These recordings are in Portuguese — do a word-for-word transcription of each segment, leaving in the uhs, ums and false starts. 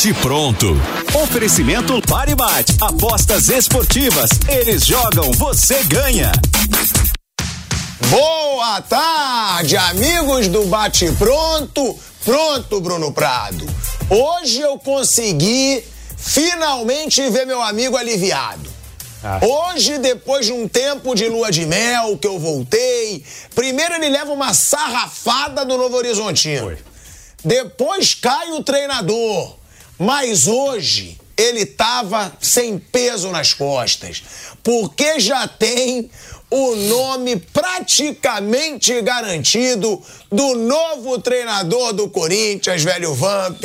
Bate pronto. Oferecimento Paribate. Apostas esportivas. Eles jogam, você ganha. Boa tarde, amigos do Bate Pronto. Pronto, Bruno Prado. Hoje eu consegui finalmente ver meu amigo aliviado. Ah. Hoje, depois de um tempo de lua de mel que eu voltei, primeiro ele leva uma sarrafada do Novo Horizontino. Foi. Depois cai o treinador. Mas hoje ele tava sem peso nas costas, porque já tem o nome praticamente garantido do novo treinador do Corinthians, velho Vamp,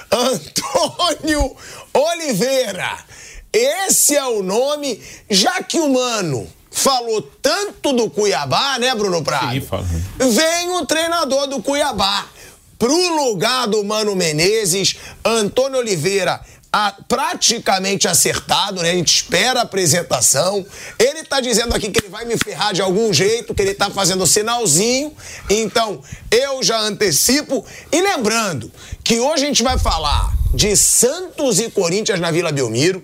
Antônio Oliveira. Esse é o nome, já que o Mano falou tanto do Cuiabá, né, Bruno Prado? Sim, fala. Vem o treinador do Cuiabá pro lugar do Mano Menezes, Antônio Oliveira. A, praticamente acertado, né? A gente espera a apresentação. Ele tá dizendo aqui que ele vai me ferrar de algum jeito, que ele tá fazendo sinalzinho. Então, eu já antecipo. E lembrando que hoje a gente vai falar de Santos e Corinthians na Vila Belmiro.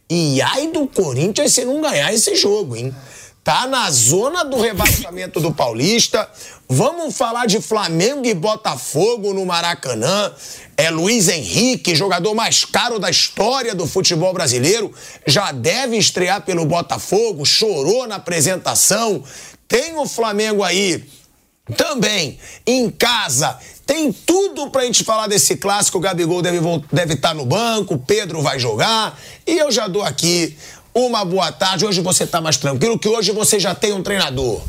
E ai do Corinthians se não ganhar esse jogo, hein? Tá na zona do rebaixamento do Paulista. Vamos falar de Flamengo e Botafogo no Maracanã. É Luiz Henrique, jogador mais caro da história do futebol brasileiro. Já deve estrear pelo Botafogo, chorou na apresentação. Tem o Flamengo aí também em casa. Tem tudo pra gente falar desse clássico. O Gabigol deve, deve estar no banco, o Pedro vai jogar. E eu já dou aqui uma boa tarde. Hoje você tá mais tranquilo, que hoje você já tem um treinador.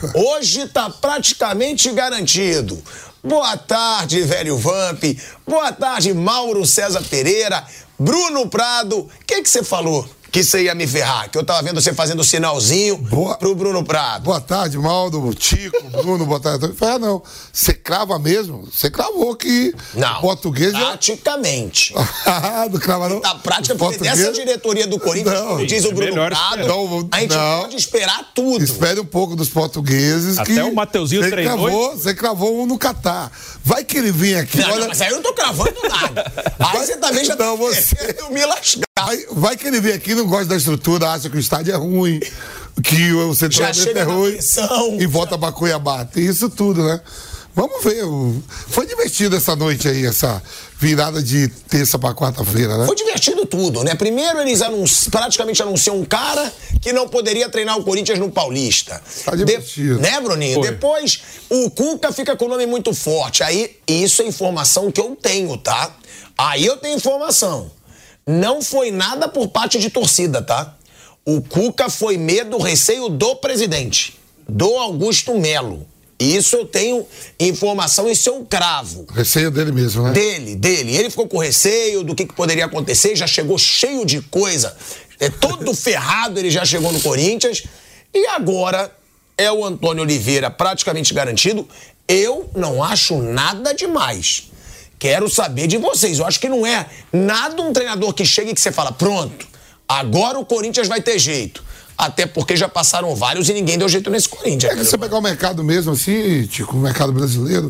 Hoje tá praticamente garantido. Boa tarde, velho Vamp. Boa tarde, Mauro César Pereira. Bruno Prado. O que que você falou que você ia me ferrar? Que eu tava vendo você fazendo sinalzinho boa, pro Bruno Prado. Boa tarde, Mauro, Tico, Bruno, boa tarde. Ah, não. Você crava mesmo? Você cravou que não, português praticamente. Ah, não crava não? Tá prática, porque dessa diretoria do Corinthians, não, diz o Bruno é Prado, não, a gente não, pode esperar tudo. Espere um pouco dos portugueses. Até que o Mateuzinho você treinou. Cravou, você cravou um no Catar. Vai que ele vem aqui. Não, olha... não, mas aí eu não tô cravando nada. Aí vai, você também já não, tá você... me lascar. Vai, vai que ele vem aqui, não gosta da estrutura, acha que o estádio é ruim, que o centroavante é ruim pressão, e volta pra Cuiabá. Tem isso tudo, né? Vamos ver. Foi divertido essa noite aí, essa virada de terça pra quarta-feira, né? Foi divertido tudo, né? Primeiro eles anunci... praticamente anunciam um cara que não poderia treinar o Corinthians no Paulista. Tá divertido. De... Né, Bruninho? Foi. Depois o Cuca fica com o nome muito forte. Aí, isso é informação que eu tenho, tá? Aí eu tenho informação. Não foi nada por parte de torcida, tá? O Cuca foi medo, receio do presidente, do Augusto Melo. Isso eu tenho informação, isso é um cravo. Receio dele mesmo, né? Dele, dele. Ele ficou com receio do que, que poderia acontecer, já chegou cheio de coisa. É todo ferrado, ele já chegou no Corinthians. E agora é o Antônio Oliveira praticamente garantido. Eu não acho nada demais. Quero saber de vocês. Eu acho que não é nada um treinador que chega e que você fala, pronto, agora o Corinthians vai ter jeito. Até porque já passaram vários e ninguém deu jeito nesse Corinthians. É que você pegar o mercado mesmo assim, Tico, o mercado brasileiro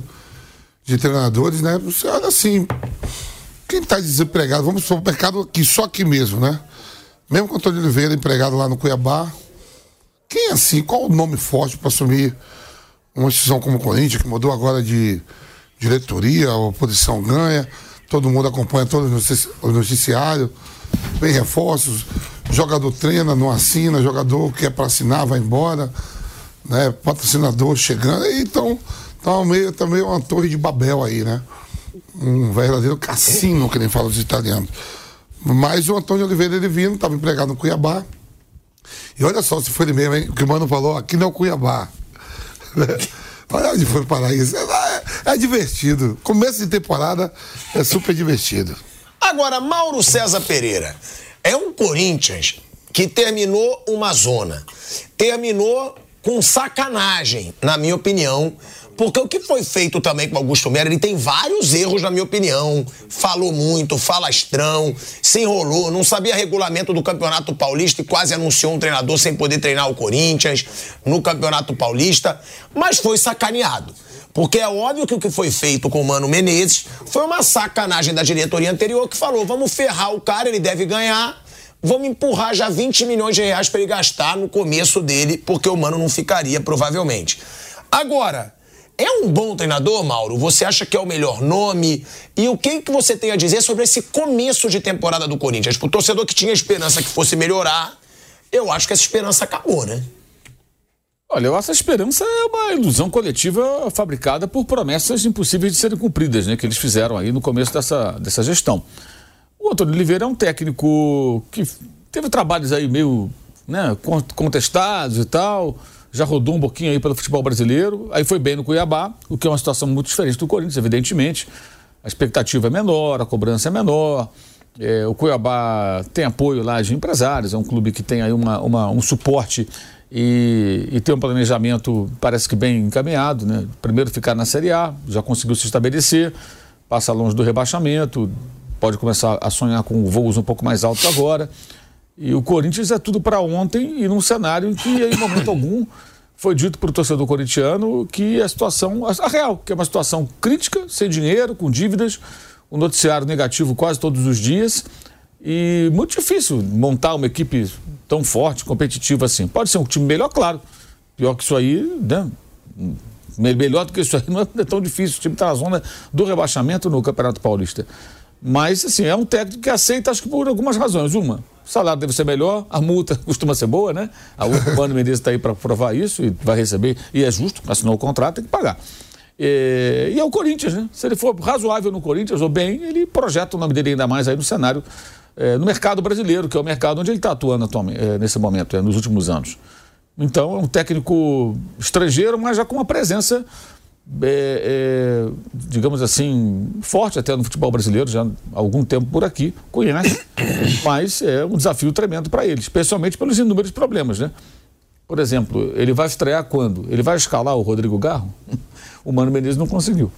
de treinadores, né? Você olha assim, quem tá desempregado, vamos para o mercado aqui, só aqui mesmo, né? Mesmo com o Antônio Oliveira empregado lá no Cuiabá, quem assim, qual o nome forte para assumir uma instituição como o Corinthians, que mudou agora de diretoria, a oposição ganha, todo mundo acompanha todo o noticiário, vem reforços, jogador treina, não assina, jogador que é para assinar, vai embora, né? Patrocinador chegando, então tá meio, tá meio uma torre de Babel aí, né? Um verdadeiro cassino, que nem falam os italianos. Mas o Antônio Oliveira, ele vindo, estava empregado no Cuiabá, e olha só, se foi ele mesmo, hein? O que o Mano falou, aqui não é o Cuiabá. Olha onde foi parar isso. É, é divertido. Começo de temporada é super divertido. Agora, Mauro César Pereira, é um Corinthians que terminou uma zona. Terminou com sacanagem, na minha opinião, Porque o que foi feito também com o Augusto Melo, ele tem vários erros, na minha opinião. Falou muito, falastrão, se enrolou, não sabia regulamento do Campeonato Paulista e quase anunciou um treinador sem poder treinar o Corinthians no Campeonato Paulista, mas foi sacaneado. Porque é óbvio que o que foi feito com o Mano Menezes foi uma sacanagem da diretoria anterior que falou, vamos ferrar o cara, ele deve ganhar, vamos empurrar já vinte milhões de reais para ele gastar no começo dele, porque o Mano não ficaria, provavelmente. Agora, é um bom treinador, Mauro? Você acha que é o melhor nome? E o que, que você tem a dizer sobre esse começo de temporada do Corinthians? Para o torcedor que tinha esperança que fosse melhorar, eu acho que essa esperança acabou, né? Olha, eu acho que a esperança é uma ilusão coletiva fabricada por promessas impossíveis de serem cumpridas, né? Que eles fizeram aí no começo dessa, dessa gestão. O Antônio Oliveira é um técnico que teve trabalhos aí meio, né, contestados e tal, já rodou um pouquinho aí pelo futebol brasileiro, aí foi bem no Cuiabá, o que é uma situação muito diferente do Corinthians, evidentemente. A expectativa é menor, a cobrança é menor. É, o Cuiabá tem apoio lá de empresários, é um clube que tem aí uma, uma, um suporte e, e tem um planejamento, parece que bem encaminhado, né? Primeiro ficar na Série A, já conseguiu se estabelecer, passa longe do rebaixamento, pode começar a sonhar com voos um pouco mais altos agora. E o Corinthians é tudo para ontem e num cenário em que, em momento algum, foi dito para o torcedor corintiano que a situação, a real, que é uma situação crítica, sem dinheiro, com dívidas, um noticiário negativo quase todos os dias e muito difícil montar uma equipe tão forte, competitiva assim. Pode ser um time melhor, claro. Pior que isso aí, né? Melhor do que isso aí não é tão difícil. O time está na zona do rebaixamento no Campeonato Paulista. Mas, assim, é um técnico que aceita, acho que por algumas razões. Uma, o salário deve ser melhor, a multa costuma ser boa, né? O Mano Menezes está aí para provar isso e vai receber, e é justo, assinou o contrato, tem que pagar. E, e é o Corinthians, né? Se ele for razoável no Corinthians ou bem, ele projeta o nome dele ainda mais aí no cenário, é, no mercado brasileiro, que é o mercado onde ele está atuando atualmente, é, nesse momento, é, nos últimos anos. Então, é um técnico estrangeiro, mas já com uma presença, é, é, digamos assim, forte até no futebol brasileiro, já há algum tempo por aqui, conhece, mas é um desafio tremendo para ele, especialmente pelos inúmeros problemas, né? Por exemplo, ele vai estrear quando? Ele vai escalar o Rodrigo Garro? O Mano Menezes não conseguiu.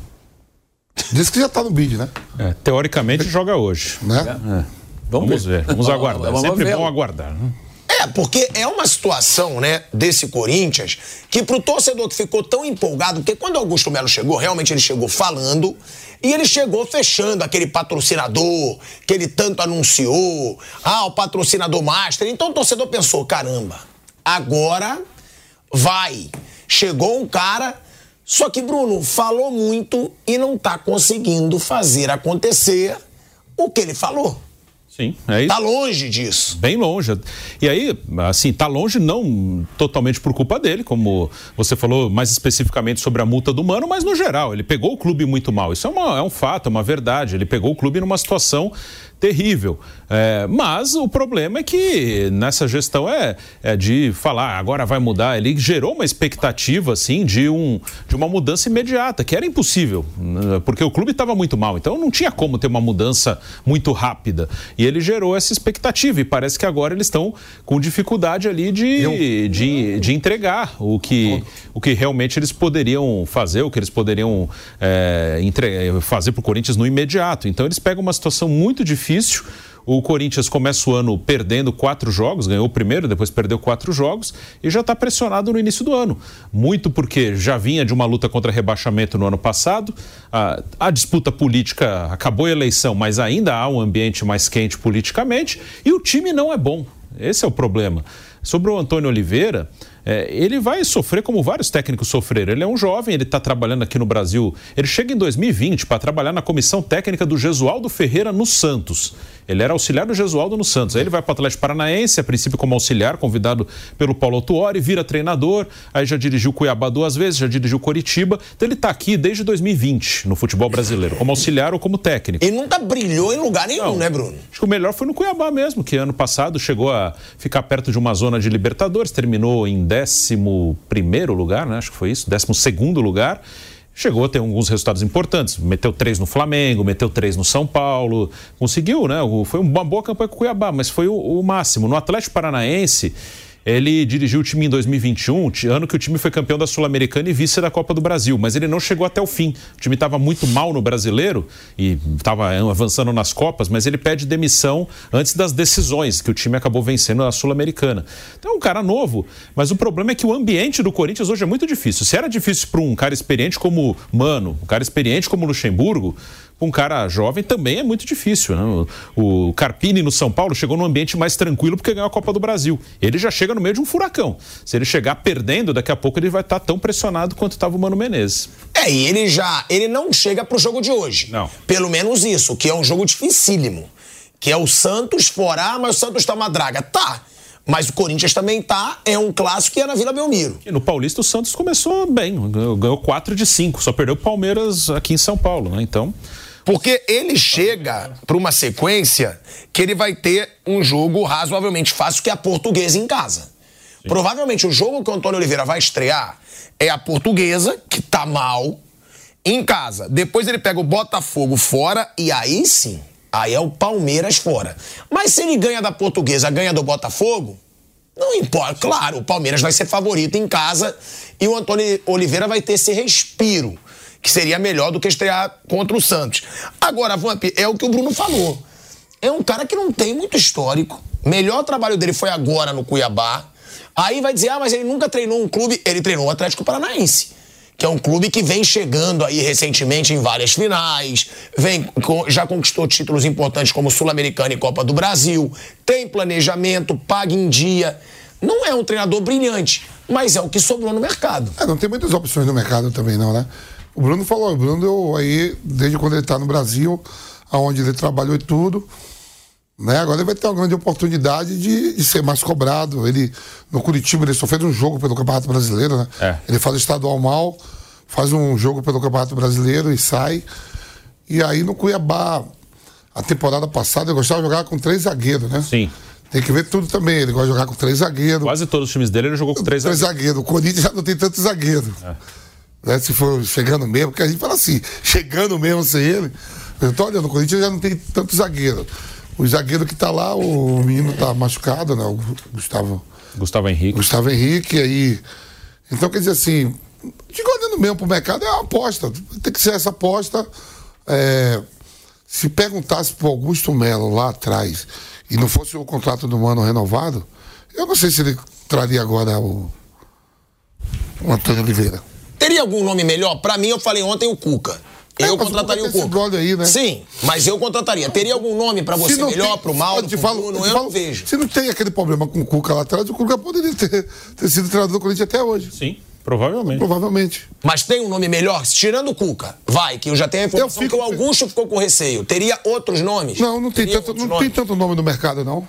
Diz que já está no bid, né? É, teoricamente joga hoje. Né? É. Vamos, vamos ver. ver, vamos aguardar. Vamos Sempre ver. bom aguardar. Né? É, porque é uma situação, né, desse Corinthians, que pro torcedor que ficou tão empolgado, porque quando o Augusto Melo chegou, realmente ele chegou falando, e ele chegou fechando aquele patrocinador que ele tanto anunciou, ah, o patrocinador master. Então o torcedor pensou, caramba, agora vai. Chegou um cara, só que Bruno falou muito e não tá conseguindo fazer acontecer o que ele falou. Sim, é isso. Tá longe disso. Bem longe. E aí, assim, tá longe não totalmente por culpa dele, como você falou mais especificamente sobre a multa do Mano, mas no geral, ele pegou o clube muito mal. Isso é, uma, é um fato, é uma verdade. Ele pegou o clube numa situação terrível. É, mas o problema é que nessa gestão é, é de falar, agora vai mudar. Ele gerou uma expectativa, assim, de, um, de uma mudança imediata, que era impossível, porque o clube estava muito mal. Então não tinha como ter uma mudança muito rápida. E ele gerou essa expectativa e parece que agora eles estão com dificuldade ali de, de, de entregar o que, o que realmente eles poderiam fazer, o que eles poderiam é, entre, fazer para o Corinthians no imediato. Então eles pegam uma situação muito difícil. O Corinthians começa o ano perdendo quatro jogos, ganhou o primeiro, depois perdeu quatro jogos e já está pressionado no início do ano. Muito porque já vinha de uma luta contra rebaixamento no ano passado, a, a disputa política acabou a eleição, mas ainda há um ambiente mais quente politicamente e o time não é bom. Esse é o problema. Sobre o Antônio Oliveira, é, ele vai sofrer como vários técnicos sofreram. Ele é um jovem, ele está trabalhando aqui no Brasil. Ele chega em dois mil e vinte para trabalhar na comissão técnica do Gesualdo Ferreira no Santos. Ele era auxiliar do Gesualdo no Santos. Aí ele vai para o Atlético Paranaense, a princípio como auxiliar, convidado pelo Paulo Autuori, vira treinador, aí já dirigiu Cuiabá duas vezes, já dirigiu Coritiba. Então ele está aqui desde dois mil e vinte no futebol brasileiro, como auxiliar ou como técnico. Ele nunca brilhou em lugar nenhum, Não, né, Bruno? Acho que o melhor foi no Cuiabá mesmo, que ano passado chegou a ficar perto de uma zona de Libertadores, terminou em décimo primeiro lugar, né? Acho que foi isso, décimo segundo lugar. Chegou a ter alguns resultados importantes, meteu três no Flamengo, meteu três no São Paulo, conseguiu, né? Foi uma boa campanha com o Cuiabá, mas foi o, o máximo. No Atlético Paranaense, Ele dirigiu o time em dois mil e vinte e um, ano que o time foi campeão da Sul-Americana e vice da Copa do Brasil, mas ele não chegou até o fim. O time estava muito mal no Brasileiro e estava avançando nas Copas, mas ele pede demissão antes das decisões, que o time acabou vencendo a Sul-Americana. Então é um cara novo, mas o problema é que o ambiente do Corinthians hoje é muito difícil. Se era difícil para um cara experiente como Mano, um cara experiente como Luxemburgo, um cara jovem também é muito difícil, né? O Carpini no São Paulo chegou num ambiente mais tranquilo porque ganhou a Copa do Brasil. Ele já chega no meio de um furacão. Se ele chegar perdendo, daqui a pouco ele vai estar tão pressionado quanto estava o Mano Menezes. É, e ele já, ele não chega pro jogo de hoje. Não. Pelo menos isso, que é um jogo dificílimo. Que é o Santos fora, ah, mas o Santos tá uma draga. Tá, mas o Corinthians também tá, é um clássico que é na Vila Belmiro. E no Paulista o Santos começou bem, ganhou quatro de cinco, só perdeu o Palmeiras aqui em São Paulo, né? Então... Porque ele chega para uma sequência que ele vai ter um jogo razoavelmente fácil, que é a Portuguesa em casa. Sim. Provavelmente o jogo que o Antônio Oliveira vai estrear é a Portuguesa, que tá mal, em casa. Depois ele pega o Botafogo fora e aí sim, aí é o Palmeiras fora. Mas se ele ganha da Portuguesa, ganha do Botafogo, não importa. Claro, o Palmeiras vai ser favorito em casa e o Antônio Oliveira vai ter esse respiro, que seria melhor do que estrear contra o Santos. Agora, Vamp, é o que o Bruno falou. É um cara que não tem muito histórico. Melhor trabalho dele foi agora no Cuiabá. Aí vai dizer, ah, mas ele nunca treinou um clube. Ele treinou o Atlético Paranaense, que é um clube que vem chegando aí recentemente em várias finais, vem, já conquistou títulos importantes como Sul-Americana e Copa do Brasil, tem planejamento, paga em dia. Não é um treinador brilhante, mas é o que sobrou no mercado. É, não tem muitas opções no mercado também não, né? O Bruno falou, o Bruno deu aí, desde quando ele está no Brasil, aonde ele trabalhou e tudo, né? Agora ele vai ter uma grande oportunidade de, de ser mais cobrado. Ele, no Curitiba, ele só fez um jogo pelo Campeonato Brasileiro, né? É. Ele faz o estadual mal, faz um jogo pelo Campeonato Brasileiro e sai. E aí no Cuiabá, a temporada passada, ele gostava de jogar com três zagueiros, né? Sim. Tem que ver tudo também, ele gosta de jogar com três zagueiros. Quase todos os times dele ele jogou com três, três zagueiros. zagueiros. O Corinthians já não tem tantos zagueiros. É. Né, se for chegando mesmo, porque a gente fala assim, chegando mesmo sem ele, eu tô olhando, o Corinthians já não tem tanto zagueiro. O zagueiro que tá lá, o menino tá machucado, né? O Gustavo. Gustavo Henrique. Gustavo Henrique, aí. Então, quer dizer assim, digo, olhando mesmo pro mercado, é uma aposta. Tem que ser essa aposta. É, se perguntasse pro Augusto Melo lá atrás e não fosse o contrato do Mano renovado, eu não sei se ele traria agora o, o Antônio Oliveira. Teria algum nome melhor? Pra mim, eu falei ontem o Cuca. Eu é, contrataria o Cuca. Aí, né? Sim, mas eu contrataria. Teria algum nome pra você melhor, tem, pro Mauro, pro falo, Bruno? Eu falo, não vejo. Se não tem aquele problema com o Cuca lá atrás, o Cuca poderia ter, ter sido treinador do Corinthians até hoje. Sim, provavelmente. Provavelmente. Mas tem um nome melhor? Tirando o Cuca, vai, que eu já tenho a informação fico... que o Augusto ficou com receio. Teria outros nomes? Não, não tem, tanto, não tem tanto nome no mercado, não.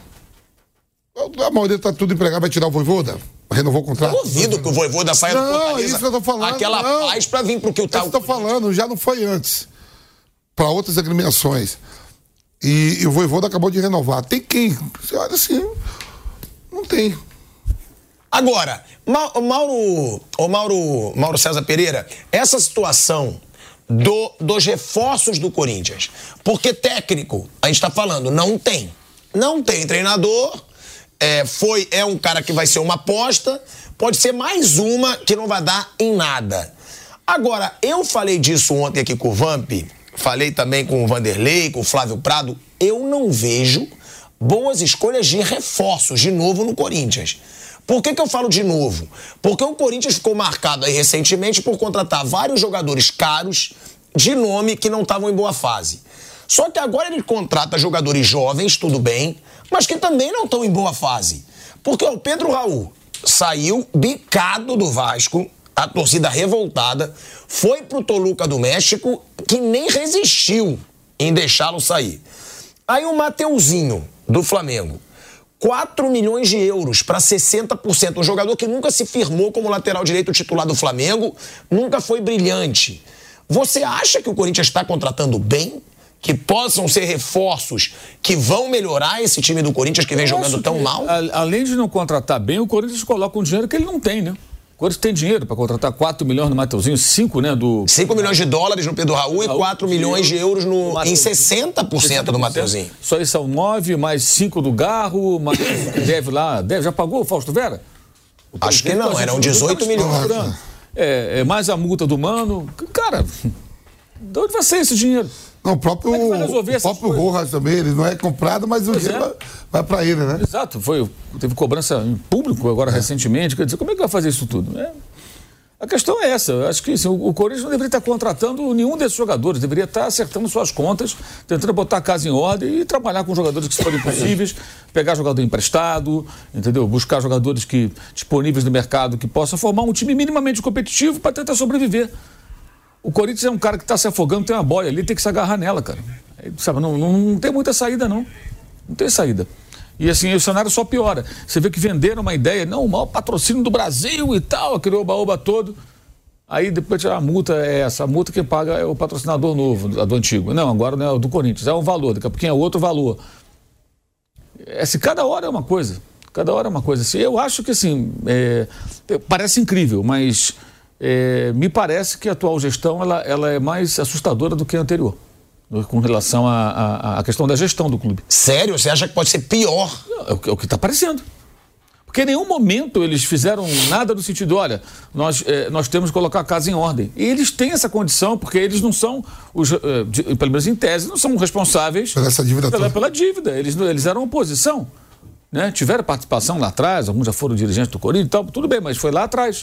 A maioria tá tudo empregado, vai tirar o Vojvoda? Renovou o contrato? Eu duvido que o Vojvoda saia do Fortaleza. Não, é isso que eu tô falando. Aquela não. paz pra vir pro que o tal. É isso que eu tô falando, já não foi antes. Pra outras agremiações. E, e o Vojvoda acabou de renovar. Tem quem? Você olha assim, não tem. Agora, Ma Mauro, o Mauro, Mauro César Pereira, essa situação do, dos reforços do Corinthians, porque técnico, a gente tá falando, não tem. Não tem treinador. É, foi, é um cara que vai ser uma aposta, pode ser mais uma que não vai dar em nada. Agora, eu falei disso ontem aqui com o Vamp, falei também com o Vanderlei, com o Flávio Prado, eu não vejo boas escolhas de reforços de novo no Corinthians. Por que que eu falo de novo? Porque o Corinthians ficou marcado aí recentemente por contratar vários jogadores caros de nome que não estavam em boa fase. Só que agora ele contrata jogadores jovens, tudo bem, mas que também não estão em boa fase. Porque o Pedro Raul saiu bicado do Vasco, a torcida revoltada, foi pro Toluca do México, que nem resistiu em deixá-lo sair. Aí o Mateuzinho, do Flamengo, quatro milhões de euros para sessenta por cento. Um jogador que nunca se firmou como lateral direito titular do Flamengo, nunca foi brilhante. Você acha que o Corinthians está contratando bem? Que possam ser reforços que vão melhorar esse time do Corinthians que vem jogando tão mal? A, além de não contratar bem, o Corinthians coloca um dinheiro que ele não tem, né? Corinthians tem dinheiro para contratar quatro milhões no Mateuzinho, cinco, né? Do... cinco milhões de dólares no Pedro Raul, Raul e quatro milhões de euros no, em sessenta por cento do Mateuzinho. Só isso são nove, mais cinco do Garro, mais deve lá, deve, já pagou o Fausto Vera? O Acho que não, eram dezoito milhões. É, é, mais a multa do Mano. Cara, de onde vai ser esse dinheiro? Não, o próprio, é o próprio Rojas também, ele não é comprado, mas o dinheiro é. vai, vai para ele, né? Exato, foi, teve cobrança em público agora é. recentemente, quer dizer, como é que vai fazer isso tudo? É. A questão é essa, eu acho que assim, o, o Corinthians não deveria estar contratando nenhum desses jogadores, deveria estar acertando suas contas, tentando botar a casa em ordem e trabalhar com jogadores que forem possíveis, pegar jogador emprestado, entendeu? Buscar jogadores que, disponíveis no mercado que possam formar um time minimamente competitivo para tentar sobreviver. O Corinthians é um cara que está se afogando, tem uma boia ali, tem que se agarrar nela, cara. Sabe, não, não, não tem muita saída, não. Não tem saída. E assim, o cenário só piora. Você vê que venderam uma ideia, não, o maior patrocínio do Brasil e tal, aquele oba-oba todo. Aí depois a multa é essa, a multa que paga é o patrocinador novo, a do antigo. Não, agora não é o do Corinthians, é um valor, daqui a pouquinho é outro valor. É, assim, cada hora é uma coisa, cada hora é uma coisa. Assim, eu acho que assim, é, parece incrível, mas... É, me parece que a atual gestão ela, ela é mais assustadora do que a anterior, com relação à questão da gestão do clube. Sério? Você acha que pode ser pior? É, é o que está parecendo. Porque em nenhum momento eles fizeram nada no sentido, olha, nós, é, nós temos que colocar a casa em ordem. E eles têm essa condição, porque eles não são, os, é, de, pelo menos em tese, não são responsáveis pela, essa dívida pela, toda. pela dívida. Eles, eles eram oposição. Né? Tiveram participação lá atrás, alguns já foram dirigentes do Corinthians e tal, tudo bem, mas foi lá atrás.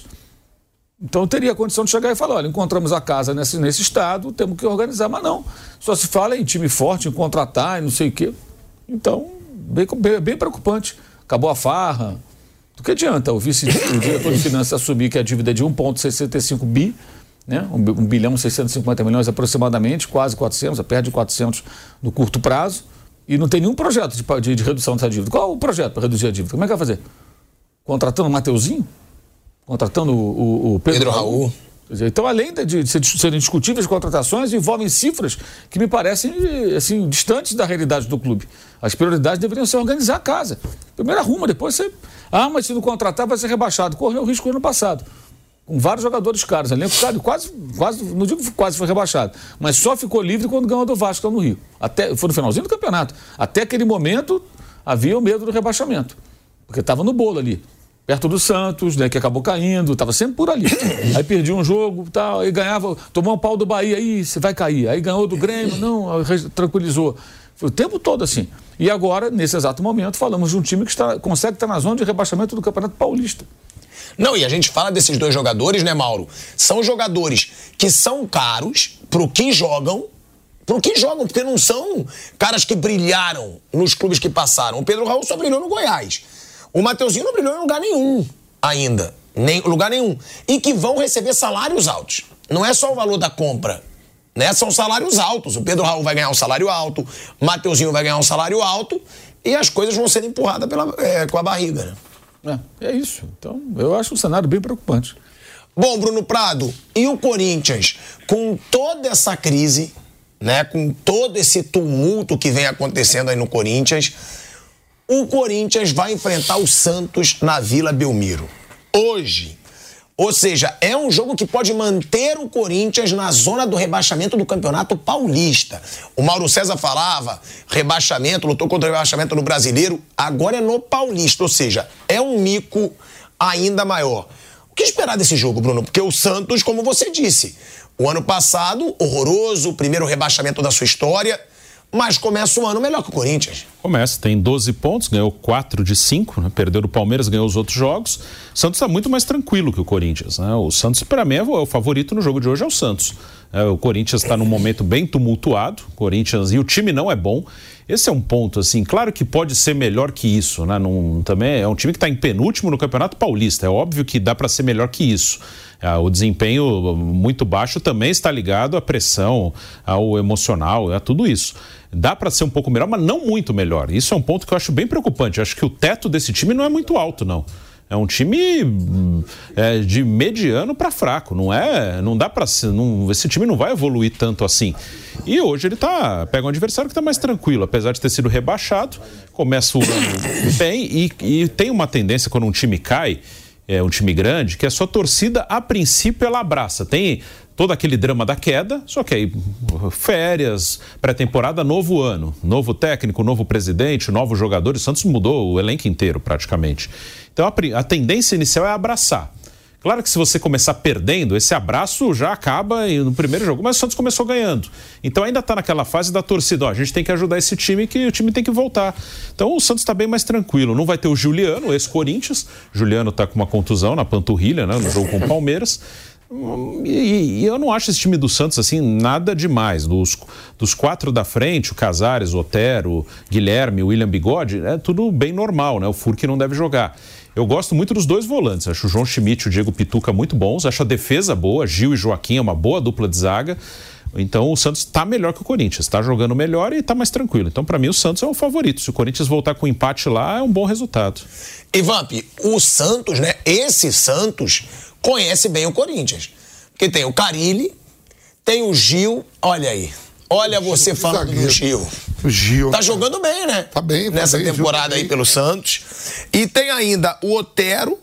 Então eu teria a condição de chegar e falar, olha, encontramos a casa nesse, nesse estado, temos que organizar, mas não. Só se fala em time forte, em contratar e não sei o quê. Então, bem, bem, bem preocupante. Acabou a farra. Do que adianta o vice o diretor de finanças assumir que a dívida é de um vírgula sessenta e cinco bi, né? um bilhão e seiscentos e cinquenta milhões aproximadamente, quase quatrocentos, perto de quatrocentos no curto prazo, e não tem nenhum projeto de, de, de redução dessa dívida. Qual o projeto para reduzir a dívida? Como é que vai fazer? Contratando o Mateuzinho? Contratando o, o, o Pedro, Pedro Raul. Raul. Então, além de, de serem discutíveis contratações, envolvem cifras que me parecem assim, distantes da realidade do clube. As prioridades deveriam ser organizar a casa. Primeiro arruma, depois você... Ah, mas se não contratar vai ser rebaixado. Correu o risco no ano passado. Com vários jogadores caros. Elenco caro, quase, quase, não digo que quase foi rebaixado, mas só ficou livre quando ganhou do Vasco no Rio. Até, foi no finalzinho do campeonato. Até aquele momento havia o medo do rebaixamento. Porque estava no bolo ali. Perto do Santos, né, que acabou caindo, estava sempre por ali. Aí perdia um jogo, tal, aí ganhava, tomou um pau do Bahia, aí você vai cair. Aí ganhou do Grêmio, não, tranquilizou. Foi o tempo todo assim. E agora, nesse exato momento, falamos de um time que está, consegue estar na zona de rebaixamento do Campeonato Paulista. Não, e a gente fala desses dois jogadores, né, Mauro? São jogadores que são caros pro que jogam, pro que jogam, porque não são caras que brilharam nos clubes que passaram. O Pedro Raul só brilhou no Goiás. O Mateuzinho não brilhou em lugar nenhum ainda, nem lugar nenhum. E que vão receber salários altos. Não é só o valor da compra, né? São salários altos. O Pedro Raul vai ganhar um salário alto, o Mateuzinho vai ganhar um salário alto e as coisas vão ser empurradas pela, é, com a barriga, né? É, é isso. Então, eu acho um cenário bem preocupante. Bom, Bruno Prado, e o Corinthians, com toda essa crise, né? Com todo esse tumulto que vem acontecendo aí no Corinthians... O Corinthians vai enfrentar o Santos na Vila Belmiro. Hoje. Ou seja, é um jogo que pode manter o Corinthians na zona do rebaixamento do Campeonato Paulista. O Mauro César falava, rebaixamento, lutou contra o rebaixamento no Brasileiro, agora é no Paulista. Ou seja, é um mico ainda maior. O que esperar desse jogo, Bruno? Porque o Santos, como você disse, o ano passado, horroroso, primeiro rebaixamento da sua história... Mas começa o ano melhor que o Corinthians. Começa, tem doze pontos, ganhou quatro de cinco, né? Perdeu do Palmeiras, ganhou os outros jogos. O Santos está muito mais tranquilo que o Corinthians, né? O Santos, para mim, é o favorito no jogo de hoje, é o Santos. É, o Corinthians está num momento bem tumultuado, Corinthians, e o time não é bom. Esse é um ponto, assim, claro que pode ser melhor que isso, né? Num, também é um time que está em penúltimo no Campeonato Paulista, é óbvio que dá para ser melhor que isso. Ah, o desempenho muito baixo também está ligado à pressão, ao emocional, a tudo isso. Dá para ser um pouco melhor, mas não muito melhor. Isso é um ponto que eu acho bem preocupante. Eu acho que o teto desse time não é muito alto, não. É um time é, de mediano para fraco. Não é, não dá para ser. Não, esse time não vai evoluir tanto assim. E hoje ele tá pega um adversário que está mais tranquilo, apesar de ter sido rebaixado. Começa o ano bem e, e tem uma tendência quando um time cai. é um time grande, que a sua torcida, a princípio, ela abraça. Tem todo aquele drama da queda, só que aí férias, pré-temporada, novo ano, novo técnico, novo presidente, novos jogadores. O Santos mudou o elenco inteiro, praticamente. Então, a, a tendência inicial é abraçar. Claro que se você começar perdendo, esse abraço já acaba no primeiro jogo, mas o Santos começou ganhando. Então ainda está naquela fase da torcida, ó, a gente tem que ajudar esse time, que o time tem que voltar. Então o Santos está bem mais tranquilo. Não vai ter o Juliano, ex-Corinthians. Juliano está com uma contusão na panturrilha, né, no jogo com o Palmeiras. E, e eu não acho esse time do Santos assim nada demais. Dos, dos quatro da frente, o Casares, o Otero, o Guilherme, o William Bigode, é tudo bem normal, né? O Furque não deve jogar. Eu gosto muito dos dois volantes. Acho o João Schmidt e o Diego Pituca muito bons. Acho a defesa boa. Gil e Joaquim é uma boa dupla de zaga. Então o Santos está melhor que o Corinthians. Está jogando melhor e está mais tranquilo. Então, para mim, o Santos é o favorito. Se o Corinthians voltar com empate lá, é um bom resultado. E, Vamp, o Santos, né? Esse Santos conhece bem o Corinthians. Porque tem o Carille, tem o Gil. Olha aí. Olha você falando do Gil. O Gil. Tá jogando bem, né? Tá bem, tá Nessa bem, temporada aí pelo Santos. E tem ainda o Otero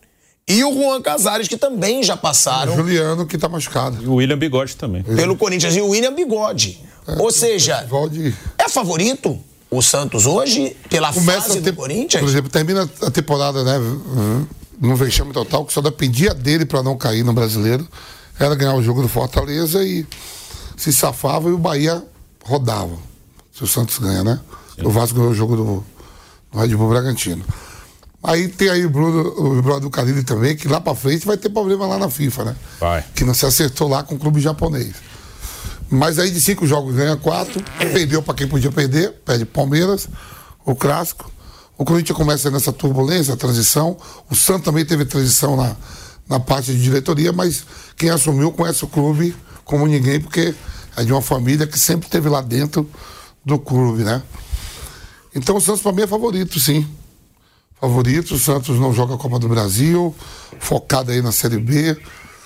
e o Juan Casares, que também já passaram. O Juliano, que tá machucado. E o William Bigode também. Pelo Corinthians. E o William Bigode. É, Ou seja, Bigode... é favorito o Santos hoje pela Começa fase ter, do Corinthians? Por exemplo, termina a temporada, né? Num vexame total, que só dependia dele pra não cair no Brasileiro. Era ganhar o jogo do Fortaleza e se safava e o Bahia rodava. Se o Santos ganha, né? Sim. O Vasco ganhou o jogo do, do Red Bull Bragantino. Aí tem aí o Bruno, o brother do Carille também, que lá pra frente vai ter problema lá na FIFA, né? Vai. Que não se acertou lá com o clube japonês. Mas aí de cinco jogos ganha quatro, perdeu pra quem podia perder, perde Palmeiras, o Clássico. O Corinthians começa nessa turbulência, a transição. O Santos também teve transição na, na parte de diretoria, mas quem assumiu conhece o clube como ninguém, porque é de uma família que sempre esteve lá dentro do clube, né? Então o Santos para mim é favorito, sim. Favorito, o Santos não joga a Copa do Brasil, focado aí na Série B,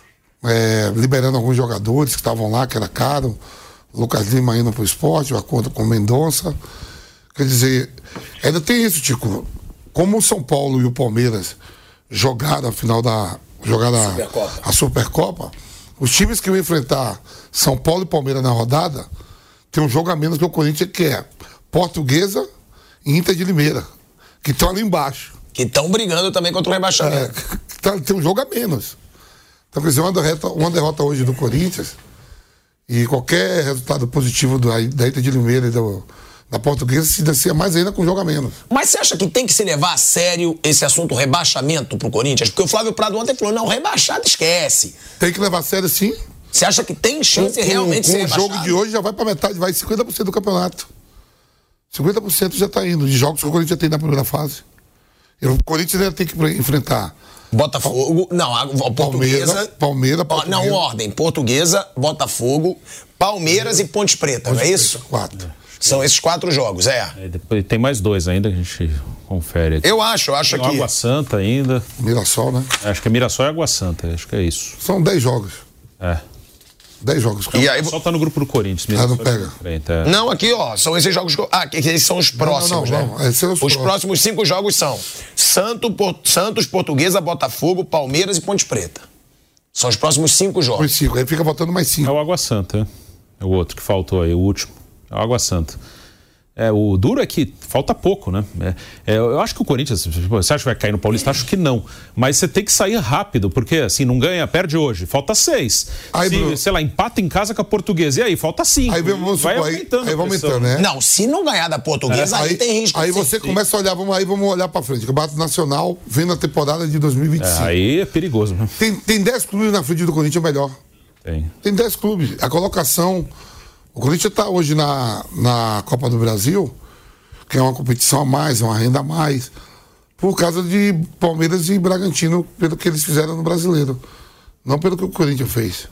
é, liberando alguns jogadores que estavam lá, que era caro. Lucas Lima indo pro esporte, o acordo com o Mendonça. Quer dizer, ainda tem isso, Tico. Como o São Paulo e o Palmeiras jogaram a final da... jogaram a Supercopa. a Supercopa, os times que vão enfrentar São Paulo e Palmeiras na rodada tem um jogo a menos que o Corinthians, que é Portuguesa e Inter de Limeira, que estão ali embaixo. Que estão brigando também contra o rebaixamento. É, tem um jogo a menos. Então, quer dizer, uma derrota, uma derrota hoje do Corinthians e qualquer resultado positivo do, da Inter de Limeira e do, da Portuguesa se descia mais ainda com um jogo a menos. Mas você acha que tem que se levar a sério esse assunto rebaixamento pro Corinthians? Porque o Flávio Prado ontem falou, não, rebaixado esquece. Tem que levar a sério, sim. Você acha que tem chance com, realmente de ser rebaixado? O jogo de hoje já vai pra metade, vai cinquenta por cento do campeonato. cinquenta por cento já tá indo de jogos que o Corinthians tem na primeira fase. E o Corinthians ainda tem que enfrentar Botafogo, não, a Portuguesa... Palmeiras, Palmeiras... Não, ordem, Portuguesa, Botafogo, Palmeiras e Ponte Preta, não é isso? Quatro. São esses quatro jogos, é. é depois, tem mais dois ainda que a gente confere aqui. Eu acho, eu acho tem que... Água Santa ainda. Mirassol, né? Acho que é Mirassol e Água Santa, acho que é isso. São dez jogos. É. Dez jogos. E aí... Só tá no grupo do Corinthians. Ah, não pega. Frente, é. Não, aqui, ó, são esses jogos... Ah, que esses são os próximos, não, não, né? não. Esses são os, os próximos. próximos cinco jogos são Santo, Port... Santos, Portuguesa, Botafogo, Palmeiras e Ponte Preta. São os próximos cinco jogos. Os cinco, aí fica faltando mais cinco. É o Água Santa, é o outro que faltou aí, o último. É o Água Santa. É, o duro é que falta pouco, né? É, é, eu acho que o Corinthians, você acha que vai cair no Paulista? Acho que não. Mas você tem que sair rápido, porque assim, não ganha, perde hoje, falta seis. Aí, Se, Bruno, sei lá, empata em casa com a Portuguesa, e aí falta cinco. Aí vamos vai supor, aumentando. Aí, aí vai aumentando, né? Não, se não ganhar da Portuguesa, é. aí, aí tem risco. Aí você começa a olhar, vamos, aí vamos olhar pra frente. O Campeonato Nacional vem na temporada de dois mil e vinte e cinco. É, aí é perigoso, né? Tem, tem dez clubes na frente do Corinthians melhor. Tem. Tem dez clubes. A colocação... O Corinthians tá hoje na, na Copa do Brasil, que é uma competição a mais, uma renda a mais, por causa de Palmeiras e Bragantino, pelo que eles fizeram no Brasileiro. Não pelo que o Corinthians fez.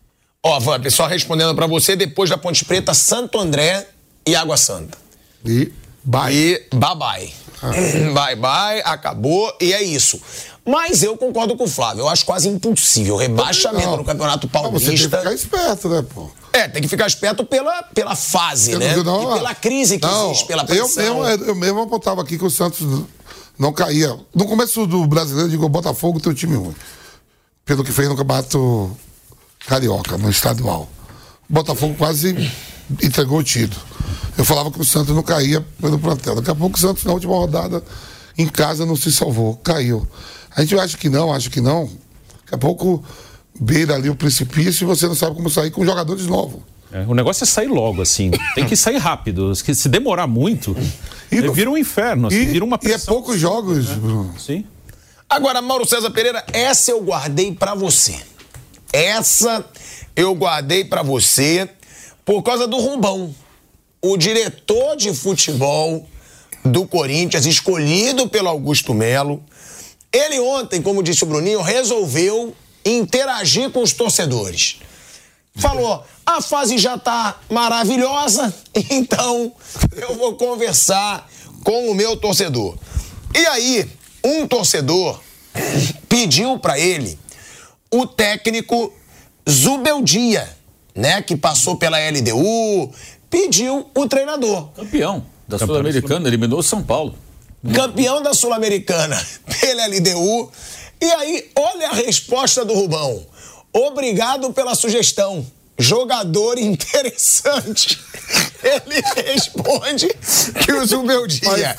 Ó, Vamp, só respondendo pra você, depois da Ponte Preta, Santo André e Água Santa. E bye. E bye bye. Ah. Bye bye, acabou, e é isso. Mas eu concordo com o Flávio, eu acho quase impossível. Rebaixamento não. no Campeonato Paulista. Você tem que ficar esperto, né, pô? É, tem que ficar esperto pela, pela fase, eu né? Não, e pela crise que não, existe, pela pressão. Eu mesmo, eu mesmo apontava aqui que o Santos não caía. No começo do Brasileiro, eu digo, o Botafogo tem um time ruim. Pelo que fez no Campeonato Carioca, no estadual. O Botafogo quase entregou o título. Eu falava que o Santos não caía pelo plantel. Daqui a pouco o Santos, na última rodada, em casa, não se salvou. Caiu. A gente acha que não, acha que não. Daqui a pouco beira ali o precipício e você não sabe como sair com jogadores novos. É, o negócio é sair logo, assim. Tem que sair rápido. Se demorar muito, e no... vira um inferno, assim, e, vira uma pressão. E é poucos jogos, né? Bruno. Sim. Agora, Mauro César Pereira, essa eu guardei pra você. Essa eu guardei pra você por causa do Rubão. O diretor de futebol do Corinthians, escolhido pelo Augusto Melo. Ele ontem, como disse o Bruninho, resolveu interagir com os torcedores. Falou, a fase já tá maravilhosa, então eu vou conversar com o meu torcedor. E aí, um torcedor pediu pra ele o técnico Zubeldia, né, que passou pela L D U, pediu o treinador. Campeão da Sul-Americana, eliminou o São Paulo. Campeão da Sul-Americana pela L D U. E aí, olha a resposta do Rubão. Obrigado pela sugestão. Jogador interessante. Ele responde que o Zubeldia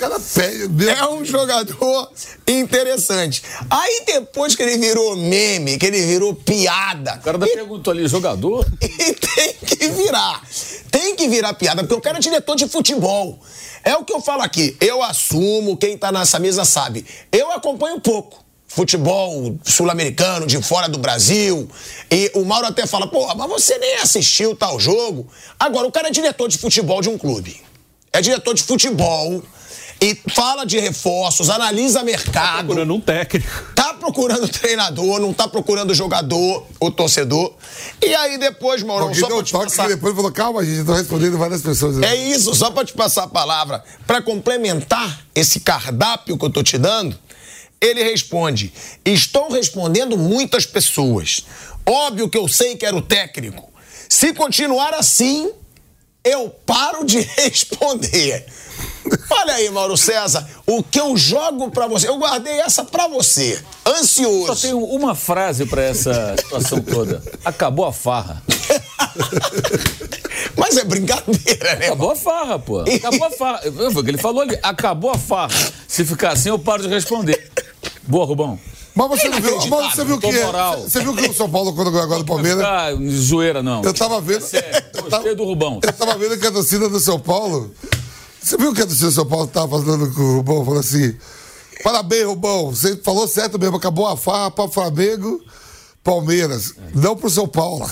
é um jogador interessante. Aí depois que ele virou meme, que ele virou piada... O cara da e, perguntou ali, jogador? E tem que virar. Tem que virar piada, porque o cara é diretor de futebol. É o que eu falo aqui. Eu assumo, quem tá nessa mesa sabe. Eu acompanho pouco futebol sul-americano, de fora do Brasil. E o Mauro até fala, pô, mas você nem assistiu tal jogo. Agora, o cara é diretor de futebol de um clube. É diretor de futebol e fala de reforços, analisa mercado. Tá procurando um técnico. Tá procurando treinador, não tá procurando jogador, o torcedor. E aí depois, Mauro, Alguém só deu pra te toque passar... que depois falou, calma, gente, tô respondendo várias pessoas. É isso, só pra te passar a palavra. Pra complementar esse cardápio que eu tô te dando, ele responde, estou respondendo muitas pessoas. Óbvio que eu sei que era o técnico. Se continuar assim, eu paro de responder. Olha aí, Mauro César, o que eu jogo pra você. Eu guardei essa pra você. Ansioso. Só tenho uma frase pra essa situação toda. Acabou a farra. Mas é brincadeira, né? Acabou a farra, pô. Acabou a farra. Foi o que ele falou ali. Acabou a farra. Se ficar assim, eu paro de responder. Boa, Rubão. Mas você não viu, mas você viu que é, moral. Você viu que o São Paulo, quando ganhou agora do Palmeiras... Ah, zoeira, não. Eu tava vendo... Sério, gostei do Rubão. Eu tava vendo que a torcida do São Paulo... Você viu que a torcida do São Paulo tava falando com o Rubão? Falou assim, parabéns, Rubão, você falou certo mesmo, acabou a farra para Flamengo, Palmeiras, não pro São Paulo.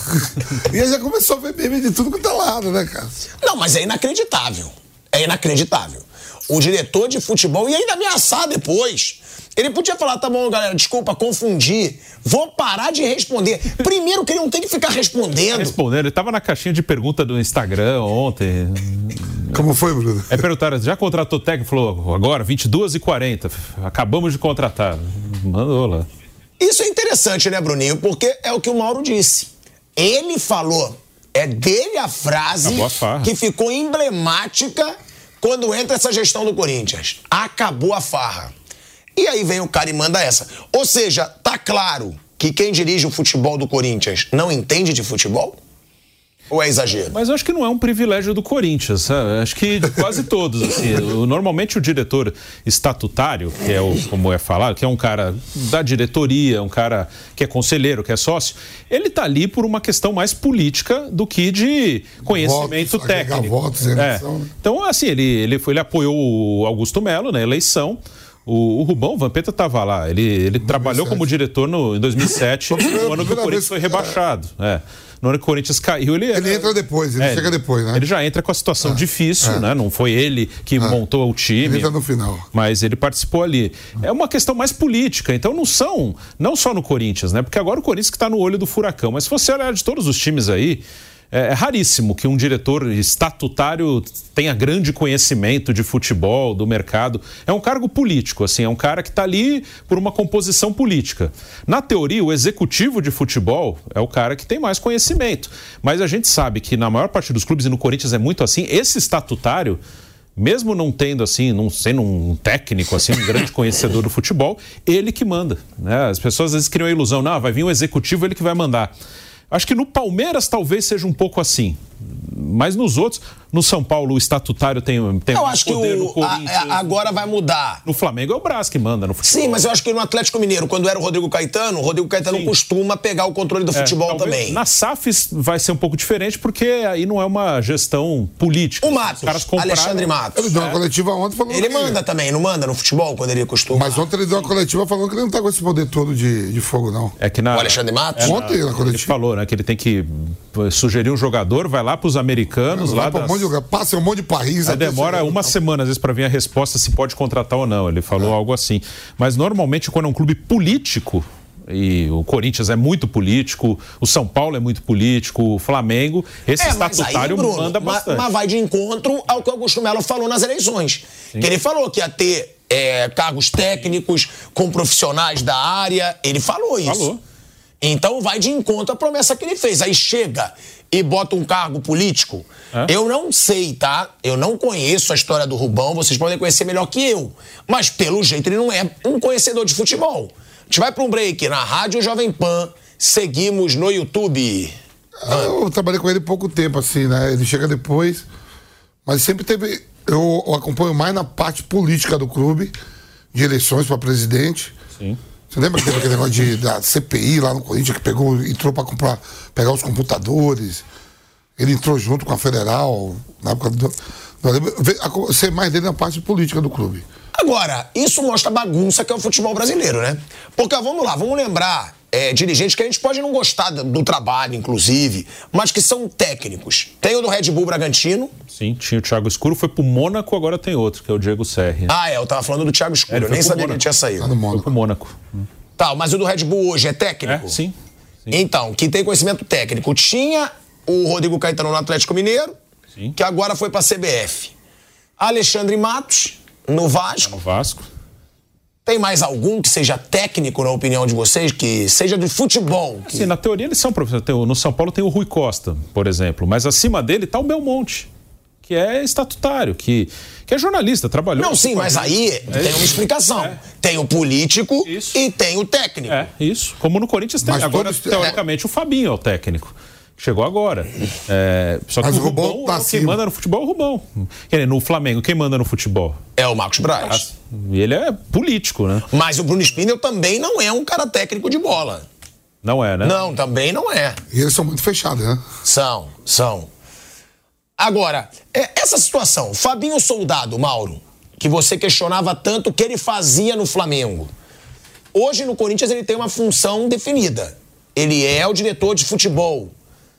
E aí já começou a ver meme de tudo quanto é lado, né, cara? Não, mas é inacreditável. É inacreditável. O diretor de futebol, e ainda ameaçar depois... Ele podia falar, tá bom, galera, desculpa, confundi. Vou parar de responder. Primeiro que ele não tem que ficar respondendo. Respondendo, ele tava na caixinha de pergunta do Instagram ontem. Como foi, Bruno? É perguntaram, já contratou técnico? Falou, agora, vinte e duas e quarenta. Acabamos de contratar. Mandou lá. Isso é interessante, né, Bruninho? Porque é o que o Mauro disse. Ele falou, é dele a frase a que ficou emblemática quando entra essa gestão do Corinthians. Acabou a farra. E aí vem o cara e manda essa. Ou seja, tá claro que quem dirige o futebol do Corinthians não entende de futebol? Ou é exagero? Mas eu acho que não é um privilégio do Corinthians, sabe? Acho que de quase todos. Assim. Normalmente o diretor estatutário, que é o, como é falado, que é um cara da diretoria, um cara que é conselheiro, que é sócio, ele tá ali por uma questão mais política do que de conhecimento votos, técnico. Votos, eleição, é. né? Então, assim, ele, ele, foi, ele apoiou o Augusto Melo na eleição. O, o Rubão, o Vampeta estava lá, ele, ele trabalhou como diretor no, em dois mil e sete, no ano que o Corinthians foi rebaixado. É. No ano que o Corinthians caiu, ele... Ele entra depois, ele é, chega depois, né? Ele já entra com a situação ah, difícil, é. né? Não foi ele que ah, montou o time. Ele entra no final. Mas ele participou ali. Ah. É uma questão mais política, então não são, não só no Corinthians, né? Porque agora o Corinthians que está no olho do furacão, mas se você olhar de todos os times aí, é raríssimo que um diretor estatutário tenha grande conhecimento de futebol, do mercado. É um cargo político, assim, é um cara que está ali por uma composição política. Na teoria, o executivo de futebol é o cara que tem mais conhecimento. Mas a gente sabe que na maior parte dos clubes, e no Corinthians é muito assim, esse estatutário mesmo não tendo assim, não sendo um técnico, assim, um grande conhecedor do futebol, ele que manda, né? As pessoas às vezes criam a ilusão, não, vai vir um executivo, ele que vai mandar. Acho que no Palmeiras talvez seja um pouco assim, mas nos outros, no São Paulo o estatutário tem, tem eu mais acho poder, que o, no Corinthians, a, a, agora vai mudar. No Flamengo é o Brás que manda no futebol. Sim, mas eu acho que no Atlético Mineiro, quando era o Rodrigo Caetano, o Rodrigo Caetano Sim. costuma pegar o controle do é, futebol também. Na S A F vai ser um pouco diferente, porque aí não é uma gestão política. O Matos, Os caras compraram... Alexandre Matos. Ele deu uma coletiva ontem falando Ele que... manda também, não manda no futebol, quando ele costuma. Mas ontem ele deu uma coletiva falando que ele não tá com esse poder todo de, de fogo, não. É que na... O Alexandre Matos? É na... Ontem na coletiva. Ele falou, né, que ele tem que sugerir um jogador, vai lá pros americanos, lá das... um monte de lugar, passa um monte de país. Aí demora uma semana, às vezes, para vir a resposta se pode contratar ou não. Ele falou é. algo assim. Mas normalmente, quando é um clube político, e o Corinthians é muito político, o São Paulo é muito político, o Flamengo, esse é, estatutário aí, Bruno, manda bastante. Mas, mas vai de encontro ao que o Augusto Melo falou nas eleições. Sim. Que ele falou que ia ter é, cargos técnicos com profissionais da área. Ele falou isso. Falou. Então vai de encontro à promessa que ele fez. Aí chega e bota um cargo político. É? Eu não sei, tá? Eu não conheço a história do Rubão, vocês podem conhecer melhor que eu. Mas pelo jeito ele não é um conhecedor de futebol. A gente vai para um break na Rádio Jovem Pan, seguimos no YouTube. Eu trabalhei com ele pouco tempo, assim, né? Ele chega depois, mas sempre teve... Eu acompanho mais na parte política do clube, de eleições para presidente. Sim. Você lembra que teve aquele negócio de, da C P I lá no Corinthians, que pegou, entrou para comprar, pegar os computadores? Ele entrou junto com a Federal, na época do... Eu sei mais dele na parte política do clube. Agora, isso mostra a bagunça que é o futebol brasileiro, né? Porque, vamos lá, vamos lembrar é, dirigentes que a gente pode não gostar do, do trabalho, inclusive, mas que são técnicos. Tem o do Red Bull Bragantino. Sim, tinha o Thiago Escuro, foi pro Mônaco, agora tem outro, que é o Diego Serri. Ah, é, eu tava falando do Thiago Escuro, é, eu nem sabia Mônaco. que ele tinha saído. Tá no Mônaco. Foi pro Mônaco. Tá, mas o do Red Bull hoje é técnico? É, sim, sim. Então, quem tem conhecimento técnico, tinha o Rodrigo Caetano no Atlético Mineiro, sim. que agora foi pra C B F. Alexandre Matos, no Vasco. É no Vasco. Tem mais algum que seja técnico, na opinião de vocês, que seja de futebol? Que... Sim, na teoria eles são professores. No São Paulo tem o Rui Costa, por exemplo, mas acima dele tá o Belmonte, que é estatutário, que, que é jornalista, trabalhou... Não, sim, mas aí é tem uma explicação. É. Tem o político isso. e tem o técnico. É, isso. Como no Corinthians tem. Mas agora, todos... teoricamente, é. o Fabinho é o técnico. Chegou agora. É, só que mas o Rubão, tá quem manda no futebol é o Rubão. No Flamengo, quem manda no futebol? É o Marcos Braz. E ele é político, né? Mas o Bruno Spindel também não é um cara técnico de bola. Não é, né? Não, também não é. E eles são muito fechados, né? São, são. Agora, essa situação, Fabinho Soldado, Mauro, que você questionava tanto o que ele fazia no Flamengo. Hoje no Corinthians ele tem uma função definida. Ele é o diretor de futebol.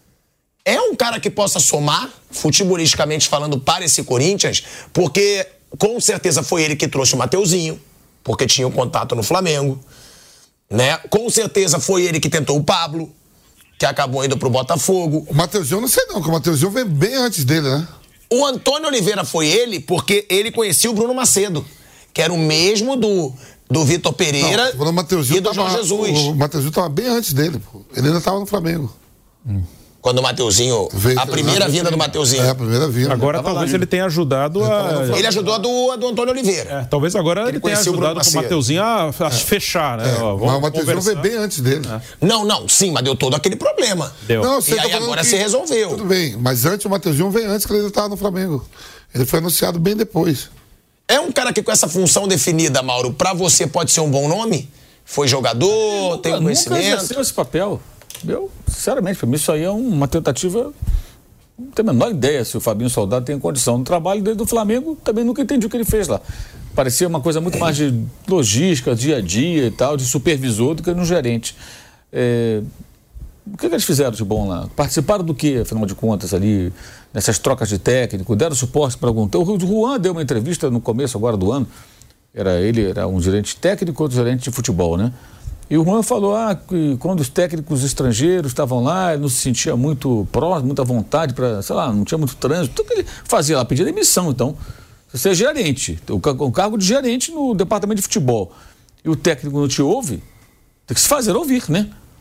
É um cara que possa somar, futebolisticamente falando, para esse Corinthians, porque com certeza foi ele que trouxe o Mateuzinho, porque tinha um contato no Flamengo, né? Com certeza foi ele que tentou o Pablo, que acabou indo pro Botafogo. O Mateuzinho não sei não, porque o Mateuzinho veio bem antes dele, né? O Antônio Oliveira foi ele porque ele conhecia o Bruno Macedo, que era o mesmo do, do Vitor Pereira não, o e do tava, Jorge Jesus. O Mateuzinho estava bem antes dele, pô. Ele ainda estava no Flamengo. Hum. Quando o Mateuzinho... Veio, a primeira vinda do, do Mateuzinho. É, a primeira vinda. Agora talvez lá, ele tenha ajudado a... Ele ajudou a do, a do Antônio Oliveira. É, talvez agora ele, ele tenha ajudado o, o Mateuzinho a, a é. fechar, né? É. Ó, mas o Mateuzinho veio bem antes dele. É. Não, não, sim, mas deu todo aquele problema. Deu. Não, e aí agora que... se resolveu. Tudo bem, mas antes o Mateuzinho veio antes que ele estava no Flamengo. Ele foi anunciado bem depois. É um cara que com essa função definida, Mauro, pra você pode ser um bom nome? Foi jogador, nunca, tem um conhecimento? Nunca exerceu esse papel. Eu, sinceramente, para mim isso aí é uma tentativa, não tenho a menor ideia se o Fabinho Soldado tem condição. No trabalho dele do Flamengo, também nunca entendi o que ele fez lá. Parecia uma coisa muito mais de logística, dia a dia e tal, de supervisor do que no gerente. É, o que, que eles fizeram de bom lá? Participaram do que, afinal de contas, ali, nessas trocas de técnico? Deram suporte para algum... O Juan deu uma entrevista no começo agora do ano, era, ele era um gerente técnico, outro gerente de futebol, né? E o Juan falou ah, que quando os técnicos estrangeiros estavam lá, ele não se sentia muito próximo, muita vontade para, sei lá, não tinha muito trânsito. Tudo que ele fazia lá, pedia demissão, então. Você é gerente, o cargo de gerente no departamento de futebol, e o técnico não te ouve, tem que se fazer ouvir, né?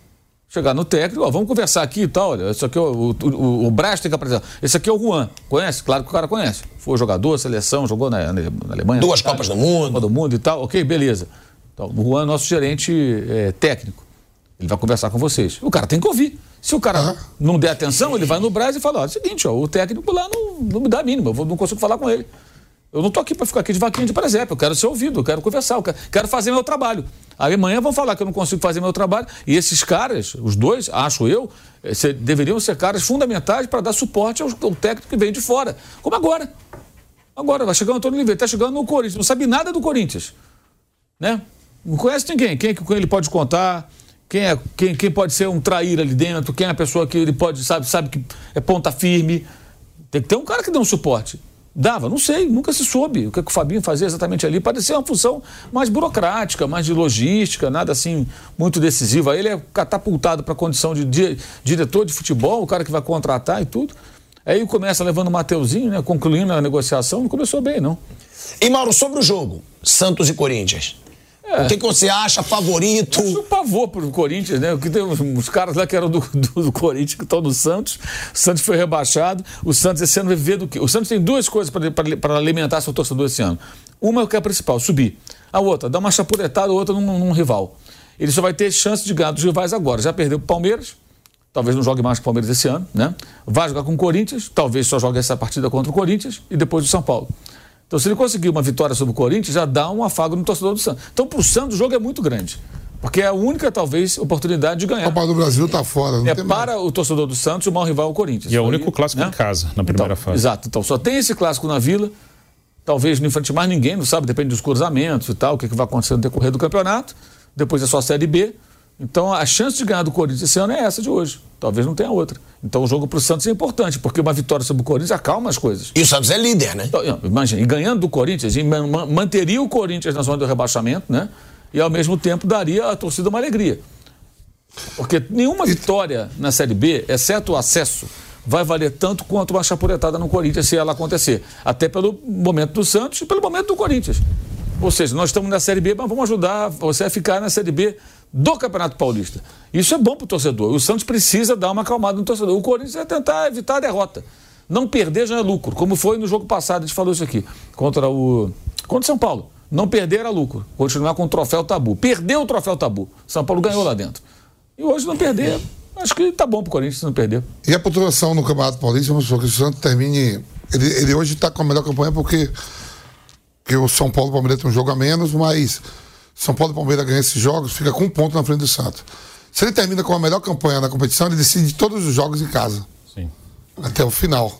Chegar no técnico, ó, vamos conversar aqui e tal, olha, esse aqui é o, o, o Braz tem que apresentar. Esse aqui é o Juan, conhece? Claro que o cara conhece. Foi jogador, seleção, jogou na, na Alemanha. Duas Copas do Mundo. Copa do Mundo e tal, ok, beleza. Então, o Juan é nosso gerente é, técnico. Ele vai conversar com vocês. O cara tem que ouvir. Se o cara não der atenção, ele vai no Braz e fala, ó, é o seguinte, ó, o técnico lá não, não me dá a mínima, eu vou, não consigo falar com ele. Eu não tô aqui para ficar aqui de vaquinha de presépio, eu quero ser ouvido, eu quero conversar, eu quero, quero fazer meu trabalho. Aí amanhã vão falar que eu não consigo fazer meu trabalho. E esses caras, os dois, acho eu, se, deveriam ser caras fundamentais para dar suporte ao, ao técnico que vem de fora. Como agora. Agora, vai chegar o Antônio Oliveira, está chegando no Corinthians, não sabe nada do Corinthians. Né? Não conhece ninguém. Quem, quem ele pode contar, quem, é, quem, quem pode ser um traíra ali dentro, quem é a pessoa que ele pode, sabe, sabe que é ponta firme. Tem que ter um cara que dê um suporte. Dava, não sei, nunca se soube o que, que o Fabinho fazia exatamente ali. Parecia uma função mais burocrática, mais de logística, nada assim muito decisiva. Aí ele é catapultado para a condição de di- diretor de futebol, o cara que vai contratar e tudo. Aí começa levando o Mateuzinho, né, concluindo a negociação, não começou bem, não. E Mauro, sobre o jogo, Santos e Corinthians. É. O que, que você acha favorito? Eu pavor pro Corinthians, né? Porque tem uns, uns caras lá que eram do, do, do Corinthians que estão no Santos. O Santos foi rebaixado. O Santos esse ano vai viver do quê? O Santos tem duas coisas para alimentar seu torcedor esse ano. Uma é o que é a principal, subir. A outra, dar uma chapuletada, a outra num, num rival. Ele só vai ter chance de ganhar dos rivais agora. Já perdeu pro Palmeiras, talvez não jogue mais com o Palmeiras esse ano, né? Vai jogar com o Corinthians, talvez só jogue essa partida contra o Corinthians e depois do São Paulo. Então, se ele conseguir uma vitória sobre o Corinthians, já dá um afago no torcedor do Santos. Então, para o Santos, o jogo é muito grande. Porque é a única, talvez, oportunidade de ganhar. A Copa do Brasil está fora. Não é tem para mais. o torcedor do Santos, o maior rival é o Corinthians. E é o Aí, único clássico né? em casa, na primeira então, fase. Exato. Então, só tem esse clássico na Vila. Talvez não enfrente mais ninguém, não sabe, depende dos cruzamentos e tal, o que, que vai acontecer no decorrer do campeonato. Depois é só a Série B. Então, a chance de ganhar do Corinthians esse ano é essa de hoje. Talvez não tenha outra. Então, o jogo para o Santos é importante, porque uma vitória sobre o Corinthians acalma as coisas. E o Santos é líder, né? Então, imagina, e ganhando do Corinthians, e man, manteria o Corinthians na zona do rebaixamento, né? E, ao mesmo tempo, daria à torcida uma alegria. Porque nenhuma vitória na Série B, exceto o acesso, vai valer tanto quanto uma chapuletada no Corinthians, se ela acontecer. Até pelo momento do Santos e pelo momento do Corinthians. Ou seja, nós estamos na Série B, mas vamos ajudar você a ficar na Série B do Campeonato Paulista. Isso é bom para o torcedor. O Santos precisa dar uma acalmada no torcedor. O Corinthians vai tentar evitar a derrota. Não perder já é lucro, como foi no jogo passado, a gente falou isso aqui, contra o contra o São Paulo. Não perder era lucro. Continuar com o troféu tabu. Perdeu o troféu tabu. São Paulo ganhou lá dentro. E hoje não perder, acho que tá bom pro Corinthians não perder. E a pontuação no Campeonato Paulista, vamos supor que o Santos termine. Ele, ele hoje está com a melhor campanha porque, porque o São Paulo e o Palmeiras tem um jogo a menos, mas São Paulo e Palmeiras ganham esses jogos, fica com um ponto na frente do Santos. Se ele termina com a melhor campanha na competição, ele decide todos os jogos em casa. Sim. Até o final.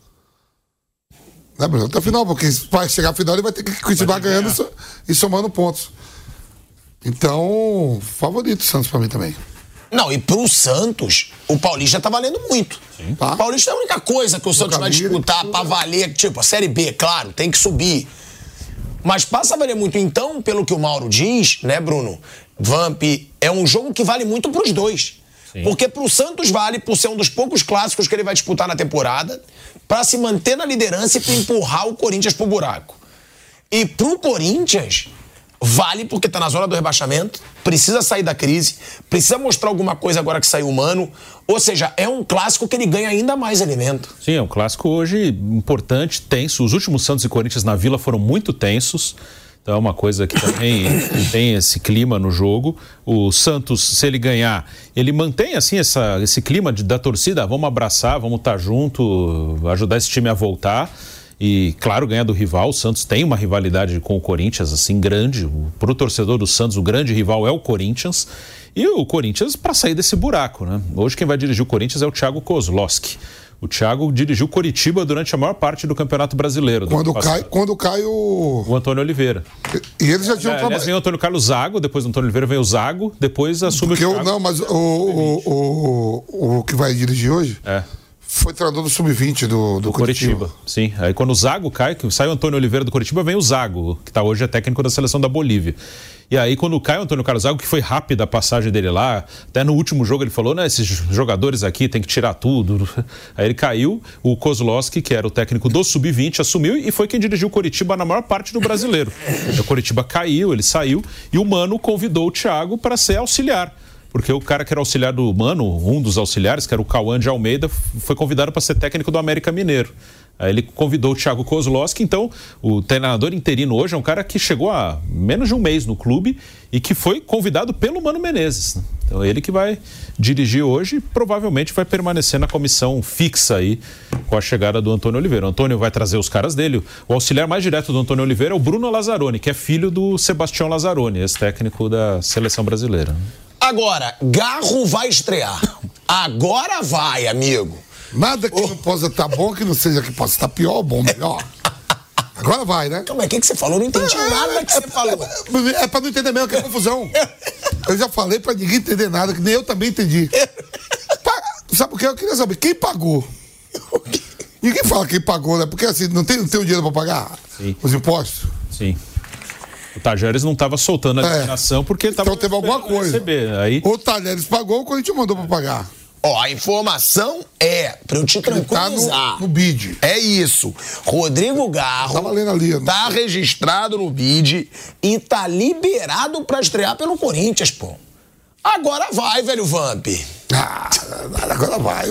Né, Bruno? Até o final, porque para chegar ao final ele vai ter que continuar ganhando e somando pontos. Então, favorito o Santos para mim também. Não, e pro Santos, o Paulista tá valendo muito. Sim. Tá. O Paulista é a única coisa que o Santos vai disputar pra valer, tipo, a Série B, claro, tem que subir. Mas passa a valer muito. Então, pelo que o Mauro diz, né, Bruno? Vamp, é um jogo que vale muito pros dois. Sim. Porque pro Santos vale por ser um dos poucos clássicos que ele vai disputar na temporada, pra se manter na liderança e pra empurrar o Corinthians pro buraco. E pro Corinthians, vale porque tá na zona do rebaixamento, precisa sair da crise, precisa mostrar alguma coisa agora que saiu o Mano. Ou seja, é um clássico que ele ganha ainda mais alimento. Sim, é um clássico hoje importante, tenso. Os últimos Santos e Corinthians na Vila foram muito tensos. Então é uma coisa que também tem esse clima no jogo. O Santos, se ele ganhar, ele mantém assim essa, esse clima de, da torcida. Vamos abraçar, vamos estar junto, ajudar esse time a voltar. E, claro, ganhar do rival. O Santos tem uma rivalidade com o Corinthians, assim, grande. Para o torcedor do Santos, o grande rival é o Corinthians. E o Corinthians para sair desse buraco, né? Hoje quem vai dirigir o Corinthians é o Thiago Kozlowski. O Thiago dirigiu Coritiba durante a maior parte do Campeonato Brasileiro. Quando cai, quando cai o... O Antônio Oliveira. E, e eles já tinham... É, aliás, vem o Antônio Carlos Zago, depois do Antônio Oliveira vem o Zago, depois assume Porque o Thiago. Eu, não, mas o, o, o, o que vai dirigir hoje... É. Foi treinador do sub vinte do, do, do Coritiba. Sim, aí quando o Zago cai, que sai o Antônio Oliveira do Coritiba, vem o Zago, que tá hoje é técnico da seleção da Bolívia. E aí quando cai o Antônio Carlos Zago, que foi rápida a passagem dele lá, até no último jogo ele falou, né, esses jogadores aqui tem que tirar tudo. Aí ele caiu, o Kozlowski, que era o técnico do sub vinte, assumiu e foi quem dirigiu o Coritiba na maior parte do Brasileiro. O Coritiba caiu, ele saiu e o Mano convidou o Thiago para ser auxiliar. porque o cara que era auxiliar do Mano, um dos auxiliares, que era o Cauã de Almeida, foi convidado para ser técnico do América Mineiro. Aí ele convidou o Thiago Kozlowski, então o treinador interino hoje é um cara que chegou há menos de um mês no clube e que foi convidado pelo Mano Menezes. Então ele que vai dirigir hoje e provavelmente vai permanecer na comissão fixa aí com a chegada do Antônio Oliveira. O Antônio vai trazer os caras dele. O auxiliar mais direto do Antônio Oliveira é o Bruno Lazzaroni, que é filho do Sebastião Lazzaroni, ex-técnico da seleção brasileira. Agora, Garro vai estrear. Agora vai, amigo. Nada que oh. não possa estar bom, que não seja que possa estar pior ou bom, melhor. Agora vai, né? Calma aí, o que, que você falou? Não entendi é, nada que é, você falou. É, é pra não entender mesmo, que é confusão. Eu já falei pra ninguém entender nada, que nem eu também entendi. Sabe o que? Eu queria saber, quem pagou? Ninguém fala quem pagou, né? Porque assim, não tem, não tem o dinheiro pra pagar Sim. os impostos? Sim. O Tajeres não estava soltando a destinação é. porque ele tava então teve alguma coisa. Receber. Aí... O Tajeres pagou, o Corinthians mandou pra pagar. Ó, a informação é, pra eu te tranquilizar. Tá no, no B I D. É isso. Rodrigo Garro tá, valendo ali, tá registrado no B I D e tá liberado pra estrear pelo Corinthians, pô. Agora vai, velho Vamp. Ah, agora vai.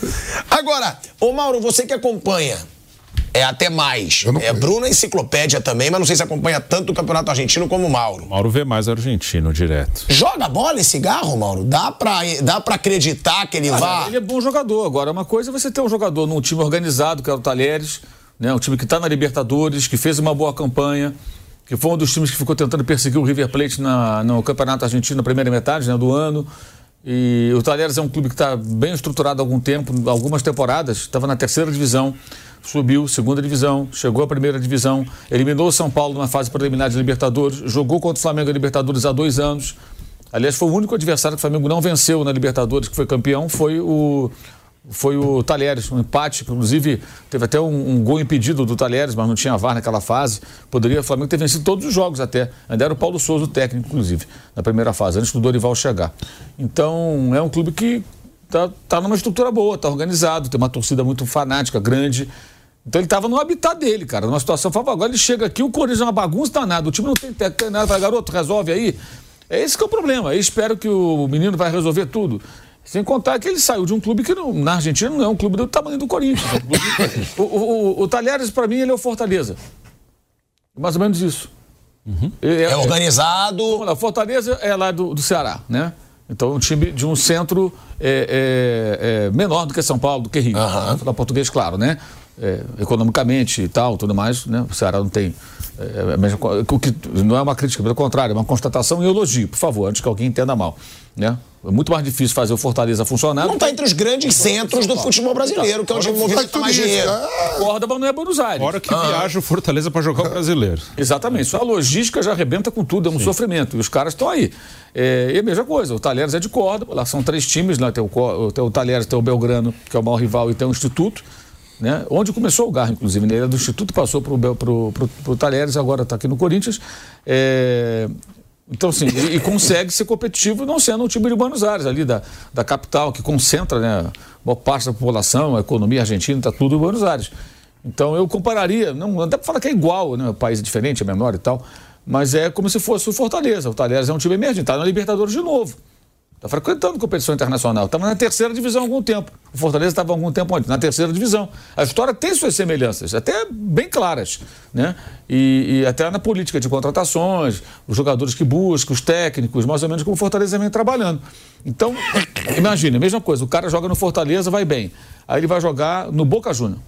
Agora, ô Mauro, você que acompanha, é até mais. É Bruno Enciclopédia também, mas não sei se acompanha tanto o Campeonato Argentino como o Mauro. Mauro vê mais argentino direto. Joga bola esse Garro, Mauro? Dá pra, dá pra acreditar que ele ah, vá? Ele é bom jogador. Agora, uma coisa é você ter um jogador num time organizado, que é o Talheres, né? Um time que tá na Libertadores, que fez uma boa campanha, que foi um dos times que ficou tentando perseguir o River Plate na, no Campeonato Argentino na primeira metade, né, do ano. E o Talheres é um clube que está bem estruturado há algum tempo, algumas temporadas, estava na terceira divisão, subiu, segunda divisão, chegou à primeira divisão, eliminou o São Paulo numa fase preliminar de Libertadores, jogou contra o Flamengo na Libertadores há dois anos. Aliás, foi o único adversário que o Flamengo não venceu na Libertadores, que foi campeão, foi o, foi o Talheres, um empate, inclusive teve até um, um gol impedido do Talheres, mas não tinha V A R naquela fase. Poderia o Flamengo ter vencido todos os jogos até. Ainda era o Paulo Souza o técnico, inclusive, na primeira fase, antes do Dorival chegar. Então, é um clube que tá, tá numa estrutura boa, tá organizado, tem uma torcida muito fanática, grande. Então ele estava no habitat dele, cara, numa situação favorável. Agora ele chega aqui, o Corinthians é uma bagunça danada, o time não tem técnico, tem nada, vai, garoto, resolve aí. É esse que é o problema. Eu espero que o menino vai resolver tudo. Sem contar que ele saiu de um clube que não, na Argentina não é um clube do tamanho do Corinthians. É um clube... o, o, o, o Talheres, para mim, ele é o Fortaleza. Mais ou menos isso. Uhum. É, é organizado. O Fortaleza é lá do, do Ceará, né? Então, um time de um centro é, é, é menor do que São Paulo, do que Rio. Uhum. Falar português, claro, né? É, economicamente e tal, tudo mais, né? O Ceará não tem... É, é mesmo, o que não é uma crítica, pelo contrário, é uma constatação e elogio, por favor, antes que alguém entenda mal, né? É muito mais difícil fazer o Fortaleza funcionar. Não está entre os grandes centros do futebol brasileiro, que é onde movimenta mais dinheiro. Córdoba não é Buenos Aires. Hora que ah. viaja o Fortaleza para jogar o brasileiro. Exatamente. Só a logística já arrebenta com tudo, é um Sim. sofrimento. E os caras estão aí. É, e a mesma coisa, o Talheres é de Córdoba, lá são três times, lá tem o, tem o Talheres, tem o Belgrano, que é o maior rival, e tem o Instituto, né? Onde começou o Garro, inclusive, né? Ele é do Instituto, passou para o Talheres, agora está aqui no Corinthians. É... Então, assim, e, e consegue ser competitivo não sendo um time de Buenos Aires, ali da, da capital, que concentra, né, boa parte da população, a economia argentina, está tudo em Buenos Aires. Então, eu compararia, não, não dá para falar que é igual, né, o país é diferente, é menor e tal, mas é como se fosse o Fortaleza. O Talheres é um time emergente, está na Libertadores de novo. Está frequentando competição internacional. Estava na terceira divisão há algum tempo. O Fortaleza estava há algum tempo onde? Na terceira divisão. A história tem suas semelhanças, até bem claras, né? E, e até na política de contratações, os jogadores que buscam, os técnicos, mais ou menos como o Fortaleza vem trabalhando. Então, imagine, a mesma coisa. O cara joga no Fortaleza, vai bem. Aí ele vai jogar no Boca Juniors.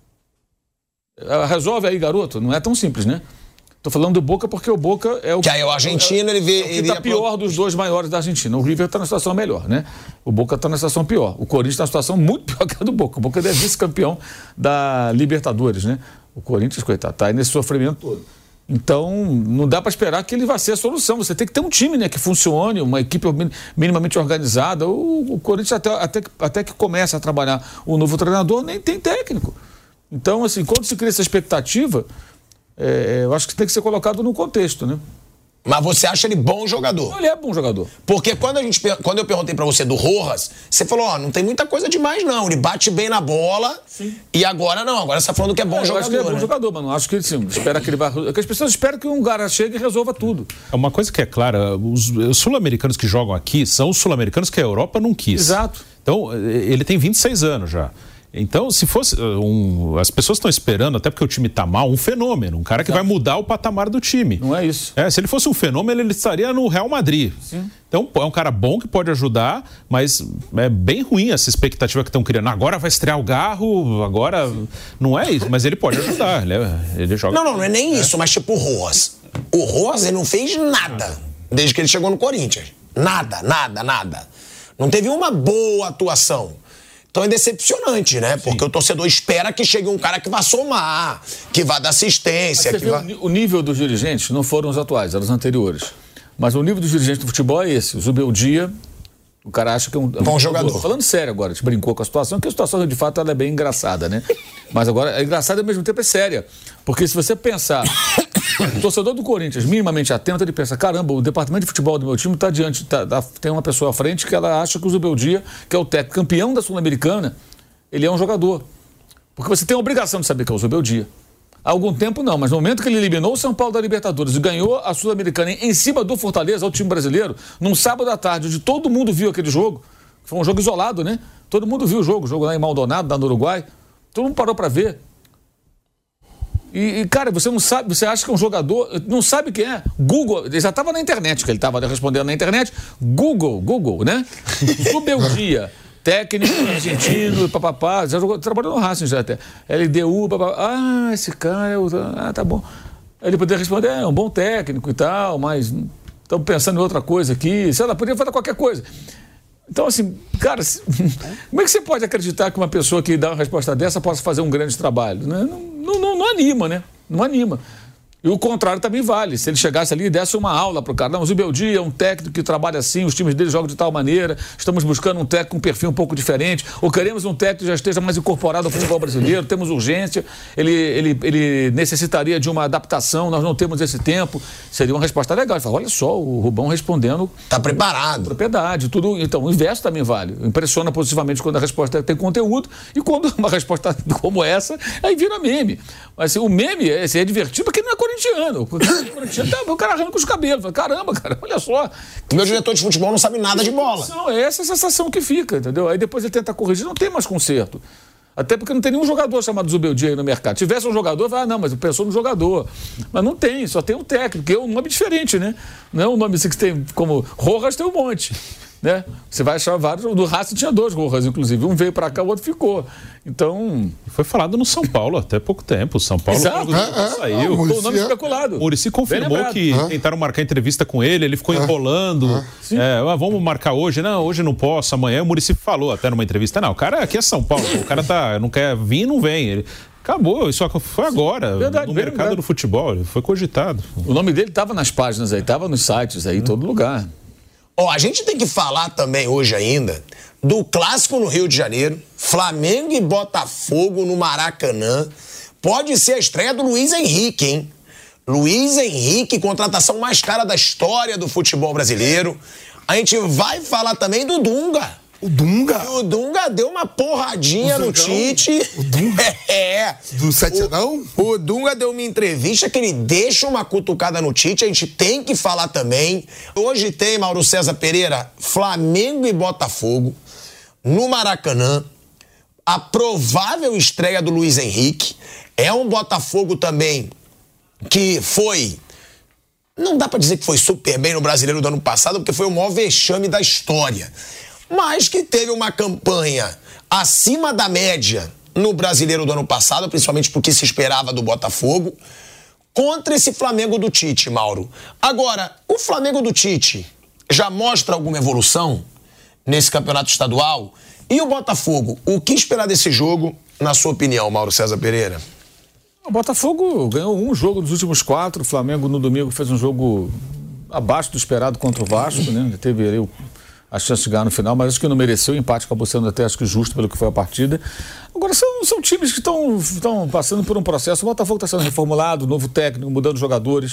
Resolve aí, garoto? Não é tão simples, né? Estou falando do Boca porque o Boca é o que aí o argentino, ele vê, é o que está pior pro... dos dois maiores da Argentina. O River está na situação melhor, né? O Boca está na situação pior. O Corinthians está na situação muito pior que a do Boca. O Boca é vice-campeão da Libertadores, né? O Corinthians, coitado, está aí nesse sofrimento todo. Então, não dá para esperar que ele vá ser a solução. Você tem que ter um time, né, que funcione, uma equipe minimamente organizada. O, o Corinthians, até, até, até que começa a trabalhar o novo treinador, nem tem técnico. Então, assim, quando se cria essa expectativa... É, eu acho que tem que ser colocado no contexto, né? Mas você acha ele bom jogador? Ele é bom jogador. Porque quando, a gente, quando eu perguntei pra você do Rojas, você falou, ó, não tem muita coisa demais não, ele bate bem na bola. Sim. E agora não, agora você tá falando que é bom é, jogador. Eu acho que ele é bom né? jogador, mano. Acho que sim, espera que ele vai... Que as pessoas esperam que um cara chegue e resolva tudo. Uma coisa que é clara, os, os sul-americanos que jogam aqui são os sul-americanos que a Europa não quis. Exato. Então, ele tem vinte e seis anos já. Então, se fosse um... As pessoas estão esperando, até porque o time tá mal, um fenômeno, um cara que Exato. vai mudar o patamar do time. Não é isso. É, se ele fosse um fenômeno, ele estaria no Real Madrid. Sim. Então, é um cara bom que pode ajudar, mas é bem ruim essa expectativa que estão criando. Agora vai estrear o Garro, agora... Sim. Não é isso, mas ele pode ajudar. Ele, é, ele joga... Não, não, não é nem é. isso, mas tipo o Rojas. O Rojas, ele não fez nada desde que ele chegou no Corinthians. Nada, nada, nada. Não teve uma boa atuação. Então é decepcionante, né? Porque Sim. o torcedor espera que chegue um cara que vá somar, que vá dar assistência. Mas que vá... O nível dos dirigentes não foram os atuais, eram os anteriores. Mas o nível dos dirigentes do futebol é esse. O Zubeldia, o cara acha que é um bom jogador. Tô falando sério agora, a gente brincou com a situação, que a situação de fato ela é bem engraçada, né? Mas agora é engraçada e ao mesmo tempo é séria. Porque se você pensar, o torcedor do Corinthians, minimamente atento, ele pensa, caramba, o departamento de futebol do meu time está diante, tá, tá, tem uma pessoa à frente que ela acha que o Zubeldia, que é o técnico campeão da Sul-Americana, ele é um jogador. Porque você tem a obrigação de saber que é o Zubeldia. Há algum tempo não, mas no momento que ele eliminou o São Paulo da Libertadores e ganhou a Sul-Americana em cima do Fortaleza, ao time brasileiro, num sábado à tarde, onde todo mundo viu aquele jogo, foi um jogo isolado, né? Todo mundo viu o jogo, o jogo lá em Maldonado, lá no Uruguai, todo mundo parou para ver. E, e, cara, você não sabe, você acha que é um jogador, não sabe quem é. Google, ele já estava na internet, que ele estava respondendo na internet. Google, Google, né? Zubeldia, técnico argentino, papapá, já jogou, trabalhou no Racing já até. L D U, papapá. Ah, esse cara, é o, ah, tá bom. Aí ele poderia responder, é um bom técnico e tal, mas estamos pensando em outra coisa aqui, sei lá, poderia falar qualquer coisa. Então, assim, cara, como é que você pode acreditar que uma pessoa que dá uma resposta dessa possa fazer um grande trabalho? Né? Não, não, não, não anima, né? Não anima. E o contrário também vale. Se ele chegasse ali e desse uma aula pro cara. Não, o Zubeldia é um técnico que trabalha assim, os times dele jogam de tal maneira, estamos buscando um técnico com um perfil um pouco diferente, ou queremos um técnico que já esteja mais incorporado ao futebol brasileiro, temos urgência, ele, ele, ele necessitaria de uma adaptação, nós não temos esse tempo. Seria uma resposta legal. Ele fala, olha só, o Rubão respondendo... Está preparado. Propriedade, tudo. Então, o inverso também vale. Impressiona positivamente quando a resposta tem conteúdo e quando uma resposta como essa, aí vira meme. Mas assim, o meme é, assim, é divertido porque não é corintiano. O cara, tá, o cara arranca com os cabelos. Fala, caramba, cara, olha só. O meu diretor de futebol não sabe nada de bola. É essa a sensação que fica, entendeu? Aí depois ele tenta corrigir, não tem mais conserto. Até porque não tem nenhum jogador chamado Zubeldia aí no mercado. Se tivesse um jogador, vai, ah, não, mas pensou no jogador. Mas não tem, só tem um técnico, que é um nome diferente, né? Não é um nome assim que tem como... Rojas tem um monte, né? Você vai achar vários... Do Racing tinha dois Rojas, inclusive. Um veio pra cá, o outro ficou. Então... Foi falado no São Paulo até pouco tempo. O São Paulo Exato. É, é, saiu. Foi o nome especulado. O Muricy confirmou que é. tentaram marcar entrevista com ele, ele ficou é. enrolando. É. É, ah, vamos marcar hoje. Não, hoje não posso, amanhã. O Muricy falou até numa entrevista. Não, o cara aqui é São Paulo. O cara tá, não quer vir, não vem. Ele... Acabou, isso foi agora, verdade, no mercado verdade. do futebol, foi cogitado. O nome dele estava nas páginas aí, estava nos sites aí, em todo lugar. Ó, a gente tem que falar também hoje ainda do clássico no Rio de Janeiro, Flamengo e Botafogo no Maracanã. Pode ser a estreia do Luiz Henrique, hein? Luiz Henrique, contratação mais cara da história do futebol brasileiro. A gente vai falar também do Dunga. O Dunga? E o Dunga deu uma porradinha no Tite. O Dunga? É. Do sete a não? O, o Dunga deu uma entrevista que ele deixa uma cutucada no Tite. A gente tem que falar também. Hoje tem, Mauro César Pereira, Flamengo e Botafogo no Maracanã. A provável estreia do Luiz Henrique. É um Botafogo também que foi... Não dá pra dizer que foi super bem no Brasileiro do ano passado, porque foi o maior vexame da história. Mas que teve uma campanha acima da média no Brasileiro do ano passado, principalmente porque se esperava do Botafogo, contra esse Flamengo do Tite, Mauro. Agora, o Flamengo do Tite já mostra alguma evolução nesse campeonato estadual? E o Botafogo, o que esperar desse jogo, na sua opinião, Mauro César Pereira? O Botafogo ganhou um jogo dos últimos quatro, o Flamengo no domingo fez um jogo abaixo do esperado contra o Vasco, né? Teve ali o a chance de ganhar no final, mas acho que não mereceu. O empate acabou sendo até, acho que justo pelo que foi a partida. Agora, são, são times que estão passando por um processo. O Botafogo está sendo reformulado, novo técnico, mudando jogadores.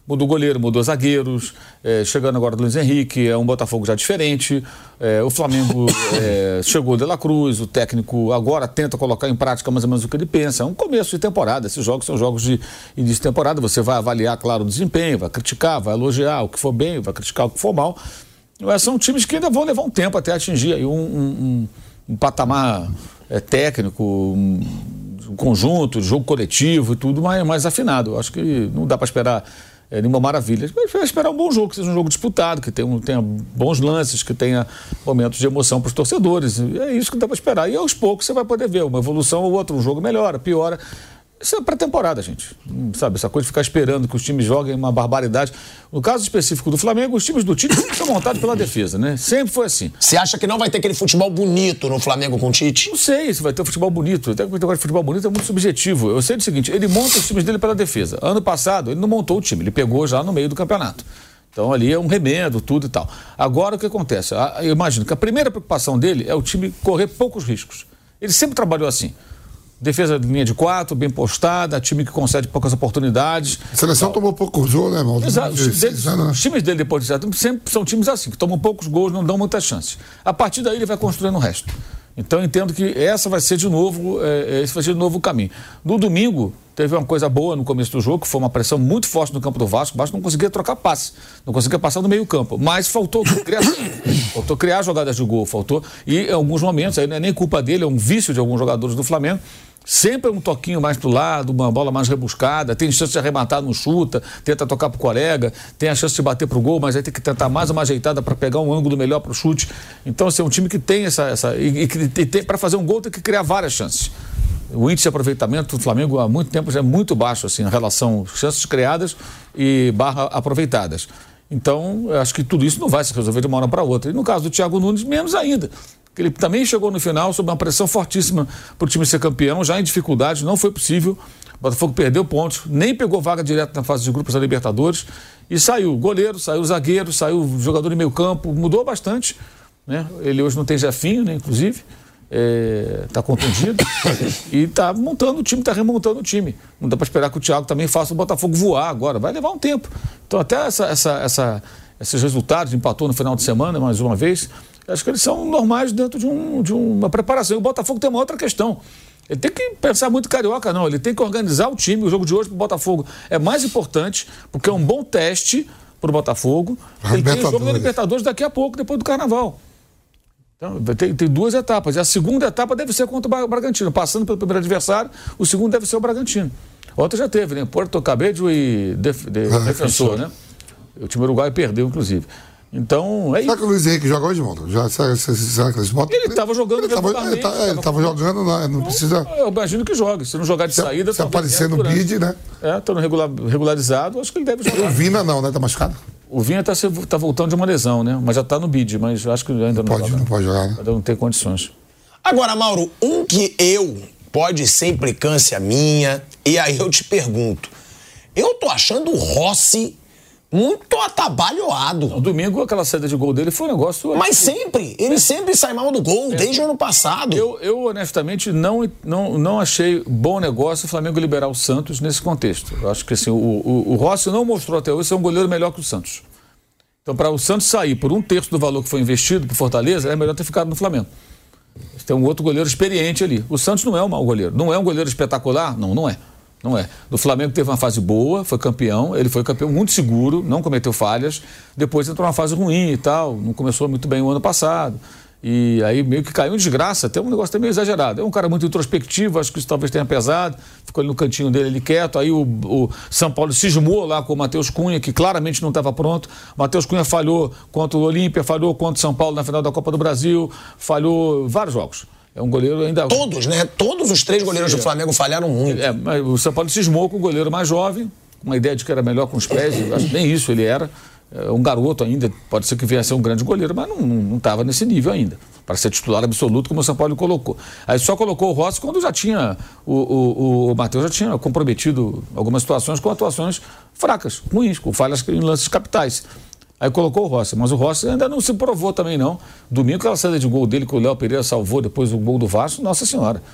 Mudou goleiro, mudou zagueiros, é, chegando agora do Luiz Henrique, é um Botafogo já diferente. É, o Flamengo é, chegou o De La Cruz, o técnico agora tenta colocar em prática mais ou menos o que ele pensa. É um começo de temporada, esses jogos são jogos de início de temporada, você vai avaliar, claro, o desempenho, vai criticar, vai elogiar o que for bem, vai criticar o que for mal. Mas são times que ainda vão levar um tempo até atingir aí um, um, um, um patamar é, técnico, um, um conjunto, jogo coletivo e tudo mais, mais afinado. Eu acho que não dá para esperar é, nenhuma maravilha. Mas vai esperar um bom jogo, que seja um jogo disputado, que tenha, tenha bons lances, que tenha momentos de emoção para os torcedores. É isso que dá para esperar. E aos poucos você vai poder ver uma evolução ou outra, um jogo melhora, piora. Isso é pré-temporada, gente. Sabe, essa coisa de ficar esperando que os times joguem uma barbaridade. No caso específico do Flamengo, os times do Tite sempre são montados pela defesa, né? Sempre foi assim. Você acha que não vai ter aquele futebol bonito no Flamengo com o Tite? Não sei se vai ter futebol bonito. Até que o negócio de futebol bonito é muito subjetivo. Eu sei do seguinte, ele monta os times dele pela defesa. Ano passado, ele não montou o time, ele pegou já no meio do campeonato. Então ali é um remendo, tudo e tal. Agora o que acontece? Eu imagino que a primeira preocupação dele é o time correr poucos riscos. Ele sempre trabalhou assim. Defesa de linha de quatro, bem postada, time que concede poucas oportunidades. A seleção tomou poucos gols, né, Maldo? Exato. Os, deles, anos, né? Os times dele, depois de certo, sempre são times assim, que tomam poucos gols, não dão muitas chances. A partir daí ele vai construindo o resto. Então eu entendo que essa vai ser de novo, é, esse vai ser de novo o caminho. No domingo, teve uma coisa boa no começo do jogo, que foi uma pressão muito forte no campo do Vasco. O Vasco não conseguia trocar passe, não conseguia passar no meio campo. Mas faltou criar, faltou criar jogadas de gol, faltou. E em alguns momentos, aí não é nem culpa dele, é um vício de alguns jogadores do Flamengo. Sempre um toquinho mais pro lado, uma bola mais rebuscada, tem chance de arrematar, não chuta, tenta tocar pro colega, tem a chance de bater pro gol, mas aí tem que tentar mais uma ajeitada para pegar um ângulo melhor pro chute. Então, assim, é um time que tem essa... essa e, e tem, para fazer um gol tem que criar várias chances. O índice de aproveitamento do Flamengo há muito tempo já é muito baixo, assim, em relação às chances criadas e barra aproveitadas. Então, eu acho que tudo isso não vai se resolver de uma hora para outra. E no caso do Thiago Nunes, menos ainda. Ele também chegou no final sob uma pressão fortíssima para o time ser campeão, já em dificuldades, não foi possível. O Botafogo perdeu pontos, nem pegou vaga direto na fase de grupos da Libertadores e saiu goleiro, saiu zagueiro, saiu jogador de meio campo, mudou bastante, né? Ele hoje não tem Jefinho, né, inclusive, está é, contundido e está montando o time, está remontando o time. Não dá para esperar que o Thiago também faça o Botafogo voar agora, vai levar um tempo. Então até essa, essa, essa, esses resultados, empatou no final de semana mais uma vez, acho que eles são normais dentro de, um, de uma preparação. E o Botafogo tem uma outra questão. Ele tem que pensar muito carioca, não. Ele tem que organizar o time. O jogo de hoje para o Botafogo é mais importante, porque é um bom teste para o Botafogo. Ele tem o jogo da Libertadores daqui a pouco, depois do Carnaval. Então, tem, tem duas etapas. E a segunda etapa deve ser contra o Bragantino. Passando pelo primeiro adversário, o segundo deve ser o Bragantino. Outra já teve, né? Porto Cabello e def, de, ah, Defensor, né? O time uruguaio perdeu, inclusive. Então, é isso. Será que o Luiz Henrique joga hoje, mano? Já, será, será que eles botam? Ele estava jogando Ele estava jogando, não, não precisa... Eu imagino que jogue. Se não jogar de se, saída... Se aparecer no bid, né? É, estando regular, regularizado, acho que ele deve jogar. O Vina não, né? Tá machucado? O Vina está tá voltando de uma lesão, né? Mas já está no bid, mas acho que ainda não, não pode. Joga. Não pode jogar, né? Ainda não tem condições. Agora, Mauro, um que eu, pode ser implicância minha, e aí eu te pergunto, eu tô achando o Rossi muito atabalhoado. No domingo, aquela saída de gol dele foi um negócio... Mas sempre, ele sempre sai mal do gol, é. desde o ano passado. Eu, eu honestamente, não, não, não achei bom negócio o Flamengo liberar o Santos nesse contexto. Eu acho que assim, o, o, o Rossi não mostrou até hoje ser um goleiro melhor que o Santos. Então, para o Santos sair por um terço do valor que foi investido por Fortaleza, é melhor ter ficado no Flamengo. Tem um outro goleiro experiente ali. O Santos não é um mau goleiro. Não é um goleiro espetacular? Não, não é. Não é. Do Flamengo teve uma fase boa, foi campeão, ele foi campeão muito seguro, não cometeu falhas, depois entrou numa fase ruim e tal, não começou muito bem o ano passado, e aí meio que caiu em desgraça, até um negócio até meio exagerado. É um cara muito introspectivo, acho que isso talvez tenha pesado, ficou ali no cantinho dele ali quieto, aí o, o São Paulo cismou lá com o Matheus Cunha, que claramente não estava pronto. O Matheus Cunha falhou contra o Olímpia, falhou contra o São Paulo na final da Copa do Brasil, falhou vários jogos. É um goleiro ainda... Todos, né? Todos os três goleiros Sim, do Flamengo falharam muito. É, mas o São Paulo cismou com o goleiro mais jovem, com uma ideia de que era melhor com os pés, acho que nem isso ele era. É um garoto ainda, pode ser que venha a ser um grande goleiro, mas não estava nesse nível ainda, para ser titular absoluto, como o São Paulo colocou. Aí só colocou o Rossi quando já tinha, o, o, o Matheus já tinha comprometido algumas situações com atuações fracas, ruins, com falhas em lances capitais. Aí colocou o Rossi, mas o Rossi ainda não se provou também não. Domingo aquela saída de gol dele que o Léo Pereira salvou depois do gol do Vasco, nossa senhora.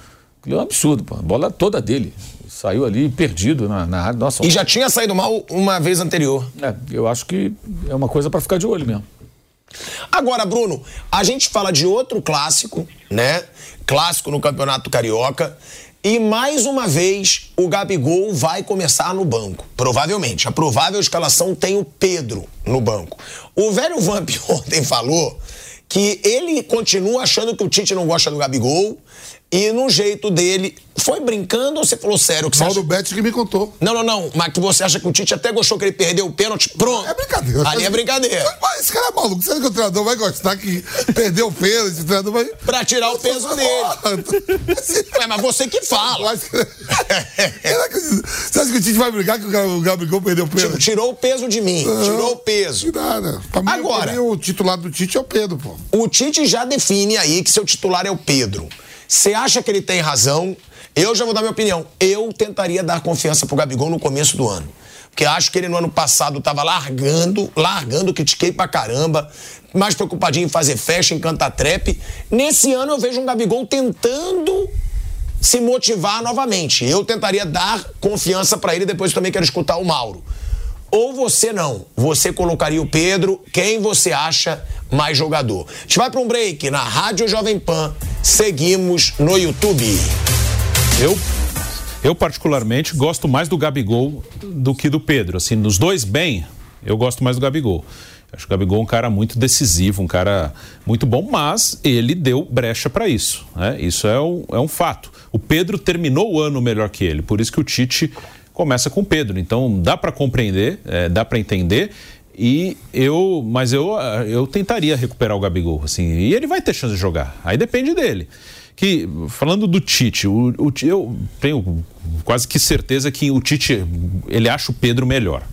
Aquilo é um absurdo, pô. A bola toda dele. Saiu ali perdido na, na área. Nossa, e já tinha saído mal uma vez anterior. É, eu acho que é uma coisa para ficar de olho mesmo. Agora, Bruno, a gente fala de outro clássico, né? Clássico no Campeonato Carioca. E mais uma vez o Gabigol vai começar no banco. Provavelmente. A provável escalação tem o Pedro no banco. O velho Vamp ontem falou que ele continua achando que o Tite não gosta do Gabigol. E no jeito dele, foi brincando ou você falou sério? Que Mauro acha... Betti que me contou. Não, não, não. Mas que você acha que o Tite até gostou que ele perdeu o pênalti? Pronto. É brincadeira. Ali é brincadeira. Mas esse cara é maluco. Será que o treinador vai gostar que perdeu o pênalti? O treinador vai... Pra tirar o peso dele. Ué, mas você que fala. Mas... Será que... Você acha que o Tite vai brigar que o Gabigol perdeu o pênalti? Tirou o peso de mim. Não, tirou o peso. Nada. Pra mim, Agora, pra mim, o titular do Tite é o Pedro, pô. O Tite já define aí que seu titular é o Pedro. Você acha que ele tem razão? Eu já vou dar minha opinião. Eu tentaria dar confiança pro Gabigol no começo do ano. Porque acho que ele no ano passado tava largando, largando, critiquei pra caramba, mais preocupadinho em fazer festa, em cantar trap. Nesse ano eu vejo um Gabigol tentando se motivar novamente. Eu tentaria dar confiança pra ele, depois também quero escutar o Mauro. Ou você não, você colocaria o Pedro, quem você acha mais jogador? A gente vai para um break na Rádio Jovem Pan, seguimos no YouTube. Eu, eu particularmente gosto mais do Gabigol do que do Pedro, assim, nos dois bem, eu gosto mais do Gabigol. Acho que o Gabigol é um cara muito decisivo, um cara muito bom, mas ele deu brecha para isso, né? Isso é um, é um fato. O Pedro terminou o ano melhor que ele, por isso que o Tite começa com o Pedro. Então dá para compreender, é, dá para entender. E eu, mas eu, eu tentaria recuperar o Gabigol, assim, e ele vai ter chance de jogar. Aí depende dele. Que falando do Tite, o, o, eu tenho quase que certeza que o Tite, ele acha o Pedro melhor.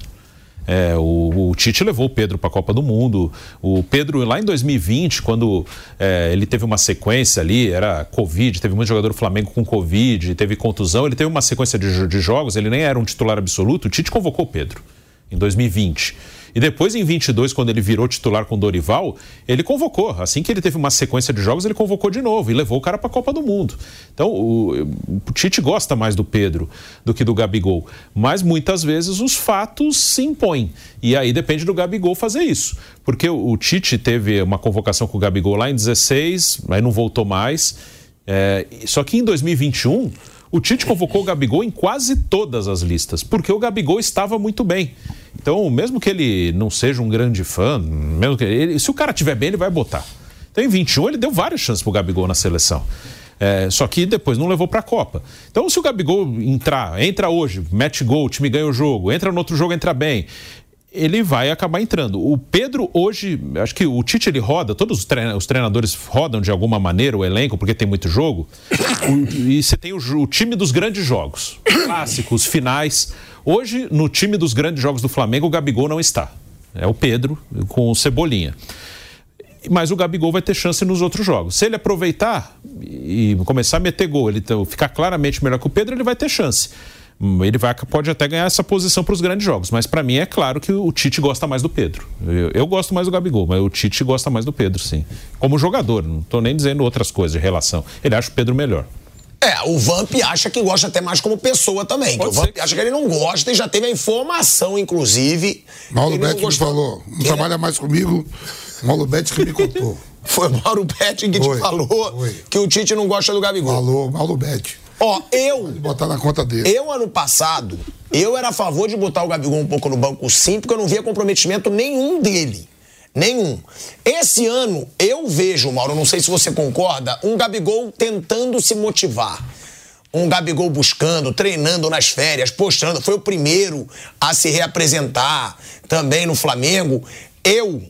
É, o, o Tite levou o Pedro para a Copa do Mundo. O Pedro, lá em dois mil e vinte, quando é, ele teve uma sequência ali, era Covid, teve muito jogador do Flamengo com Covid, teve contusão, ele teve uma sequência de, de jogos, ele nem era um titular absoluto, o Tite convocou o Pedro em dois mil e vinte. E depois, em vinte e dois, quando ele virou titular com o Dorival, ele convocou. Assim que ele teve uma sequência de jogos, ele convocou de novo e levou o cara para a Copa do Mundo. Então, o, o Tite gosta mais do Pedro do que do Gabigol. Mas, muitas vezes, os fatos se impõem. E aí depende do Gabigol fazer isso. Porque o, o Tite teve uma convocação com o Gabigol lá em dezesseis, aí não voltou mais. É, só que em dois mil e vinte e um... o Tite convocou o Gabigol em quase todas as listas, porque o Gabigol estava muito bem. Então, mesmo que ele não seja um grande fã, mesmo que ele, se o cara estiver bem, ele vai botar. Então, em vinte e um, ele deu várias chances pro Gabigol na seleção. É, só que depois não levou para a Copa. Então, se o Gabigol entrar, entra hoje, mete gol, o time ganha o jogo, entra no outro jogo, entra bem, ele vai acabar entrando. O Pedro hoje, acho que o Tite ele roda, todos os, treina, os treinadores rodam de alguma maneira o elenco, porque tem muito jogo, o, e você tem o, o time dos grandes jogos, clássicos, finais. Hoje, no time dos grandes jogos do Flamengo, o Gabigol não está. É o Pedro com o Cebolinha. Mas o Gabigol vai ter chance nos outros jogos. Se ele aproveitar e começar a meter gol, ele ficar claramente melhor que o Pedro, ele vai ter chance. Ele vai, pode até ganhar essa posição para os grandes jogos, mas para mim é claro que o Tite gosta mais do Pedro. Eu, eu gosto mais do Gabigol, mas o Tite gosta mais do Pedro, sim. Como jogador, não estou nem dizendo outras coisas de relação. Ele acha o Pedro melhor. É, o Vamp acha que gosta até mais como pessoa também. Que o Vamp que... acha que ele não gosta e já teve a informação, inclusive. Mauro Betti me falou, não trabalha mais comigo, Mauro Betti que me contou. Foi o Mauro Betti que Foi, te falou foi. que o Tite não gosta do Gabigol. Falou, Mauro Betti. Ó, eu... Pode botar na conta dele. Eu, ano passado, eu era a favor de botar o Gabigol um pouco no banco sim, porque eu não via comprometimento nenhum dele. Nenhum. Esse ano, eu vejo, Mauro, não sei se você concorda, um Gabigol tentando se motivar. Um Gabigol buscando, treinando nas férias, postando. Foi o primeiro a se reapresentar também no Flamengo. Eu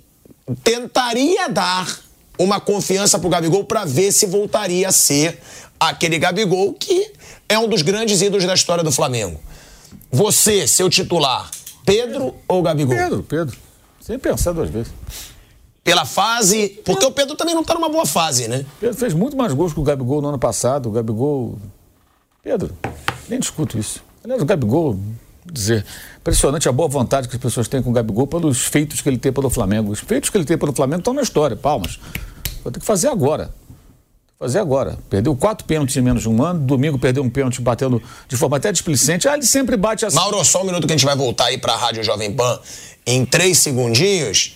tentaria dar uma confiança pro Gabigol para ver se voltaria a ser aquele Gabigol que é um dos grandes ídolos da história do Flamengo. Você, seu titular, Pedro ou Gabigol? Pedro, Pedro. Sem pensar duas vezes. Pela fase... Porque o Pedro também não tá numa boa fase, né? Pedro fez muito mais gols que o Gabigol no ano passado. O Gabigol... Pedro, nem discuto isso. Aliás, o Gabigol, dizer, impressionante a boa vontade que as pessoas têm com o Gabigol pelos feitos que ele tem pelo Flamengo. Os feitos que ele tem pelo Flamengo estão na história, palmas. Vou ter que fazer agora. Fazer agora. Perdeu quatro pênaltis em menos de um ano. Domingo perdeu um pênalti batendo de forma até displicente. Ah, ele sempre bate assim. Mauro, só um minuto que a gente vai voltar aí pra Rádio Jovem Pan em três segundinhos.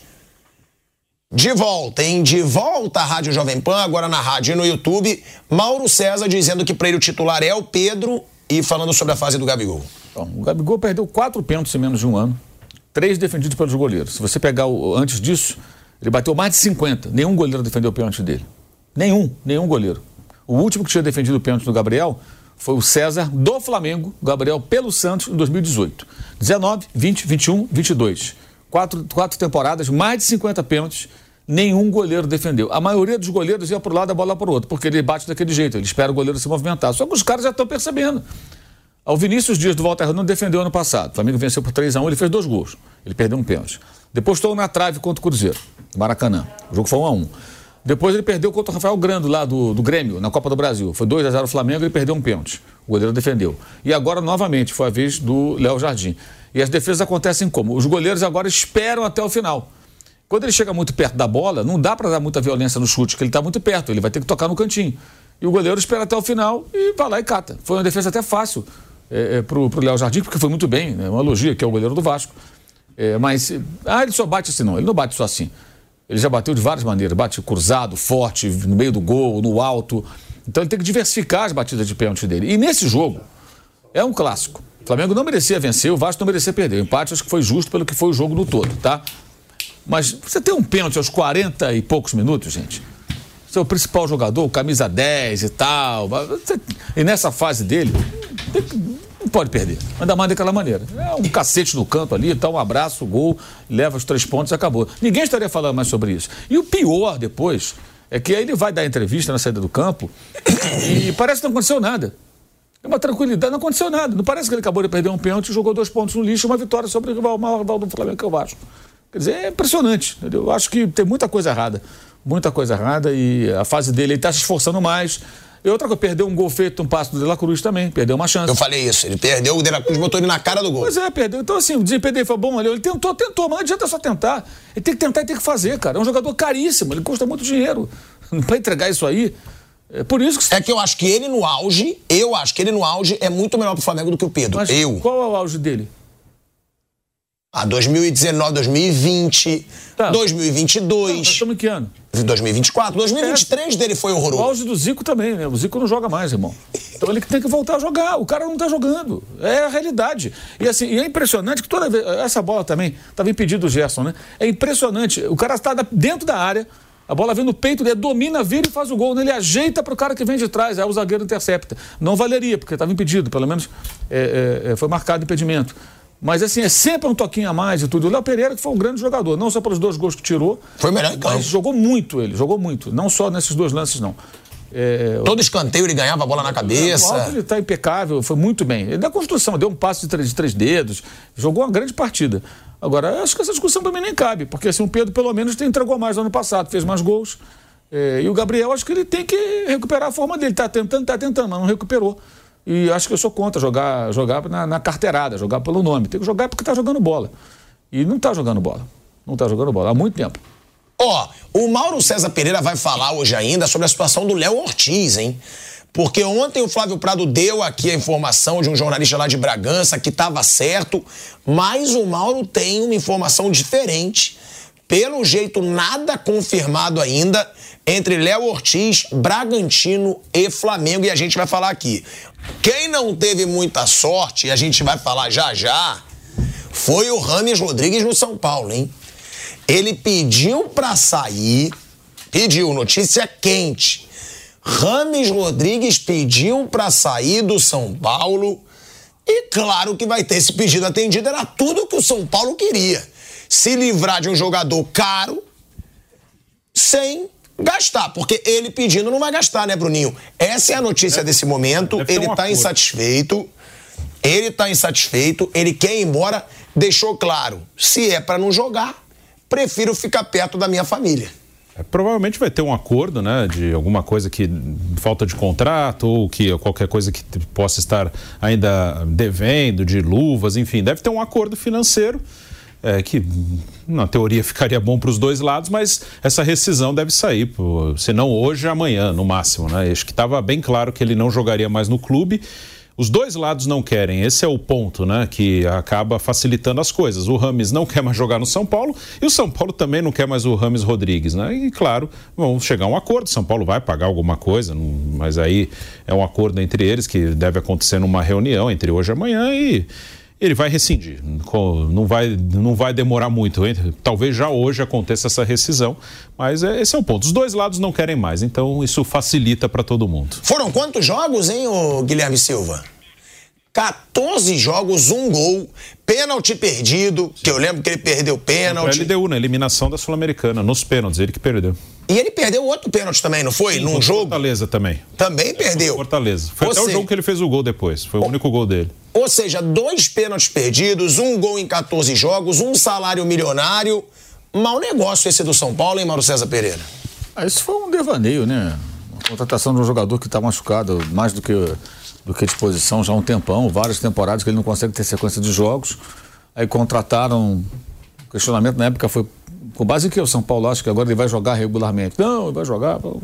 De volta, hein? De volta à Rádio Jovem Pan, agora na rádio e no YouTube. Mauro César dizendo que pra ele o titular é o Pedro e falando sobre a fase do Gabigol. Bom, o Gabigol perdeu quatro pênaltis em menos de um ano. Três defendidos pelos goleiros. Se você pegar o, antes disso, ele bateu mais de cinquenta. Nenhum goleiro defendeu o pênalti dele. Nenhum, nenhum goleiro. O último que tinha defendido o pênalti do Gabriel foi o César do Flamengo, Gabriel pelo Santos, em dois mil e dezoito. dezenove, vinte, vinte e um, vinte e dois. Quatro, quatro temporadas, mais de cinquenta pênaltis, nenhum goleiro defendeu. A maioria dos goleiros ia para o lado, a bola para o outro, porque ele bate daquele jeito, ele espera o goleiro se movimentar. Só que os caras já estão percebendo. O Vinícius Dias do Volta Redonda defendeu ano passado. O Flamengo venceu por três a um, ele fez dois gols. Ele perdeu um pênalti. Depois estou na trave contra o Cruzeiro, Maracanã. O jogo foi um a um. Depois ele perdeu contra o Rafael Grando, lá do, do Grêmio, na Copa do Brasil. Foi dois a zero o Flamengo e ele perdeu um pênalti. O goleiro defendeu. E agora, novamente, foi a vez do Léo Jardim. E as defesas acontecem como? Os goleiros agora esperam até o final. Quando ele chega muito perto da bola, não dá para dar muita violência no chute, porque ele está muito perto, ele vai ter que tocar no cantinho. E o goleiro espera até o final e vai lá e cata. Foi uma defesa até fácil é, é, para o Léo Jardim, porque foi muito bem, né? Uma elogia, que é o goleiro do Vasco. É, mas, ah, ele só bate assim, não. Ele não bate só assim. Ele já bateu de várias maneiras, bate cruzado, forte, no meio do gol, no alto. Então ele tem que diversificar as batidas de pênalti dele. E nesse jogo, é um clássico. O Flamengo não merecia vencer, o Vasco não merecia perder. O empate acho que foi justo pelo que foi o jogo no todo, tá? Mas você tem um pênalti aos quarenta e poucos minutos, gente. Seu principal jogador, camisa dez e tal. Você, e nessa fase dele, não pode perder. Ainda mais daquela maneira. É um cacete no canto ali, tá, um abraço, gol, leva os três pontos e acabou. Ninguém estaria falando mais sobre isso. E o pior depois é que aí ele vai dar entrevista na saída do campo e parece que não aconteceu nada. É uma tranquilidade, não aconteceu nada. Não parece que ele acabou de perder um pênalti e jogou dois pontos no lixo, uma vitória sobre o rival, o maior rival do Flamengo, que é o Vasco. Quer dizer, é impressionante. Entendeu? Eu acho que tem muita coisa errada. Muita coisa errada e a fase dele, ele está se esforçando mais. E outra coisa, perdeu um gol feito, um passe do De La Cruz também, perdeu uma chance. Eu falei isso, ele perdeu, o De La Cruz botou ele na cara do gol. Pois é, perdeu. Então assim, o desempenho dele foi bom, ele tentou, tentou, mas não adianta só tentar. Ele tem que tentar e tem que fazer, cara. É um jogador caríssimo, ele custa muito dinheiro. Para entregar isso aí, é por isso que... É que eu acho que ele no auge, eu acho que ele no auge é muito melhor pro Flamengo do que o Pedro. Mas eu. Qual é o auge dele? Ah, dois mil e dezenove, dois mil e vinte, tá. dois mil e vinte e dois. Nós estamos em que ano? dois mil e vinte e quatro. dois mil e vinte e três é. Dele foi horroroso. O auge do Zico também, né? O Zico não joga mais, irmão. Então ele tem que voltar a jogar. O cara não tá jogando. É a realidade. E assim, e é impressionante que toda vez... Essa bola também estava impedido do Gerson, né? É impressionante. O cara está dentro da área, a bola vem no peito dele, domina, vira e faz o gol. Né? Ele ajeita para o cara que vem de trás, aí o zagueiro intercepta. Não valeria, porque estava impedido. Pelo menos é, é, foi marcado impedimento. Mas assim, é sempre um toquinho a mais e tudo. O Léo Pereira que foi um grande jogador, não só pelos dois gols que tirou. Foi melhor em campo. Mas jogou muito ele, jogou muito. Não só nesses dois lances, não. É, Todo escanteio ele ganhava a bola na cabeça. O alto ele está impecável, foi muito bem. Ele da construção, deu um passe de três, de três dedos, jogou uma grande partida. Agora, acho que essa discussão para mim nem cabe, porque assim, o Pedro pelo menos entregou mais no ano passado, fez mais gols. É, e o Gabriel, acho que ele tem que recuperar a forma dele. Está tentando, está tentando, mas não recuperou. E acho que eu sou contra jogar, jogar na, na carteirada, jogar pelo nome. Tem que jogar porque está jogando bola. E não está jogando bola. Não está jogando bola há muito tempo. Ó, oh, o Mauro César Pereira vai falar hoje ainda sobre a situação do Léo Ortiz, hein? Porque ontem o Flávio Prado deu aqui a informação de um jornalista lá de Bragança que estava certo, mas o Mauro tem uma informação diferente. Pelo jeito, nada confirmado ainda entre Léo Ortiz, Bragantino e Flamengo, e a gente vai falar aqui. Quem não teve muita sorte, e a gente vai falar já já, foi o Rames Rodrigues no São Paulo, hein? Ele pediu pra sair, pediu, notícia quente. Rames Rodrigues pediu pra sair do São Paulo e claro que vai ter esse pedido atendido, era tudo que o São Paulo queria. Se livrar de um jogador caro, sem gastar, porque ele pedindo não vai gastar, né, Bruninho? Essa é a notícia é, desse momento, ele tá insatisfeito, ele tá insatisfeito, ele quer ir embora, deixou claro, se é pra não jogar, prefiro ficar perto da minha família. É, provavelmente vai ter um acordo, né, de alguma coisa que falta de contrato ou que qualquer coisa que possa estar ainda devendo, de luvas, enfim, deve ter um acordo financeiro. é, que na teoria ficaria bom para os dois lados, mas essa rescisão deve sair, pô, se não hoje, amanhã, no máximo, né? Acho que estava bem claro que ele não jogaria mais no clube. Os dois lados não querem, esse é o ponto, né, que acaba facilitando as coisas. O Rames não quer mais jogar no São Paulo e o São Paulo também não quer mais o Rames Rodrigues, né? E claro, vão chegar a um acordo, São Paulo vai pagar alguma coisa, mas aí é um acordo entre eles que deve acontecer numa reunião entre hoje e amanhã e ele vai rescindir. Não vai, não vai demorar muito, hein? Talvez já hoje aconteça essa rescisão, mas esse é o ponto. Os dois lados não querem mais, então isso facilita para todo mundo. Foram quantos jogos, hein, o Guilherme Silva? quatorze jogos, um gol, pênalti perdido, Sim. que eu lembro que ele perdeu pênalti. A L D U, na eliminação da Sul-Americana, nos pênaltis, ele que perdeu. E ele perdeu outro pênalti também, não foi? Sim, num jogo? Fortaleza também. Também perdeu. Fortaleza. Foi Ou até seja, o jogo que ele fez o gol depois, foi o, o único gol dele. Ou seja, dois pênaltis perdidos, um gol em quatorze jogos, um salário milionário. Mau negócio esse do São Paulo, hein, Mauro César Pereira? Ah, isso foi um devaneio, né? A contratação de um jogador que está machucado mais do que... do que disposição já há um tempão, várias temporadas que ele não consegue ter sequência de jogos. Aí contrataram, o questionamento na época foi com base em que o São Paulo acha que agora ele vai jogar regularmente. Não, ele vai jogar. Não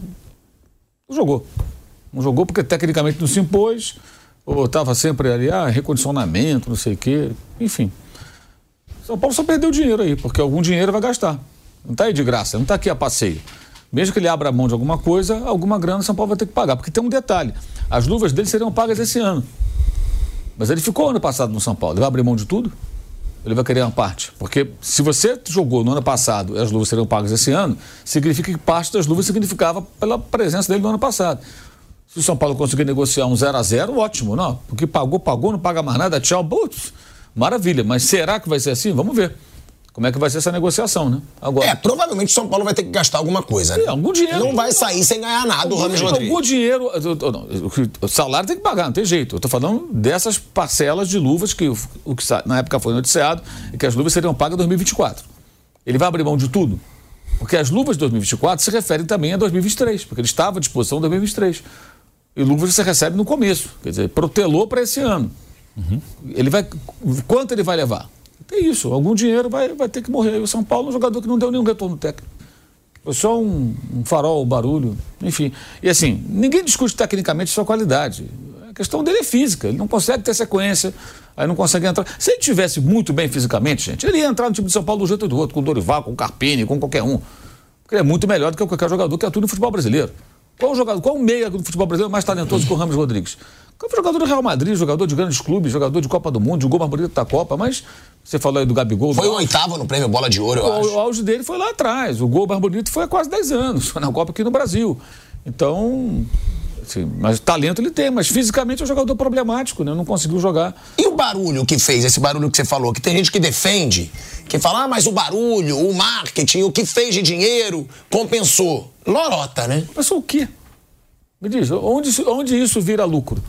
jogou. Não jogou porque tecnicamente não se impôs, ou estava sempre ali, ah, recondicionamento, não sei o quê, enfim. São Paulo só perdeu dinheiro aí, porque algum dinheiro vai gastar. Não está aí de graça, não está aqui a passeio. Mesmo que ele abra mão de alguma coisa, alguma grana o São Paulo vai ter que pagar. Porque tem um detalhe, as luvas dele seriam pagas esse ano. Mas ele ficou ano passado no São Paulo. Ele vai abrir mão de tudo? Ele vai querer uma parte? Porque se você jogou no ano passado e as luvas seriam pagas esse ano, significa que parte das luvas significava pela presença dele no ano passado. Se o São Paulo conseguir negociar um zero a zero, ótimo. Não, porque pagou, pagou, não paga mais nada, tchau, putz, maravilha. Mas será que vai ser assim? Vamos ver. Como é que vai ser essa negociação, né? Agora, é, provavelmente o São Paulo vai ter que gastar alguma coisa, né? É, algum dinheiro. Não vai sair sem ganhar nada o Rames Rodrigues. Algum dinheiro... Não, o salário tem que pagar, não tem jeito. Eu estou falando dessas parcelas de luvas que, o que na época foi noticiado e que as luvas seriam pagas em dois mil e vinte e quatro. Ele vai abrir mão de tudo? Porque as luvas de dois mil e vinte e quatro se referem também a dois mil e vinte e três, porque ele estava à disposição em dois mil e vinte e três. E luvas você recebe no começo, quer dizer, protelou para esse ano. Uhum. Ele vai... Quanto ele vai levar? É isso, algum dinheiro vai, vai ter que morrer. E o São Paulo é um jogador que não deu nenhum retorno técnico. Foi só um, um farol, um barulho, enfim. E assim, ninguém discute tecnicamente sua qualidade. A questão dele é física, ele não consegue ter sequência, aí não consegue entrar. Se ele estivesse muito bem fisicamente, gente, ele ia entrar no time de São Paulo do jeito ou do outro, com o Dorival, com o Carpini, com qualquer um. Porque ele é muito melhor do que qualquer jogador que atua no futebol brasileiro. Qual o jogador, qual o meia do futebol brasileiro mais talentoso que o Rames Rodrigues? Qual jogador do Real Madrid, jogador de grandes clubes, jogador de Copa do Mundo, de gol mais bonito da Copa, mas você falou aí do Gabigol. Foi o oitavo no prêmio Bola de Ouro, eu o, acho. O auge dele foi lá atrás, o gol mais bonito foi há quase dez anos, na Copa aqui no Brasil. Então, assim, mas talento ele tem, mas fisicamente é um jogador problemático, né? Não conseguiu jogar. E o barulho que fez, esse barulho que você falou, que tem gente que defende, que fala, ah, mas o barulho, o marketing, o que fez de dinheiro, compensou. Lorota, né? Compensou o quê? Me diz, onde, onde isso vira lucro?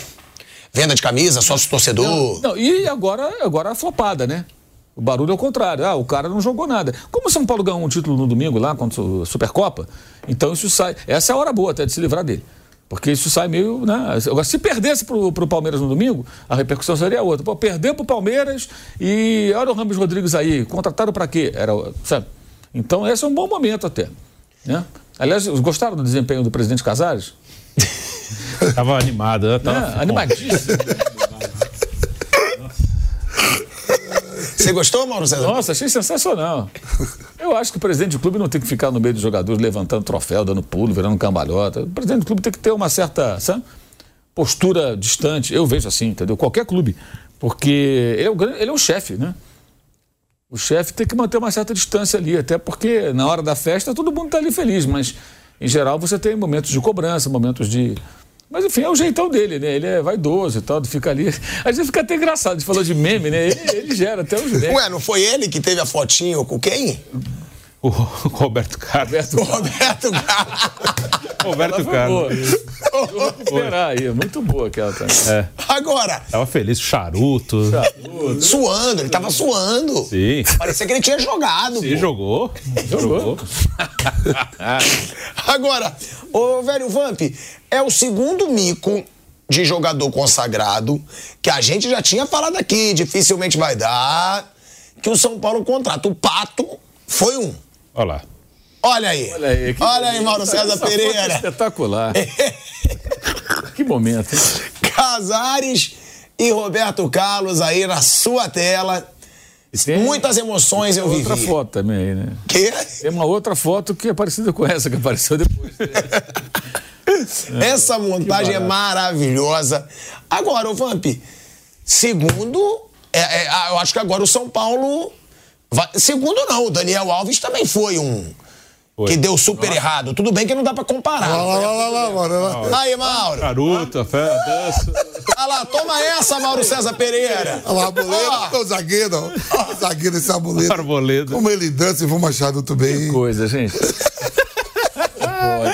Venda de camisa, sócio-torcedor. Não, não, e agora, agora a flopada, né? O barulho é o contrário. Ah, o cara não jogou nada. Como o São Paulo ganhou um título no domingo lá contra a Supercopa, então isso sai. Essa é a hora boa até de se livrar dele. Porque isso sai meio, né? Agora, se perdesse pro, pro Palmeiras no domingo, a repercussão seria outra. Pô, perdeu pro Palmeiras e olha o Rames Rodrigues aí. Contrataram pra quê? Era, sabe? Então esse é um bom momento até, né? Aliás, gostaram do desempenho do presidente Casares? Tava animado, né? Tava é, animadíssimo. Você gostou, Mauro César? Nossa, achei sensacional. Eu acho que o presidente do clube não tem que ficar no meio dos jogadores levantando troféu, dando pulo, virando cambalhota. O presidente do clube tem que ter uma certa, sabe, postura distante. Eu vejo assim, entendeu? Qualquer clube. Porque ele é o, ele é o chefe, né? O chefe tem que manter uma certa distância ali, até porque na hora da festa todo mundo está ali feliz, mas em geral você tem momentos de cobrança, momentos de... Mas enfim, é o jeitão dele, né? Ele é vaidoso e tal, fica ali... Às vezes fica até engraçado, a gente falou de meme, né? Ele, ele gera até os memes. Ué, não foi ele que teve a fotinho com quem? O Roberto Carlos. O Roberto Carlos. Roberto Carlos. Vou recuperar aí, muito boa aquela também. É. Agora. Tava feliz, charuto. charuto. Suando, ele tava suando. Sim. Parecia que ele tinha jogado. Sim, pô. jogou. Jogou. Agora, ô velho Vamp, é o segundo mico de jogador consagrado que a gente já tinha falado aqui, dificilmente vai dar. que o São Paulo contrata. O Pato foi um. Olha lá. Olha aí. Olha aí, Olha aí Mauro César essa Pereira. Foto espetacular. Que momento, hein? Casares e Roberto Carlos aí na sua tela. Tem muitas emoções eu vivi. Outra foto também aí, né? Que? Tem uma outra foto que é parecida com essa que apareceu depois. Essa montagem é maravilhosa. Agora, o Vamp, segundo, é, é, eu acho que agora o São Paulo... Vai, segundo não, o Daniel Alves também foi um... Foi. Que deu super Nossa. errado. Tudo bem que não dá pra comparar. Lá, lá, lá, lá, lá, lá. Aí, Mauro. Garuta, fé, dança. Olha lá, toma essa, Mauro César Pereira. Olha lá, Arboleda, o zagueiro, ó. O zagueiro desse Arboleda. Arboleda. Como ele dança e vou Machado muito bem. Que coisa, gente. Olha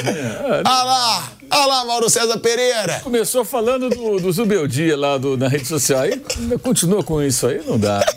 lá, olha lá, Mauro César Pereira. Começou falando do, do Zubeldia lá do, na rede social. Aí continua com isso aí, não dá.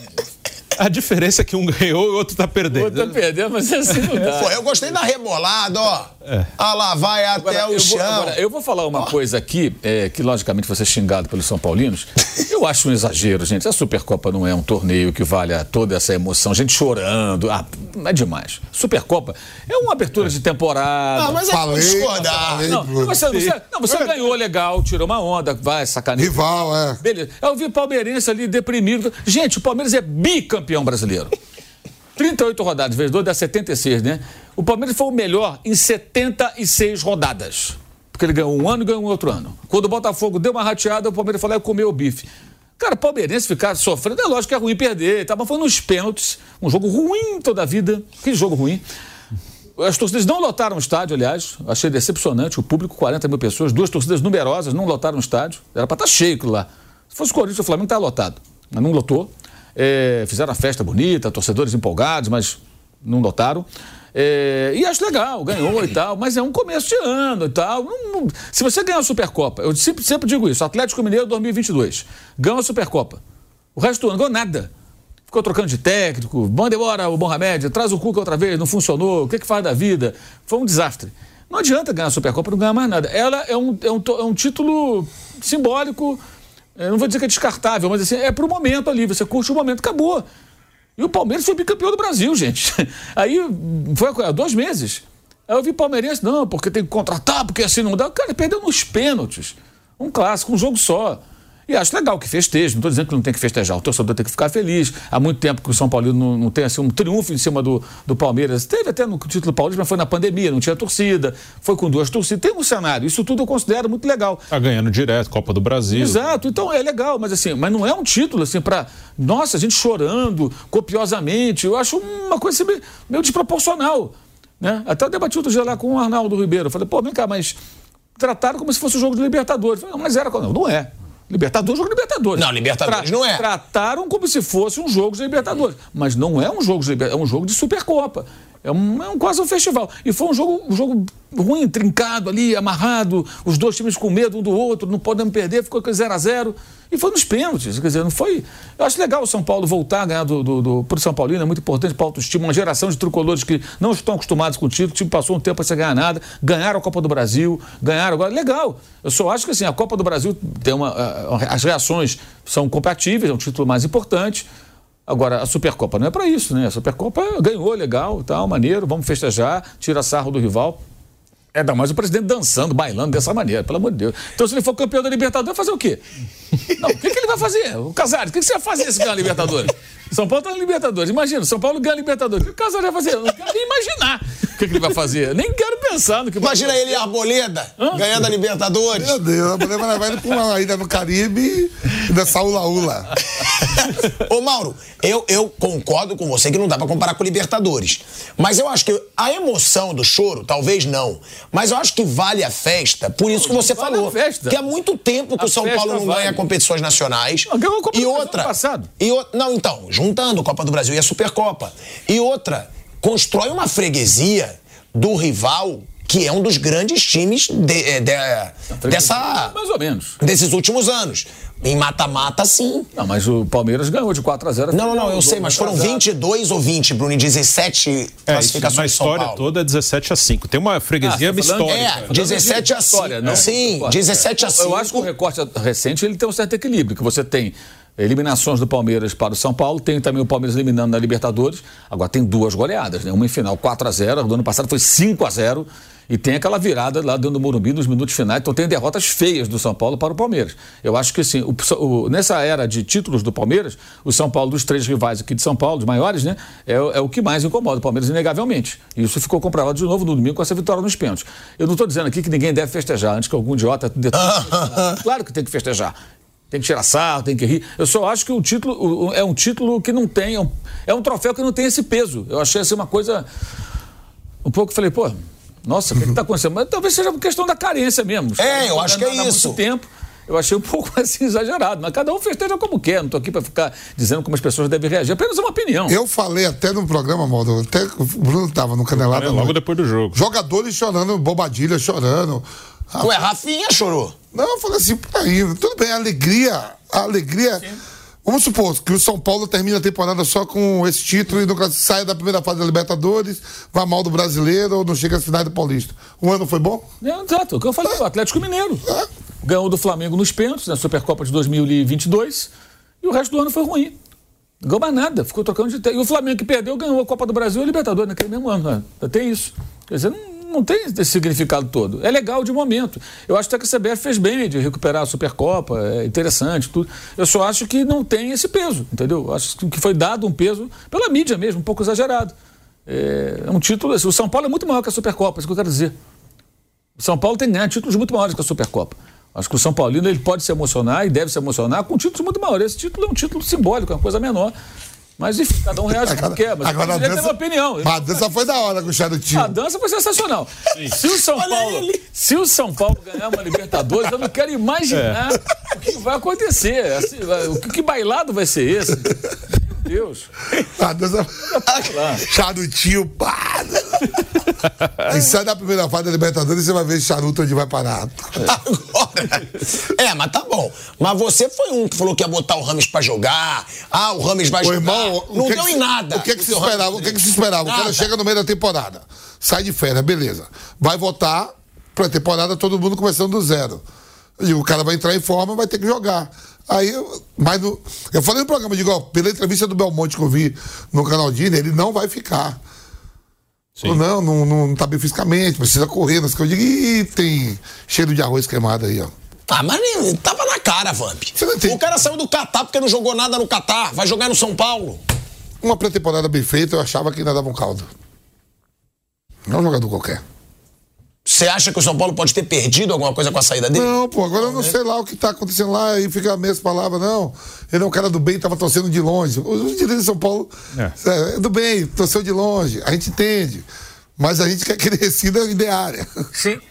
A diferença é que um ganhou e o outro tá perdendo. O outro tá perdendo, mas assim não dá. Pô, eu gostei da rebolada, ó. É. Olha lá, vai até agora, o chão. Vou, agora, eu vou falar uma oh. coisa aqui, é, que logicamente vai ser xingado pelos São Paulinos. Eu acho um exagero, gente. A Supercopa não é um torneio que valha toda essa emoção. Gente chorando. Ah, é demais. Supercopa é uma abertura de temporada. Ah, mas é pra discordar. Não, você, você, não, você ganhou legal, tirou uma onda, vai, sacaneia. Rival, é. Beleza. Eu vi o palmeirense ali deprimido. Gente, o Palmeiras é bicampeão brasileiro. trinta e oito rodadas, vezes dois dá setenta e seis, né? O Palmeiras foi o melhor em setenta e seis rodadas. Porque ele ganhou um ano e ganhou um outro ano. Quando o Botafogo deu uma rateada, o Palmeiras falou, eu comeu o bife. Cara, o palmeirense ficar sofrendo, é lógico que é ruim perder, tá? Mas foi nos pênaltis, um jogo ruim toda a vida. Que jogo ruim. As torcidas não lotaram o estádio, aliás, achei decepcionante, o público, quarenta mil pessoas, duas torcidas numerosas, não lotaram o estádio. Era pra estar cheio aquilo lá. Se fosse o Corinthians, o Flamengo tá lotado, mas não lotou. É, fizeram a festa bonita, torcedores empolgados, mas não lotaram. É, e acho legal, ganhou e tal, mas é um começo de ano e tal. Não, não, se você ganhar a Supercopa, eu sempre, sempre digo isso, Atlético Mineiro dois mil e vinte e dois, ganhou a Supercopa. O resto do ano não ganhou nada. Ficou trocando de técnico, manda embora o Mohamed, traz o Cuca outra vez, não funcionou, o que que faz da vida? Foi um desastre. Não adianta ganhar a Supercopa, não ganhar mais nada. Ela é um, é um, é um título simbólico. Eu não vou dizer que é descartável, mas assim, é pro momento ali, você curte o momento, acabou. E o Palmeiras foi bicampeão do Brasil, gente. Aí foi há dois meses. Aí eu vi palmeirense, não, porque tem que contratar, porque assim não dá. O cara perdeu nos pênaltis. Um clássico, um jogo só. E acho legal que festeje, não estou dizendo que não tem que festejar, o torcedor tem que ficar feliz. Há muito tempo que o São Paulo não, não tem assim, um triunfo em cima do, do Palmeiras. Teve até no título paulista, mas foi na pandemia, não tinha torcida, foi com duas torcidas. Tem um cenário, isso tudo eu considero muito legal. Tá ganhando direto, Copa do Brasil. Exato, então é legal, mas assim, mas não é um título assim para, nossa, a gente chorando copiosamente. Eu acho uma coisa assim, meio, meio desproporcional, né? Até eu debati outro dia lá com o Arnaldo Ribeiro, eu falei, pô, vem cá, mas trataram como se fosse um jogo de Libertadores. Eu falei, não, mas era, não, não é. Libertadores, jogo de Libertadores. Não, Libertadores Tra- não é. Trataram como se fosse um jogo de Libertadores. Mas não é um jogo de Libertadores, é um jogo de Supercopa. É, um, é um, quase um festival. E foi um jogo, um jogo ruim, trincado ali, amarrado, os dois times com medo um do outro, não podemos perder, ficou zero a zero. E foi nos pênaltis, quer dizer, não foi... Eu acho legal o São Paulo voltar a ganhar do, do, do, pro São Paulino, é muito importante para a autoestima, uma geração de tricolores que não estão acostumados com o título, o time passou um tempo sem ganhar nada, ganharam a Copa do Brasil, ganharam agora, legal. Eu só acho que assim, a Copa do Brasil tem uma... As reações são compatíveis, é um título mais importante. Agora, a Supercopa não é para isso, né? A Supercopa ganhou, legal, tal, maneiro, vamos festejar, tira sarro do rival. É, ainda mais o presidente dançando, bailando dessa maneira, pelo amor de Deus. Então, se ele for campeão da Libertadores, vai fazer o quê? Não, o que, que ele vai fazer? O Casares, o que, que você vai fazer se ganhar a Libertadores? São Paulo tá na Libertadores, imagina, São Paulo ganha a Libertadores. O que o Casares vai fazer? Eu não quero nem imaginar o que, que ele vai fazer. Nem quero pensar no que vai Imagina fazer. ele e a Arboleda Hã? ganhando a Libertadores. Meu Deus, a Arboleda vai levar ele pra uma ida no Caribe e dançar ula-ula. Ô, Mauro, eu, eu concordo com você que não dá pra comparar com Libertadores. Mas eu acho que a emoção do choro, talvez não. Mas eu acho que vale a festa, por isso que você vale falou. A festa. Que há muito tempo que a o São Paulo não vale. ganha competições nacionais. Não, ganhou a Copa e do outra. Passado. E o, não, então, juntando a Copa do Brasil e a Supercopa. E outra, constrói uma freguesia do rival que é um dos grandes times de, de, dessa... Mais ou menos. Desses últimos anos. Em mata-mata, sim. Não, mas o Palmeiras ganhou de quatro a zero. Não, não, não, eu sei, mas foram vinte e dois ou vinte, Bruno, e dezessete é, classificações na de São Paulo. história toda é dezessete a cinco. Tem uma freguesia ah, histórica. É, dezessete a cinco. História, né? Sim, dezessete a cinco. Eu acho que o recorte recente ele tem um certo equilíbrio, que você tem eliminações do Palmeiras para o São Paulo, tem também o Palmeiras eliminando na Libertadores, agora tem duas goleadas, né? Uma em final quatro a zero, do ano passado foi cinco a zero, e tem aquela virada lá dentro do Morumbi nos minutos finais, então tem derrotas feias do São Paulo para o Palmeiras. Eu acho que assim, o, o, nessa era de títulos do Palmeiras, o São Paulo, dos três rivais aqui de São Paulo, dos maiores, né, é, é o que mais incomoda o Palmeiras, inegavelmente. E isso ficou comprovado de novo no domingo com essa vitória nos pênaltis. Eu não estou dizendo aqui que ninguém deve festejar, antes que algum idiota... Claro que tem que festejar. Tem que tirar sarro, tem que rir. Eu só acho que o título o, é um título que não tem, é um, é um troféu que não tem esse peso. Eu achei assim uma coisa... Um pouco, falei, pô... Nossa, o que está acontecendo? Mas talvez seja uma questão da carência mesmo. É, eu acho que é isso. Há muito tempo, eu achei um pouco assim exagerado. Mas cada um festeja como quer. Não estou aqui para ficar dizendo como as pessoas devem reagir. Apenas uma opinião. Eu falei até no programa, Maldo, até o Bruno estava no Canelada. É, logo depois do jogo. Jogadores chorando, Bobadilha chorando. Ué, Rafinha chorou. Não, eu falei assim, peraí, tudo bem, a alegria, a alegria... Sim. Vamos supor que o São Paulo termine a temporada só com esse título e não saia da primeira fase da Libertadores, vá mal do Brasileiro ou não chega às finais do Paulista. O ano foi bom? É, exato, o que eu falei, é. O Atlético Mineiro. É. Ganhou do Flamengo nos pênaltis, na Supercopa de dois mil e vinte e dois, e o resto do ano foi ruim. Não ganhou mais nada, ficou trocando de... E o Flamengo que perdeu ganhou a Copa do Brasil e a Libertadores naquele mesmo ano. Né? Tem isso. Quer dizer, não... Não tem esse significado todo. É legal de momento. Eu acho até que a C B F fez bem de recuperar a Supercopa, é interessante, tudo. Eu só acho que não tem esse peso, entendeu? Eu acho que foi dado um peso pela mídia mesmo, um pouco exagerado. É um título... O São Paulo é muito maior que a Supercopa, é isso que eu quero dizer. O São Paulo tem que ganhar títulos muito maiores que a Supercopa. Acho que o São Paulino ele pode se emocionar e deve se emocionar com títulos muito maiores. Esse título é um título simbólico, é uma coisa menor. Mas, enfim, cada um reage como quer. Mas agora a dança, ter uma opinião. A dança foi da hora com o charutinho. A dança foi sensacional. Se o, São Paulo, se o São Paulo ganhar uma Libertadores, eu não quero imaginar é. o que vai acontecer. Assim, o que, que bailado vai ser esse? Meu Deus. A dança... Charutinho, pá. E sai da primeira fase da Libertadores e você vai ver esse charuto onde vai parar. Agora. É, mas tá bom. Mas você foi um que falou que ia botar o Rames pra jogar. Ah, o Rames vai Ô, jogar. Irmão, não que deu que, em nada. O que, que se esperava? O que, que se esperava? Nada. O cara chega no meio da temporada, sai de férias, beleza. Vai voltar pra temporada, todo mundo começando do zero. E o cara vai entrar em forma, vai ter que jogar. Aí, mas no, eu falei no programa, eu digo, ó, pela entrevista do Belmonte que eu vi no canal Disney, ele não vai ficar. Sim. Não, não, não tá bem fisicamente, precisa correr. Nas coisas. Eu digo, ih, tem cheiro de arroz queimado aí, ó. Ah, mas nem, tava na cara, Vamp. O cara saiu do Catar porque não jogou nada no Catar. Vai jogar no São Paulo. Uma pré-temporada bem feita, eu achava que ainda dava um caldo. Não é um jogador qualquer. Você acha que o São Paulo pode ter perdido alguma coisa com a saída dele? Não, pô, agora eu não sei lá o que tá acontecendo lá e fica a mesma palavra, não. Ele é um cara do bem, tava torcendo de longe. Os direitos de São Paulo é. é do bem, torceu de longe, a gente entende. Mas a gente quer que ele rescinde a ideária. Sim.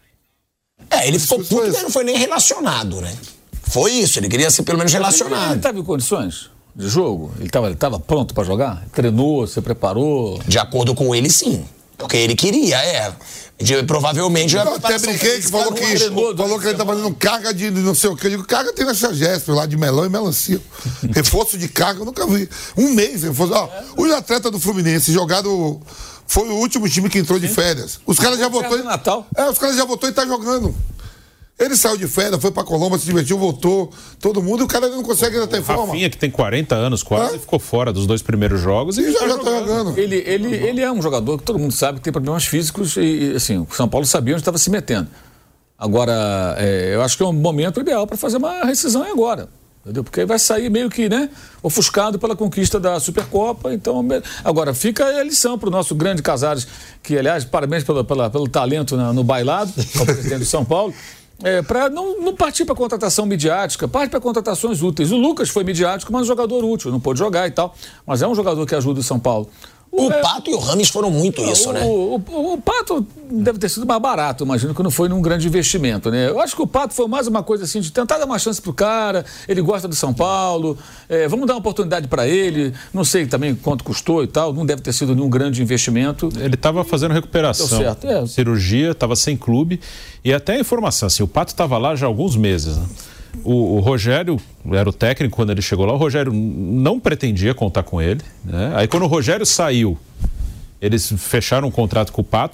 É, ele ficou puto, ele não foi nem relacionado, né? Foi isso, ele queria ser pelo menos relacionado. Ele estava em condições de jogo? Ele estava ele tava pronto para jogar? Treinou, se preparou? De acordo com ele, sim. Porque ele queria, é. De, provavelmente... Eu até brinquei que falou que, treinou, falou que ele estava fazendo carga de não sei o que. Eu digo, carga tem nessa Gesp lá de melão e melancia. Reforço de carga eu nunca vi. Um mês, reforço. Ó, os atletas do Fluminense jogaram... Foi o último time que entrou de férias. Os caras já votou em Natal. É, os caras já votou e tá jogando. Ele saiu de férias, foi pra Colômbia, se divertiu, voltou, todo mundo, e o cara não consegue ainda ter forma. Rafinha, que tem quarenta anos quase, é? ficou fora dos dois primeiros jogos e, e já, tá já jogando. tá jogando. Ele, ele, ele é um jogador que todo mundo sabe que tem problemas físicos e, assim, o São Paulo sabia onde estava se metendo. Agora, é, eu acho que é um momento ideal para fazer uma rescisão agora. Entendeu? Porque aí vai sair meio que, né, ofuscado pela conquista da Supercopa. Então, agora, fica a lição para o nosso grande Casares, que, aliás, parabéns pelo, pela, pelo talento na, no bailado, ao presidente de São Paulo, é, para não, não partir para contratação midiática, parte para contratações úteis. O Lucas foi midiático, mas um jogador útil, não pôde jogar e tal, mas é um jogador que ajuda o São Paulo. O, o é, Pato e o Rames foram muito isso, o, né? O, o, o Pato deve ter sido mais barato, imagino que não foi num grande investimento, né? Eu acho que o Pato foi mais uma coisa assim, de tentar dar uma chance pro cara, ele gosta do São Paulo, é, vamos dar uma oportunidade para ele, não sei também quanto custou e tal, não deve ter sido nenhum grande investimento. Ele estava fazendo recuperação, certo, é. cirurgia, estava sem clube, e até a informação, assim, o Pato estava lá já há alguns meses, né? O, o Rogério era o técnico quando ele chegou lá. O Rogério não pretendia contar com ele, né? Aí quando o Rogério saiu, eles fecharam um contrato com o Pato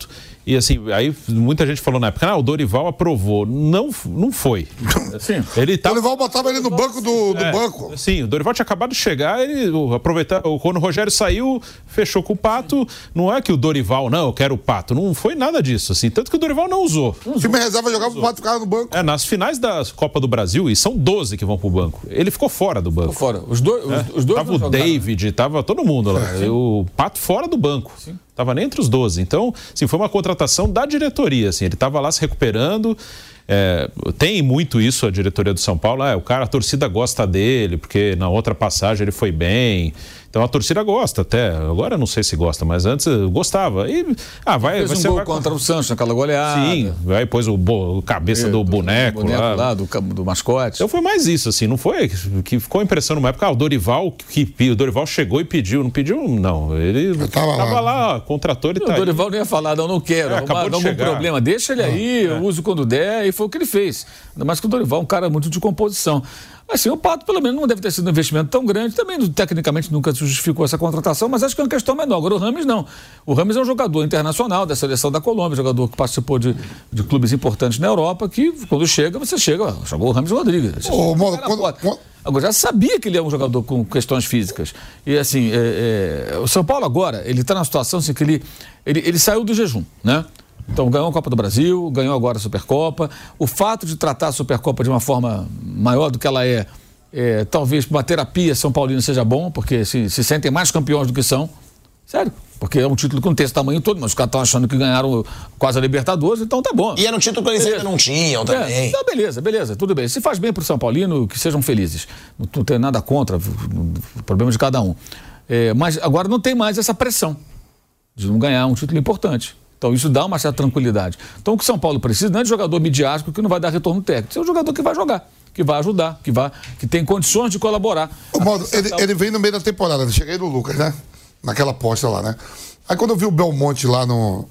E assim, aí muita gente falou na época, ah, o Dorival aprovou. Não, não foi. Sim. Ele tava... O Dorival botava ele no banco do, do é, banco. Sim, o Dorival tinha acabado de chegar, ele aproveitar, quando o Rogério saiu, fechou com o Pato. Não é que o Dorival, não, eu quero o Pato. Não foi nada disso, assim. Tanto que o Dorival não usou. O time reserva jogava o Pato ficava no banco. É, nas finais da Copa do Brasil, e são doze que vão pro banco. Ele ficou fora do banco. Ficou fora. Os dois, é. os, os dois tava o jogaram, David, né? tava todo mundo lá. É, o Pato fora do banco. Sim. Tava nem entre os doze. Então, assim, foi uma contratação da diretoria, assim. Ele tava lá se recuperando. É, tem muito isso a diretoria do São Paulo. É, o cara, a torcida gosta dele, porque na outra passagem ele foi bem. Então a torcida gosta até. Agora eu não sei se gosta, mas antes gostava. E, ah, vai, fez vai um ser gol vai... contra o Santos, naquela goleada. Sim, aí pôs o, bo... o cabeça é, do boneco, boneco lá. lá do, do mascote. Então foi mais isso, assim, não foi que ficou a impressão numa época, ah, o Dorival que o Dorival chegou e pediu, não pediu, não, ele tava, tava lá, lá contratou e tá. O Dorival não ia falar, não, não quero, é, acabou de algum chegar. Problema, deixa ele aí, é. eu uso quando der, e foi o que ele fez. Ainda mais que o Dorival é um cara muito de composição. Assim, o Pato, pelo menos, não deve ter sido um investimento tão grande. Também, tecnicamente, nunca justificou essa contratação, mas acho que é uma questão menor. Agora, o Rames, não. O Rames é um jogador internacional da seleção da Colômbia, jogador que participou de, de clubes importantes na Europa, que, quando chega, você chega, jogou o Rames Rodrigues. Ô, Mauro, quando, quando... Agora, já sabia que ele é um jogador com questões físicas. E, assim, é, é, o São Paulo agora, ele está na situação assim, que ele, ele, ele saiu do jejum, né? Então, ganhou a Copa do Brasil, ganhou agora a Supercopa. O fato de tratar a Supercopa de uma forma maior do que ela é, é talvez para uma terapia São Paulino seja bom, porque se, se sentem mais campeões do que são. Sério, porque é um título que não tem esse tamanho todo, mas os caras estão achando que ganharam quase a Libertadores, então tá bom. E era um título que eles ainda não tinham também. É, então, beleza, beleza, tudo bem. Se faz bem para o São Paulino, que sejam felizes. Não, não tem nada contra, o problema de cada um. É, mas agora não tem mais essa pressão de não ganhar um título importante. Então isso dá uma certa tranquilidade. Então o que São Paulo precisa não é de jogador midiático que não vai dar retorno técnico. É um jogador que vai jogar, que vai ajudar, que, vai, que tem condições de colaborar. Ô, Mauro, ele, ele veio no meio da temporada, eu cheguei no Lucas, né? Naquela aposta lá, né? Aí quando eu vi o Belmonte lá no,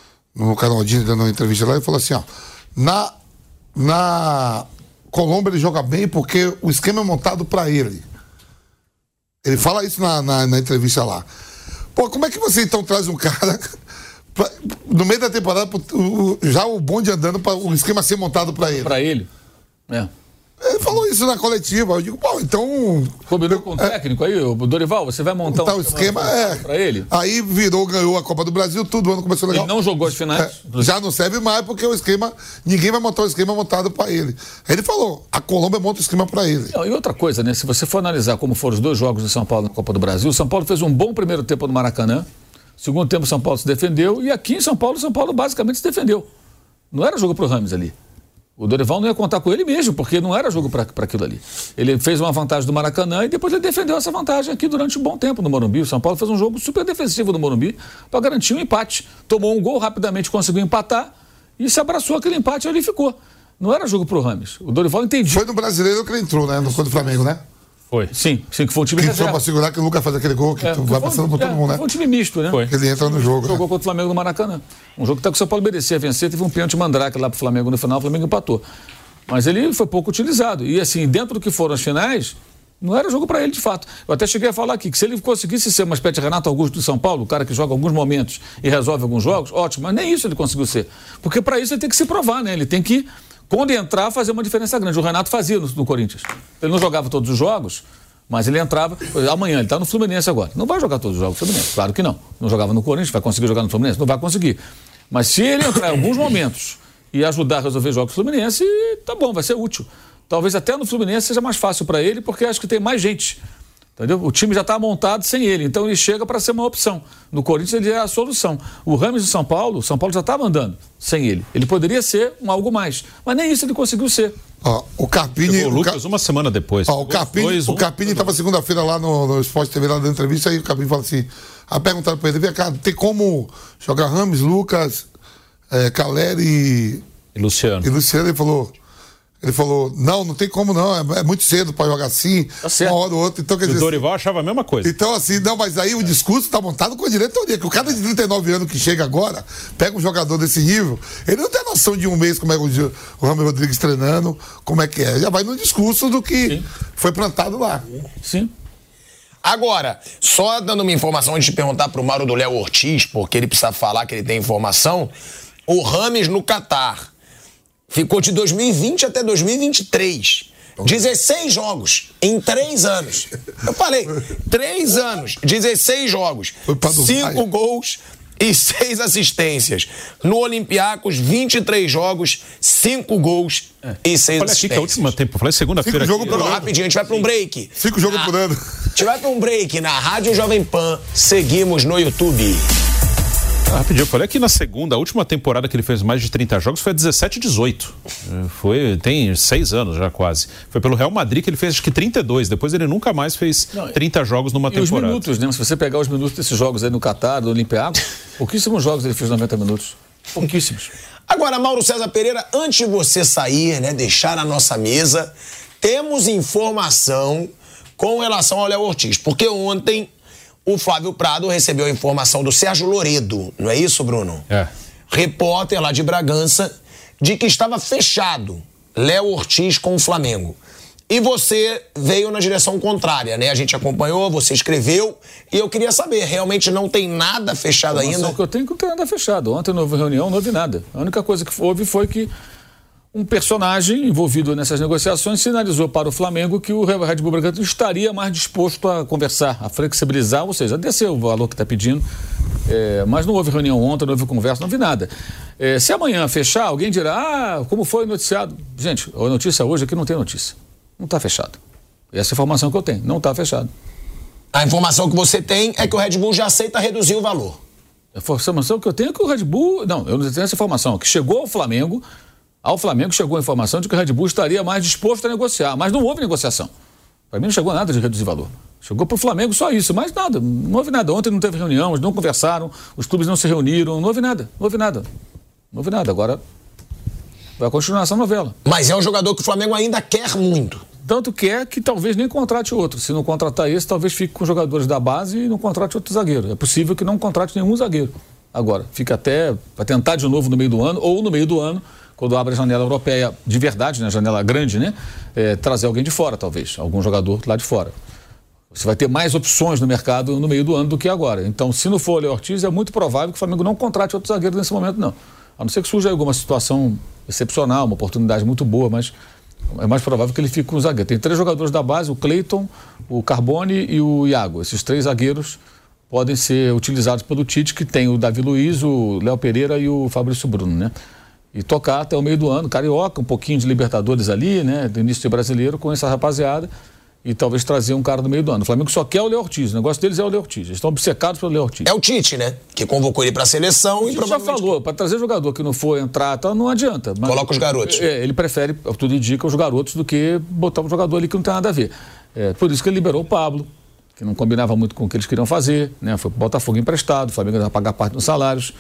no Canaldinho dando uma entrevista lá, ele falou assim, ó, na, na Colômbia ele joga bem porque o esquema é montado pra ele. Ele fala isso na, na, na entrevista lá. Pô, como é que você então traz um cara... Pra, no meio da temporada, o, já o bonde andando para o esquema ser montado para ele. Para ele? É. Ele falou isso na coletiva. Eu digo, pô, então. Combinou com o técnico aí, o Dorival, você vai montar então, um esquema, esquema é, para ele? Aí virou, ganhou a Copa do Brasil, tudo, o ano começou legal. Ele não jogou as finais? É, já não serve mais porque o esquema. Ninguém vai montar o esquema montado para ele. Aí ele falou, a Colômbia monta o esquema para ele. Não, e outra coisa, né? Se você for analisar como foram os dois jogos de São Paulo na Copa do Brasil, o São Paulo fez um bom primeiro tempo no Maracanã. Segundo tempo, o São Paulo se defendeu. E aqui em São Paulo, o São Paulo basicamente se defendeu. Não era jogo para o Rames ali. O Dorival não ia contar com ele mesmo, porque não era jogo para aquilo ali. Ele fez uma vantagem do Maracanã e depois ele defendeu essa vantagem aqui durante um bom tempo no Morumbi. O São Paulo fez um jogo super defensivo no Morumbi para garantir um empate. Tomou um gol, rapidamente conseguiu empatar e se abraçou aquele empate e ali ficou. Não era jogo para o Rames. O Dorival entendia. Foi no Brasileiro que ele entrou, né? No contra do Flamengo, né? Foi. Sim, sim, que foi um time que reserva. Só pra segurar que o Lucas faz aquele gol que é, vai passando por é, todo mundo, né? Foi um time misto, né? Foi. Ele entra no jogo. Jogou né? contra o Flamengo no Maracanã. Um jogo que, tá que o São Paulo merecia vencer, teve um pênalti mandrake lá pro Flamengo no final, o Flamengo empatou. Mas ele foi pouco utilizado. E assim, dentro do que foram as finais, não era jogo para ele de fato. Eu até cheguei a falar aqui que se ele conseguisse ser uma espécie de Renato Augusto do São Paulo, o cara que joga alguns momentos e resolve alguns jogos, ótimo, mas nem isso ele conseguiu ser. Porque para isso ele tem que se provar, né? Ele tem que, quando entrar, fazer uma diferença grande. O Renato fazia no, no Corinthians. Ele não jogava todos os jogos, mas ele entrava, amanhã ele está no Fluminense agora. Não vai jogar todos os jogos do Fluminense, claro que não. Não jogava no Corinthians, vai conseguir jogar no Fluminense? Não vai conseguir. Mas se ele entrar em alguns momentos e ajudar a resolver jogos do Fluminense, tá bom, vai ser útil. Talvez até no Fluminense seja mais fácil para ele, porque acho que tem mais gente. Entendeu? O time já está montado sem ele, então ele chega para ser uma opção. No Corinthians ele é a solução. O Rames de São Paulo, o São Paulo já estava andando sem ele. Ele poderia ser um algo mais, mas nem isso ele conseguiu ser. Ó, o Carpini... Chegou o Lucas Ca... uma semana depois. Ó, o Carpini dois, um, o Carpini estava segunda-feira lá no, no Sport T V, lá na entrevista, aí o Carpini fala assim, a perguntaram para ele, vem cá, tem como jogar Rames, Lucas, é, Caleri e Luciano. E Luciano, ele falou... Ele falou, não, não tem como não, é, é muito cedo para jogar assim, tá certo. Uma hora ou outra. Então, quer dizer, o Dorival achava a mesma coisa. Então, assim, não, mas aí o discurso está montado com a diretoria, que o cara de trinta e nove anos que chega agora, pega um jogador desse nível, ele não tem noção de um mês como é o, o Rames Rodrigues treinando, como é que é. Já vai no discurso do que Sim. foi plantado lá. Sim. Agora, só dando uma informação antes de perguntar pro Mauro do Léo Ortiz, porque ele precisa falar que ele tem informação, o Rames no Catar. Ficou de dois mil e vinte até dois mil e vinte e três. dezesseis jogos em três anos. Eu falei, três anos, dezesseis jogos, cinco gols e seis assistências. No Olympiacos, vinte e três jogos, cinco gols é. e seis Olha assistências. Aqui que a última tempo, eu falei segunda-feira. Cinco jogos por ano. Rapidinho, a gente vai para um break. Cinco jogos na... por ano. A gente vai para um break na Rádio Jovem Pan. Seguimos no YouTube. Ah, rapidinho, eu falei que na segunda, a última temporada que ele fez mais de trinta jogos foi a dezessete dezoito. Foi, tem seis anos já quase. Foi pelo Real Madrid que ele fez acho que trinta e dois. Depois ele nunca mais fez Não, trinta jogos numa e temporada. Os minutos, né? Se você pegar os minutos desses jogos aí no Catar, do Olympiacos, pouquíssimos jogos ele fez noventa minutos. Pouquíssimos. Agora, Mauro César Pereira, antes de você sair, né, deixar a nossa mesa, temos informação com relação ao Léo Ortiz. Porque ontem o Flávio Prado recebeu a informação do Sérgio Loredo, não é isso, Bruno? É. Repórter lá de Bragança, de que estava fechado Léo Ortiz com o Flamengo. E você veio na direção contrária, né? A gente acompanhou, você escreveu, e eu queria saber, realmente não tem nada fechado ainda? O que eu tenho que não tem nada fechado. Ontem não houve reunião, não houve nada. A única coisa que houve foi que um personagem envolvido nessas negociações sinalizou para o Flamengo que o Red Bull Bragantino estaria mais disposto a conversar, a flexibilizar, ou seja, a descer o valor que está pedindo. É, mas não houve reunião ontem, não houve conversa, não houve nada. É, se amanhã fechar, alguém dirá, ah, como foi noticiado? Gente, a notícia hoje é que não tem notícia. Não está fechado. Essa é a informação que eu tenho, não está fechado. A informação que você tem é que o Red Bull já aceita reduzir o valor. A informação que eu tenho é que o Red Bull... Não, eu não tenho essa informação, que chegou ao Flamengo... Ao Flamengo chegou a informação de que o Red Bull estaria mais disposto a negociar, mas não houve negociação. Para mim não chegou nada de reduzir valor. Chegou para o Flamengo só isso, mas nada, não houve nada. Ontem não teve reunião, eles não conversaram, os clubes não se reuniram, não houve nada, não houve nada. Não houve nada, agora vai continuar essa novela. Mas é um jogador que o Flamengo ainda quer muito. Tanto quer que talvez nem contrate outro. Se não contratar esse, talvez fique com jogadores da base e não contrate outro zagueiro. É possível que não contrate nenhum zagueiro. Agora, fica até para tentar de novo no meio do ano, ou no meio do ano, quando abre a janela europeia de verdade, né, janela grande, né, é, trazer alguém de fora, talvez, algum jogador lá de fora. Você vai ter mais opções no mercado no meio do ano do que agora. Então, se não for o Léo Ortiz, é muito provável que o Flamengo não contrate outro zagueiro nesse momento, não. A não ser que surja alguma situação excepcional, uma oportunidade muito boa, mas é mais provável que ele fique com o zagueiro. Tem três jogadores da base, o Cleiton, o Carbone e o Iago. Esses três zagueiros podem ser utilizados pelo Tite, que tem o Davi Luiz, o Léo Pereira e o Fabrício Bruno, né? E tocar até o meio do ano, Carioca, um pouquinho de Libertadores ali, né? Do início de brasileiro, com essa rapaziada. E talvez trazer um cara no meio do ano. O Flamengo só quer o Léo Ortiz. O negócio deles é o Léo Ortiz. Eles estão obcecados pelo Léo Ortiz. É o Tite, né? Que convocou ele para a seleção e provavelmente... já falou, para trazer jogador que não for entrar, tá, não adianta. Mas, coloca os garotos. É, ele prefere, tudo indica, os garotos do que botar um jogador ali que não tem nada a ver. É, por isso que ele liberou o Pablo, que não combinava muito com o que eles queriam fazer, né? Foi pro Botafogo emprestado, o Flamengo ia pagar parte dos salários.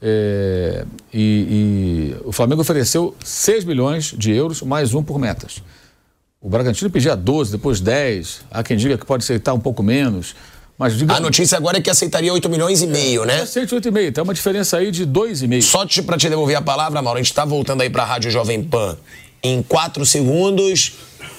É, e, e o Flamengo ofereceu seis milhões de euros, mais um por metas. O Bragantino pedia doze, depois dez. Há quem diga que pode aceitar um pouco menos. Mas diga... A notícia agora é que aceitaria oito milhões e meio, né? Aceita oito e meio, tem uma diferença aí de dois e meio. Só te, pra te devolver a palavra, Mauro, a gente tá voltando aí pra Rádio Jovem Pan em quatro segundos.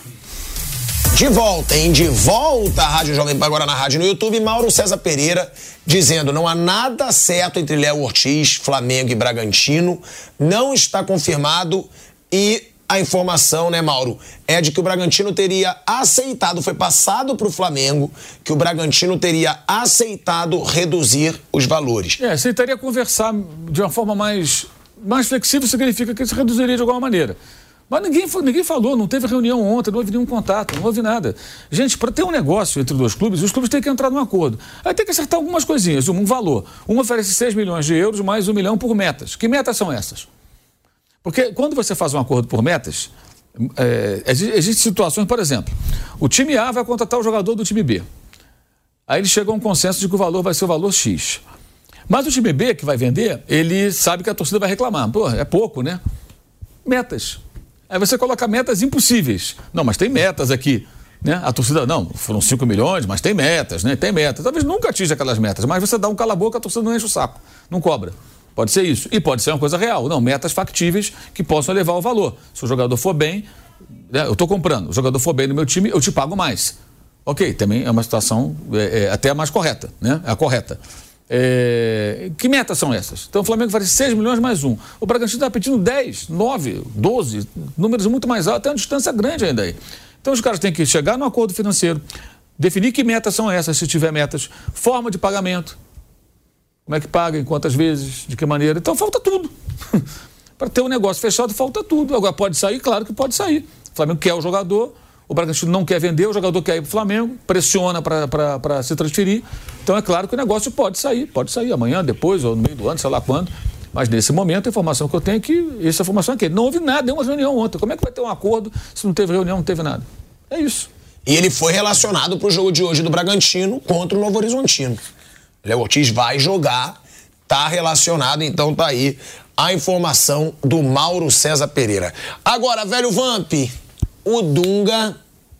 De volta, hein? De volta à Rádio Jovem Pan, agora na rádio no YouTube. Mauro César Pereira dizendo: não há nada certo entre Léo Ortiz, Flamengo e Bragantino. Não está confirmado e a informação, né, Mauro, é de que o Bragantino teria aceitado, foi passado para o Flamengo, que o Bragantino teria aceitado reduzir os valores. É, aceitaria conversar de uma forma mais, mais flexível, significa que se reduziria de alguma maneira. Mas ninguém, ninguém falou, não teve reunião ontem, não houve nenhum contato, não houve nada. Gente, para ter um negócio entre dois clubes, os clubes têm que entrar num acordo. Aí tem que acertar algumas coisinhas, um valor. Um oferece seis milhões de euros, mais um milhão por metas. Que metas são essas? Porque quando você faz um acordo por metas, é, existem situações, por exemplo, o time A vai contratar o jogador do time B. Aí ele chega a um consenso de que o valor vai ser o valor X. Mas o time B, que vai vender, ele sabe que a torcida vai reclamar. Pô, é pouco, né? Metas. Aí você coloca metas impossíveis. Não, mas tem metas aqui, né? A torcida, não, foram cinco milhões, mas tem metas, né? Tem metas. Talvez nunca atinja aquelas metas, mas você dá um cala-boca, a torcida não enche o saco, não cobra. Pode ser isso. E pode ser uma coisa real. Não, metas factíveis que possam elevar o valor. Se o jogador for bem, né, eu estou comprando, o jogador for bem no meu time, eu te pago mais. Ok, também é uma situação é, é, até mais correta, né? É a correta. É, que metas são essas? Então o Flamengo vai seis milhões mais um. O Bragantino está pedindo dez, nove, doze, números muito mais altos, tem uma distância grande ainda aí. Então os caras têm que chegar no acordo financeiro, definir que metas são essas, se tiver metas, forma de pagamento, como é que paga, em quantas vezes, de que maneira. Então falta tudo. Para ter um negócio fechado, falta tudo. Agora pode sair? Claro que pode sair. O Flamengo quer o jogador, o Bragantino não quer vender, o jogador quer ir para o Flamengo, pressiona para se transferir. Então é claro que o negócio pode sair, pode sair amanhã, depois, ou no meio do ano, sei lá quando. Mas nesse momento a informação que eu tenho é que essa informação é que não houve nada, nenhuma reunião ontem. Como é que vai ter um acordo se não teve reunião, não teve nada? É isso. E ele foi relacionado para o jogo de hoje do Bragantino contra o Novo Horizontino. Léo Ortiz vai jogar, tá relacionado, então tá aí a informação do Mauro César Pereira. Agora, velho Vamp, o Dunga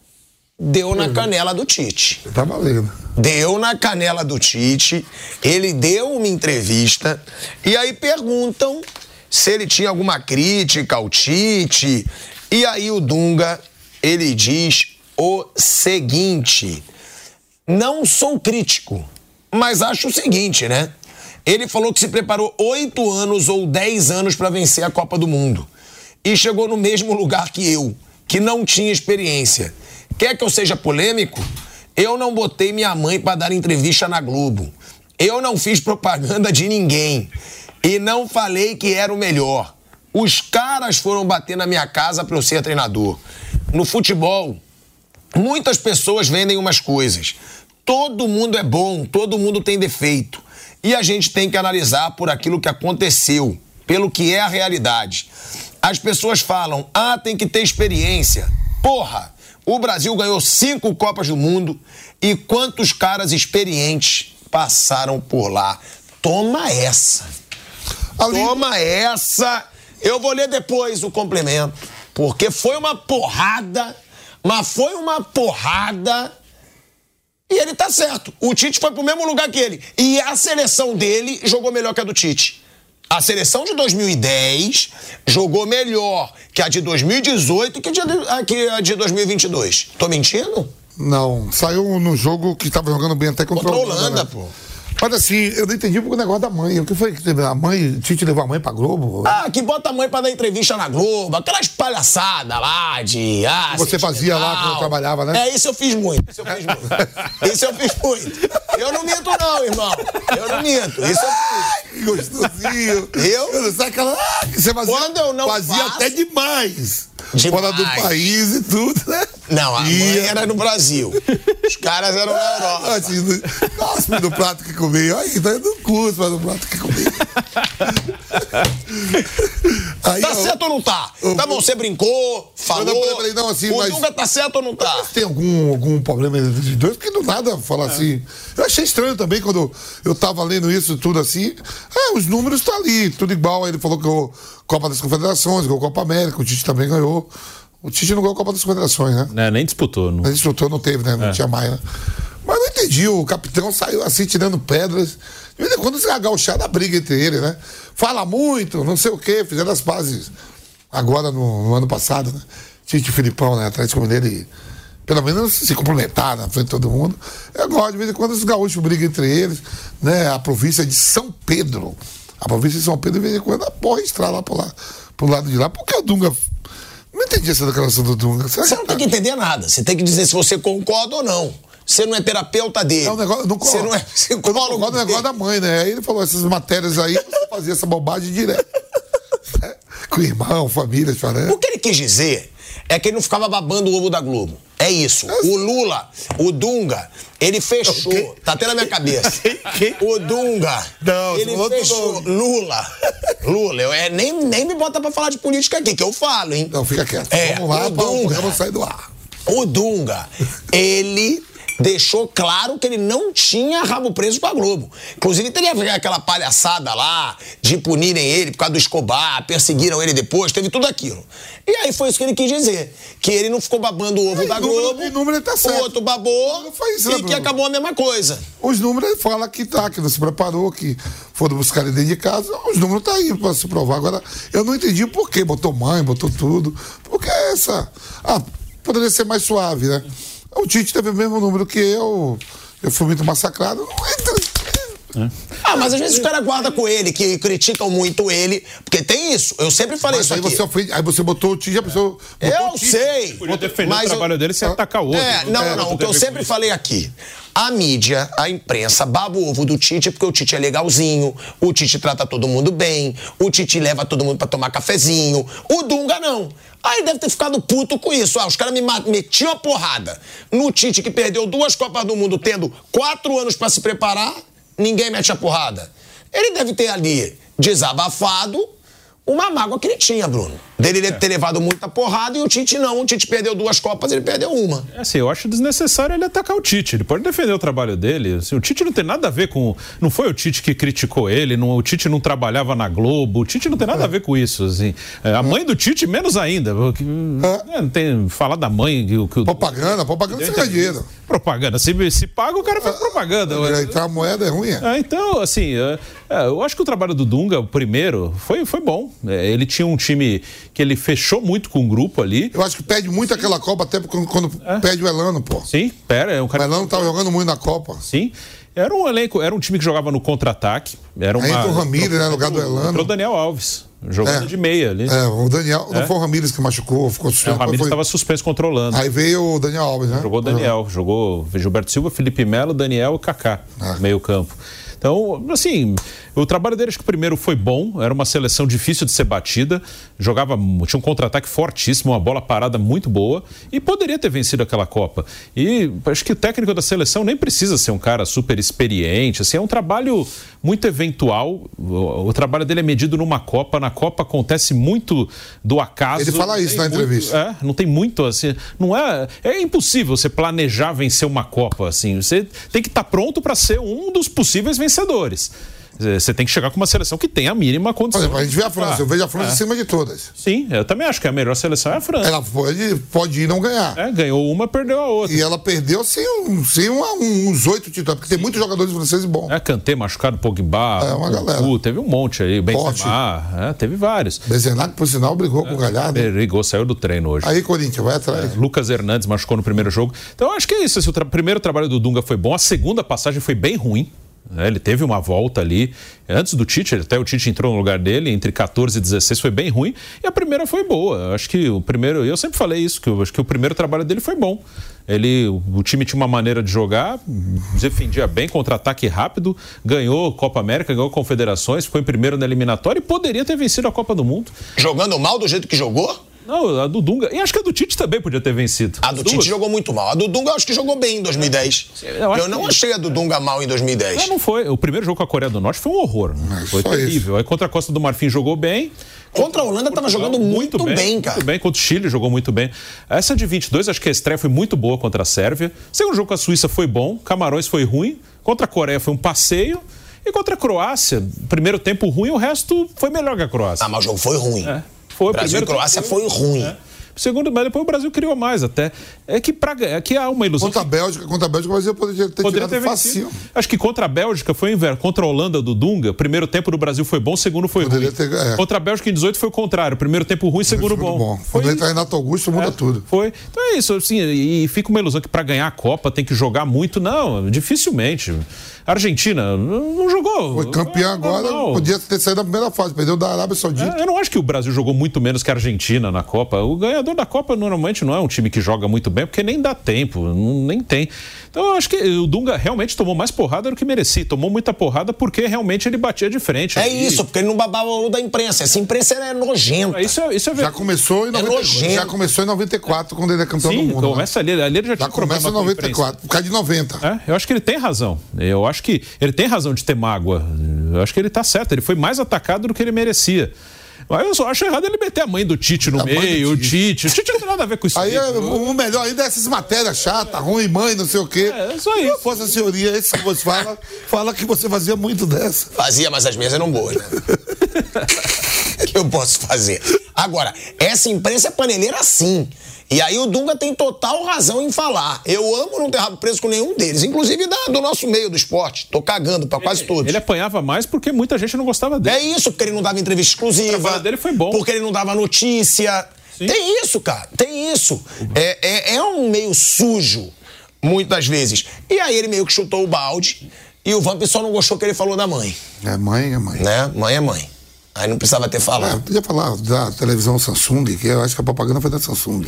deu na canela do Tite. Tá valendo. Deu na canela do Tite, ele deu uma entrevista e aí perguntam se ele tinha alguma crítica ao Tite. E aí o Dunga, ele diz o seguinte: não sou crítico, mas acho o seguinte, né? Ele falou que se preparou oito anos ou dez anos para vencer a Copa do Mundo e chegou no mesmo lugar que eu, que não tinha experiência. Quer que eu seja polêmico? Eu não botei minha mãe para dar entrevista na Globo. Eu não fiz propaganda de ninguém e não falei que era o melhor. Os caras foram bater na minha casa para eu ser treinador. No futebol, muitas pessoas vendem umas coisas. Todo mundo é bom, todo mundo tem defeito. E a gente tem que analisar por aquilo que aconteceu, pelo que é a realidade. As pessoas falam, ah, tem que ter experiência. Porra, o Brasil ganhou cinco Copas do Mundo e quantos caras experientes passaram por lá? Toma essa. Ali... Toma essa. Eu vou ler depois o complemento, porque foi uma porrada, mas foi uma porrada... E ele tá certo. O Tite foi pro mesmo lugar que ele. E a seleção dele jogou melhor que a do Tite. A seleção de dois mil e dez jogou melhor que a de dois mil e dezoito que a de dois mil e vinte e dois. Tô mentindo? Não. Saiu no jogo que tava jogando bem até contra, contra a Holanda, Holanda, né? pô. Mas assim, eu não entendi porque o negócio da mãe. O que foi que a mãe, Tite levou a mãe pra Globo? Ah, que bota a mãe pra dar entrevista na Globo, aquelas palhaçadas lá de... Ah, você fazia lá quando eu trabalhava, né? É, isso eu fiz muito, isso eu fiz muito. Isso eu fiz muito. Eu não minto não, irmão. Eu não minto, isso eu fiz. Que gostosinho. Eu? Eu não sei aquela... Ah, que você fazia, quando eu não fazia faço, até demais. demais. Fora do país e tudo, né? Não, a e... mãe era no Brasil. Os caras eram na Europa. Assim, nossa, no prato que comi. Aí, tá indo no curso, mas no prato que comi. Aí, tá ó, certo ou não tá? Eu, tá bom, você brincou, falou. Eu não falei, não, assim, o mas... Dunga tá certo ou não tá? Mas tem algum, algum problema entre os dois? Porque do nada falar é. assim. Eu achei estranho também quando eu tava lendo isso tudo assim. É, os números tá ali, tudo igual. Aí ele falou que ganhou Copa das Confederações, ganhou Copa América, o Tite também ganhou. O Tite não ganhou a Copa das Confederações, né? É, nem disputou. Não... Nem disputou, não teve, né? Não é. tinha mais, né? Mas não entendi, o capitão saiu assim, tirando pedras. De vez em quando se agauchar da briga entre eles, né? Fala muito, não sei o quê, fizeram as pazes agora no, no ano passado, né? Tite e Filipão, né? Atlético Mineiro e pelo menos se complementar na frente de todo mundo. Eu gosto, de vez em quando os gaúchos brigam entre eles, né? A província de São Pedro. A província de São Pedro, de vez em quando, a porra estrala lá pro, lá, pro lado de lá. Porque o Dunga... Não entendi essa declaração do Dunga. Você, você não tem que entender nada. Você tem que dizer se você concorda ou não. Você não é terapeuta dele. É um negócio, não você não é psicólogo. Eu não concordo do negócio da mãe, né? Aí ele falou essas matérias aí, você fazia essa bobagem direto. Né? Com irmão, família, chorando. O que ele quis dizer é que ele não ficava babando o ovo da Globo. É isso. O Lula, o Dunga, ele fechou. Tá até na minha cabeça. O Dunga, não, ele fechou. Lula. Lula, eu, é, nem, nem me bota pra falar de política aqui, que eu falo, hein? Não, fica quieto. É, vamos lá, o Dunga, vamos sair do ar. O Dunga, ele... deixou claro que ele não tinha rabo preso com a Globo. Inclusive, teria aquela palhaçada lá de punirem ele por causa do Escobar, perseguiram ele depois, teve tudo aquilo. E aí foi isso que ele quis dizer, que ele não ficou babando o ovo é, da número, Globo, o, número tá certo. O outro babou isso, e né, que acabou a mesma coisa. Os números ele fala que tá, que não se preparou, que foram buscar ele dentro de casa, os números tá aí pra se provar. Agora, eu não entendi o porquê, botou mãe, botou tudo, porque essa... Ah, poderia ser mais suave, né? O Tite teve o mesmo número que eu, eu fui muito massacrado. É. Ah, mas às vezes os caras guardam com ele, que criticam muito ele, porque tem isso. Eu sempre falei mas isso aí aqui. Você ofende, aí você botou o Tite, a pessoa... Eu sei. Podia defender o trabalho eu... dele sem atacar o outro. É, não, não, não. O que eu sempre falei aqui. A mídia, a imprensa, baba o ovo do Tite porque o Tite é legalzinho, o Tite trata todo mundo bem, o Tite leva todo mundo pra tomar cafezinho. O Dunga não. Aí deve ter ficado puto com isso. Ah, os caras me metiam a porrada no Tite, que perdeu duas Copas do Mundo tendo quatro anos pra se preparar, ninguém mete a porrada. Ele deve ter ali desabafado uma mágoa que ele tinha, Bruno. Dele é. ter levado muita porrada e o Tite não. O Tite perdeu duas Copas, ele perdeu uma. É assim, eu acho desnecessário ele atacar o Tite. Ele pode defender o trabalho dele. Assim, o Tite não tem nada a ver com... Não foi o Tite que criticou ele, não, o Tite não trabalhava na Globo, o Tite não tem nada é. a ver com isso. Assim. A mãe do Tite, menos ainda. Porque, é. Não tem... Falar da mãe... Que, que, propaganda, propaganda sem dinheiro. Propaganda. Se, se paga, o cara faz propaganda. É, entrar a moeda é ruim. É, então, assim, é, é, eu acho que o trabalho do Dunga, o primeiro, foi, foi bom. É, ele tinha um time que ele fechou muito com o grupo ali. Eu acho que pede muito Sim. aquela Copa, até quando, quando é. pede o Elano, pô. Sim, pera. É um cara... O Elano tava jogando muito na Copa. Sim. Era um elenco, era um time que jogava no contra-ataque. Era uma... Aí entrou o Ramírez, né, no lugar do Elano. Entrou o Daniel Alves, jogando é. de meia ali. É, o Daniel, não é. foi o Ramírez que machucou, ficou suspenso. É, o Ramírez estava foi... suspenso controlando. Aí veio o Daniel Alves, né? Jogou o Daniel, é. jogou Gilberto Silva, Felipe Melo, Daniel e Kaká, é. meio campo. Então, assim, o trabalho dele, acho que o primeiro foi bom, era uma seleção difícil de ser batida, jogava, tinha um contra-ataque fortíssimo, uma bola parada muito boa e poderia ter vencido aquela Copa. E acho que o técnico da seleção nem precisa ser um cara super experiente, assim, é um trabalho muito eventual, o, o trabalho dele é medido numa Copa, na Copa acontece muito do acaso. Ele fala isso na muito, entrevista. É, não tem muito, assim, não é, é impossível você planejar vencer uma Copa, assim, você tem que estar tá pronto para ser um dos possíveis vencedores. Você tem que chegar com uma seleção que tem a mínima condição. Por exemplo, a gente vê a França, ah, eu vejo a França é. em cima de todas. Sim, eu também acho que a melhor seleção é a França. Ela pode, pode ir e não ganhar. É, ganhou uma, perdeu a outra. E ela perdeu sem, um, sem uma, uns oito títulos, porque tem muitos jogadores franceses bons. É, Kanté machucado, Pogba, é, uma galera. Uh, teve um monte aí, Benzema, é, teve vários. Benzema, que por sinal brigou é, com o Galhardo. Brigou, saiu do treino hoje. Aí, Corinthians, vai atrás. É, Lucas Hernandes machucou no primeiro jogo. Então, acho que é isso. Esse, o tra- primeiro trabalho do Dunga foi bom, a segunda passagem foi bem ruim. Ele teve uma volta ali, antes do Tite, até o Tite entrou no lugar dele, entre catorze e dezesseis foi bem ruim, e a primeira foi boa. Eu acho que o primeiro, eu sempre falei isso, que eu acho que o primeiro trabalho dele foi bom. Ele, o time tinha uma maneira de jogar, defendia bem, contra-ataque rápido, ganhou Copa América, ganhou Confederações, ficou em primeiro na eliminatória e poderia ter vencido a Copa do Mundo. Jogando mal do jeito que jogou? Não, a do Dunga. E acho que a do Tite também podia ter vencido. A do Tite jogou muito mal. A do Dunga eu acho que jogou bem em dois mil e dez. Eu, eu não que... achei a do Dunga mal em dois mil e dez. Não, não foi. O primeiro jogo com a Coreia do Norte foi um horror. Né? Foi terrível. Isso. Aí contra a Costa do Marfim jogou bem. Contra a Holanda estava jogando muito, muito bem, bem, cara. Muito bem. Contra o Chile jogou muito bem. Essa de vinte e dois, acho que a estreia foi muito boa contra a Sérvia. O segundo jogo com a Suíça foi bom. Camarões foi ruim. Contra a Coreia foi um passeio. E contra a Croácia, primeiro tempo ruim, o resto foi melhor que a Croácia. Ah, mas o jogo foi ruim. É. Foi. Brasil e Croácia foi, foi ruim. É. Segundo, mas depois o Brasil criou mais até. É que, pra, é que há uma ilusão. Contra a Bélgica, contra a Bélgica, o Brasil poderia ter poderia tirado ter facinho. Acho que contra a Bélgica foi o inverno. Contra a Holanda do Dunga, primeiro tempo do Brasil foi bom, segundo foi poderia ruim. Ter, é. Contra a Bélgica em dezoito foi o contrário. Primeiro tempo ruim, segundo, segundo bom. bom. Foi... Quando entra Renato Augusto, muda é, tudo. Foi. Então é isso, assim, e fica uma ilusão que para ganhar a Copa tem que jogar muito. Não, dificilmente. A Argentina não jogou. Foi campeão agora, não. Podia ter saído da primeira fase, perdeu da Arábia Saudita. É, eu não acho que o Brasil jogou muito menos que a Argentina na Copa. O ganhador da Copa normalmente não é um time que joga muito bem, porque nem dá tempo, não, nem tem. Então eu acho que o Dunga realmente tomou mais porrada do que merecia. Tomou muita porrada porque realmente ele batia de frente. É e... isso, porque ele não babava o da imprensa. Essa imprensa é nojenta. É, isso é, isso é já, começou em noventa, é já começou em noventa e quatro, quando ele é campeão Sim, do mundo. Começa né? ali, ali ele já, já tinha começa em noventa e quatro, por causa de noventa. É, eu acho que ele tem razão. Eu acho que ele tem razão de ter mágoa. Eu acho que ele tá certo. Ele foi mais atacado do que ele merecia. Mas eu só acho errado ele meter a mãe do Tite no a meio, o Tite. O Tite não tem nada a ver com isso. Aí é, o melhor ainda é essas matérias chatas, ruim, mãe, não sei o quê. É, só isso. Se fosse a senhoria, esse que você fala, fala que você fazia muito dessa. Fazia, mas as minhas eram boas, né? que eu posso fazer? Agora, essa imprensa é paneleira sim. E aí o Dunga tem total razão em falar. Eu amo não ter rabo preso com nenhum deles, inclusive da, do nosso meio do esporte. Tô cagando pra quase ele, todos. Ele apanhava mais porque muita gente não gostava dele. É isso, porque ele não dava entrevista exclusiva. O trabalho dele foi bom. Porque ele não dava notícia. Sim. Tem isso, cara, tem isso. Uhum. É, é, é um meio sujo, muitas vezes. E aí ele meio que chutou o balde. E o Vamp só não gostou que ele falou da mãe. É mãe, é mãe. Né? Mãe é mãe. Aí não precisava ter falado. É, podia falar da televisão Samsung, que eu acho que a propaganda foi da Samsung.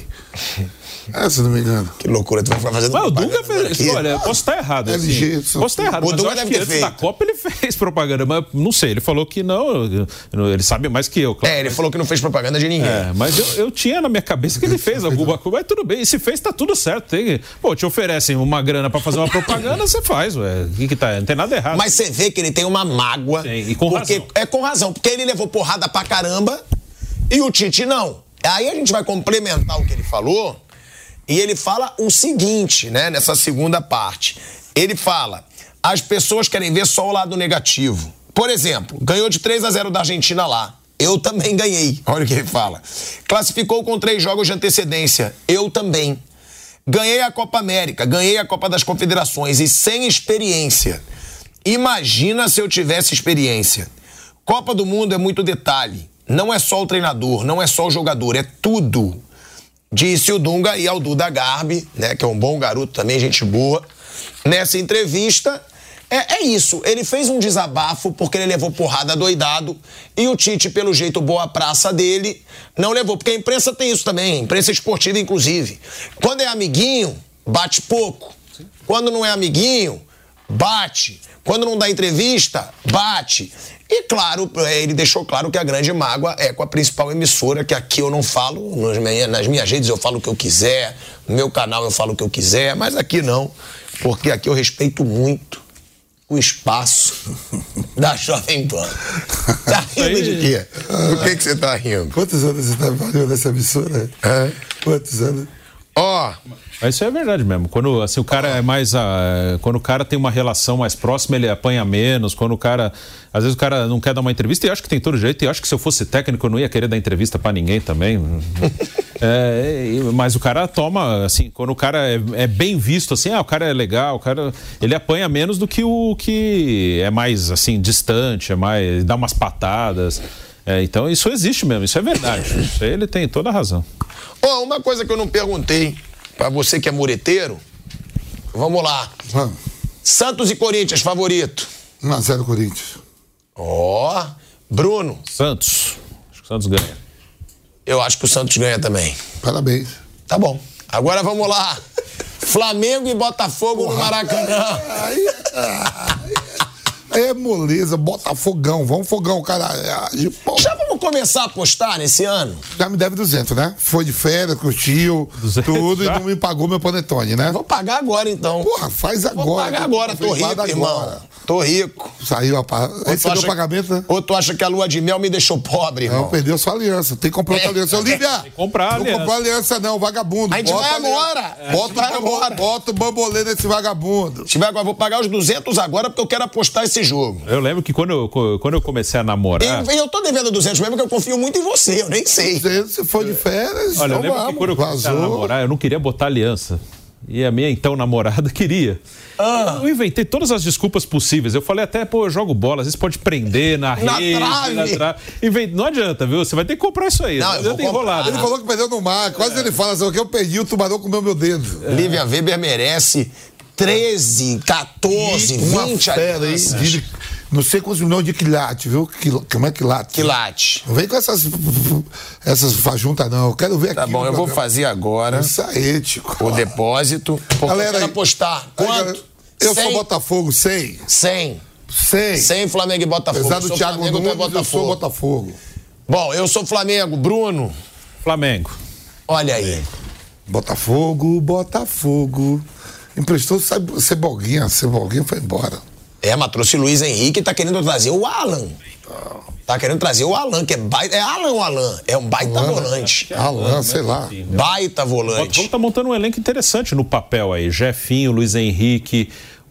É, se não me engano. Que loucura, tu vai ficar fazendo Mas o propaganda Dunga fez. aqui. Olha, posso estar errado. Assim. L G, posso estar errado, O mas Dunga eu acho deve que ter antes da feito. Copa ele fez propaganda, mas não sei, ele falou que não, ele sabe mais que eu, claro. É, ele falou que não fez propaganda de ninguém. É, mas eu, eu tinha na minha cabeça que ele fez alguma coisa, mas tudo bem, e se fez, tá tudo certo. Tem, pô, te oferecem uma grana pra fazer uma propaganda, você faz, ué. O que que tá? Não tem nada errado. Mas você vê que ele tem uma mágoa. Tem, e com porque, razão. É com razão, porque ele levou porrada pra caramba e o Tite não. Aí a gente vai complementar o que ele falou e ele fala o seguinte, né, nessa segunda parte. Ele fala, as pessoas querem ver só o lado negativo. Por exemplo, ganhou de três a zero da Argentina lá. Eu também ganhei. Olha o que ele fala. Classificou com três jogos de antecedência. Eu também. Ganhei a Copa América, ganhei a Copa das Confederações e sem experiência. Imagina se eu tivesse experiência. Copa do Mundo é muito detalhe. Não é só o treinador, não é só o jogador, é tudo. Disse o Dunga e ao Duda Garbi, né, que é um bom garoto também, gente boa. Nessa entrevista, é, é isso. Ele fez um desabafo porque ele levou porrada doidado e o Tite, pelo jeito boa praça dele, não levou. Porque a imprensa tem isso também, a imprensa esportiva inclusive. Quando é amiguinho, bate pouco. Quando não é amiguinho, bate. Quando não dá entrevista, bate. E claro, ele deixou claro que a grande mágoa é com a principal emissora, que aqui eu não falo, nas minhas, nas minhas redes eu falo o que eu quiser, no meu canal eu falo o que eu quiser, mas aqui não, porque aqui eu respeito muito o espaço da Jovem Pan. Tá rindo de quê? Por que que você tá rindo? Quantos anos você tá valendo nessa emissora? É? Quantos anos? Ó... Mas isso é verdade mesmo. Quando assim, o cara é mais. A, quando o cara tem uma relação mais próxima, ele apanha menos. Quando o cara. Às vezes o cara não quer dar uma entrevista, e eu acho que tem todo jeito. E eu acho que se eu fosse técnico, eu não ia querer dar entrevista pra ninguém também. É, mas o cara toma, assim, quando o cara é, é bem visto, assim, ah, o cara é legal, o cara. Ele apanha menos do que o que é mais, assim, distante, é mais. Dá umas patadas. É, então isso existe mesmo, isso é verdade. Isso aí ele tem toda a razão. Ó, oh, uma coisa que eu não perguntei. Pra você que é mureteiro, vamos lá. Vamos. Santos e Corinthians, favorito. um a zero Corinthians. Ó, oh, Bruno. Santos. Acho que o Santos ganha. Eu acho que o Santos ganha também. Parabéns. Tá bom. Agora vamos lá. Flamengo e Botafogo Porra. no Maracanã. Aí, aí é moleza, Botafogão. Vamos fogão, caralho. Já vamos começar a apostar nesse ano? Já me deve duzentos, né? Foi de férias, curtiu, tudo já? E não me pagou meu panetone, né? Vou pagar agora, então. Porra, faz agora. Vou pagar agora, tô rico, agora. irmão. Tô rico. Saiu a par... Recebeu o pagamento, né? Ou tu acha que a lua de mel me deixou pobre, irmão? Não, perdeu sua aliança. Tem que comprar outra é. aliança. Olívia! Tem que comprar aliança. Não comprar aliança, não, vagabundo. A gente bota vai aliança. agora. É. Bota, vai o agora. Bota o bambolê nesse vagabundo. Se vai agora, vou pagar os duzentos agora porque eu quero apostar esse jogo. Eu lembro que quando eu, quando eu comecei a namorar... E eu tô devendo duzentos mesmo porque eu confio muito em você, eu nem sei. Se for de férias, Olha, então eu lembro vamos. que quando eu comecei Vazou. a namorar, eu não queria botar aliança. E a minha então namorada queria. Ah. Eu inventei todas as desculpas possíveis. Eu falei até, pô, eu jogo bola, às vezes pode prender na, na rede, trave. na trave. Invent... Não adianta, viu? Você vai ter que comprar isso aí. Não, não adianta enrolar. Ele falou que perdeu no mar. Quase é. ele fala assim, que eu perdi, o tubarão comeu meu dedo. É. Lívia Weber merece treze, quatorze, vinte alianças. Aí, não sei quantos milhões de quilate, viu? Quil, como é quilate? Quilate. Não vem com essas, essas fajuntas, não. Eu quero ver tá aqui. Tá bom, eu vou fazer agora. Isso aí, Tico. O depósito. Galera, eu quero apostar. Quanto? Galera, eu cem. Sou Botafogo, cem. cem. cem. cem Flamengo e Botafogo. Apesar do Thiago Flamengo, Nunes, Botafogo. eu sou Botafogo. Bom, eu sou Flamengo. Bruno? Flamengo. Olha aí. Botafogo, Botafogo. Emprestou Cebolinha. Cebolinha foi embora. É, mas trouxe Luiz Henrique e tá querendo trazer o Alan. Tá querendo trazer o Alan, que é baita. É Alan ou Alan? É um baita Alan, volante. Alan, sei lá. Baita volante. O tá montando um elenco interessante no papel aí. Jefinho, Luiz Henrique,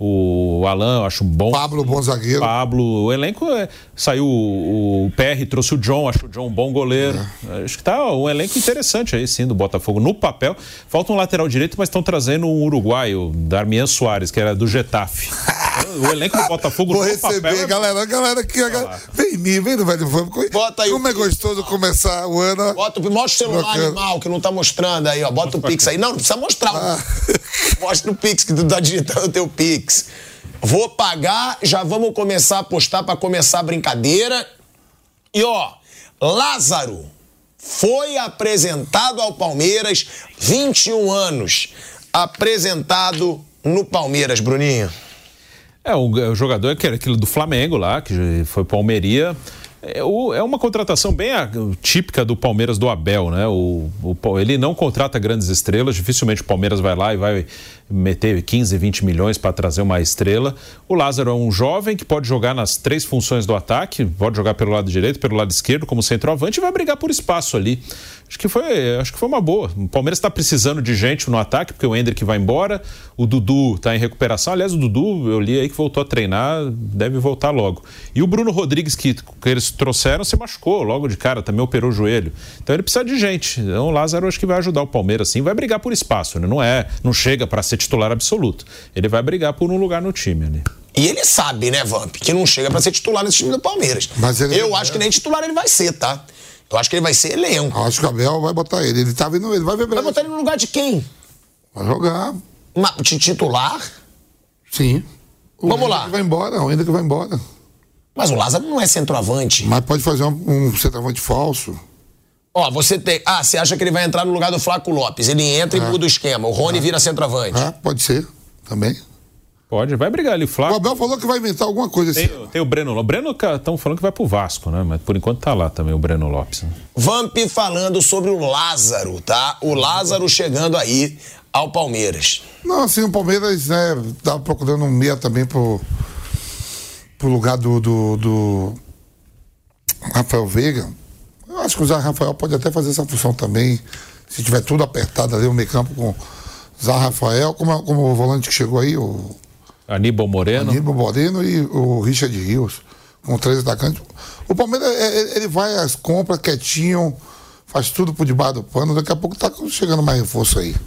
o Alan, eu acho bom. Pablo, bom zagueiro. Pablo, o elenco é, saiu o, o P R, trouxe o John, acho o John um bom goleiro. É. Acho que tá ó, um elenco interessante aí, sim, do Botafogo. No papel, falta um lateral direito, mas estão trazendo um uruguaio, Darmian Soares, que era do Getafe. O elenco do Botafogo Vou no receber, papel. galera, galera aqui. Ah, vem em mim, vem no Velho Fome. Bota aí. Como é gostoso começar o ano. Bota, mostra o celular animal, que não tá mostrando aí, ó. Bota o Pix aí. Não, não precisa mostrar. Ah. Mostra o Pix, que tu tá digitando o teu Pix. Vou pagar, já vamos começar a apostar para começar a brincadeira. E ó, Lázaro foi apresentado ao Palmeiras, vinte e um anos, apresentado no Palmeiras, Bruninho. É, o jogador que era aquele do Flamengo lá, que foi Palmeiria. É, o, é uma contratação bem a, típica do Palmeiras do Abel, né? O, o, ele não contrata grandes estrelas, dificilmente o Palmeiras vai lá e vai meter quinze, vinte milhões para trazer uma estrela. O Lázaro é um jovem que pode jogar nas três funções do ataque, pode jogar pelo lado direito, pelo lado esquerdo, como centroavante, e vai brigar por espaço ali. Acho que foi, acho que foi uma boa. O Palmeiras está precisando de gente no ataque, porque o Endrick vai embora, o Dudu está em recuperação. Aliás, o Dudu, eu li aí que voltou a treinar, deve voltar logo. E o Bruno Rodrigues, que, que eles trouxeram, se machucou logo de cara, também operou o joelho. Então ele precisa de gente. Então o Lázaro acho que vai ajudar o Palmeiras, sim, vai brigar por espaço, né? Não é, não chega para ser titular absoluto. Ele vai brigar por um lugar no time ali. E ele sabe, né, Vamp, que não chega para ser titular nesse time do Palmeiras. Mas ele eu é... acho que nem titular ele vai ser, tá? Eu acho que ele vai ser elenco. Eu acho que o Abel vai botar ele. Ele tá vendo, ele vai ver. Vai botar ele no lugar de quem? Vai jogar. Uma, de titular? Sim. O Vamos lá. Vai embora, o Endrick vai embora. Mas o Lázaro não é centroavante. Mas pode fazer um, um centroavante falso. Ó, você tem... Ah, você acha que ele vai entrar no lugar do Flaco Lopes. Ele entra é. e muda o esquema. O Rony é. vira centroavante. É, pode ser. Também. Pode, vai brigar ali, Flávio. O Abel falou que vai inventar alguma coisa assim. Tem, tem o Breno Lopes. O Breno, estão falando que vai pro Vasco, né? Mas por enquanto tá lá também o Breno Lopes. Né? Vamp falando sobre o Lázaro, tá? O Lázaro chegando aí ao Palmeiras. Não, assim, o Palmeiras, né, tava procurando um meia também pro, pro lugar do, do, do Rafael Veiga. Eu acho que o Zé Rafael pode até fazer essa função também, se tiver tudo apertado ali, o meio campo com Zé Rafael, como, como o volante que chegou aí, o Aníbal Moreno. Aníbal Moreno e o Richard Rios, com três atacantes. O Palmeiras, ele vai às compras quietinho, faz tudo por debaixo do pano, daqui a pouco tá chegando mais reforço aí.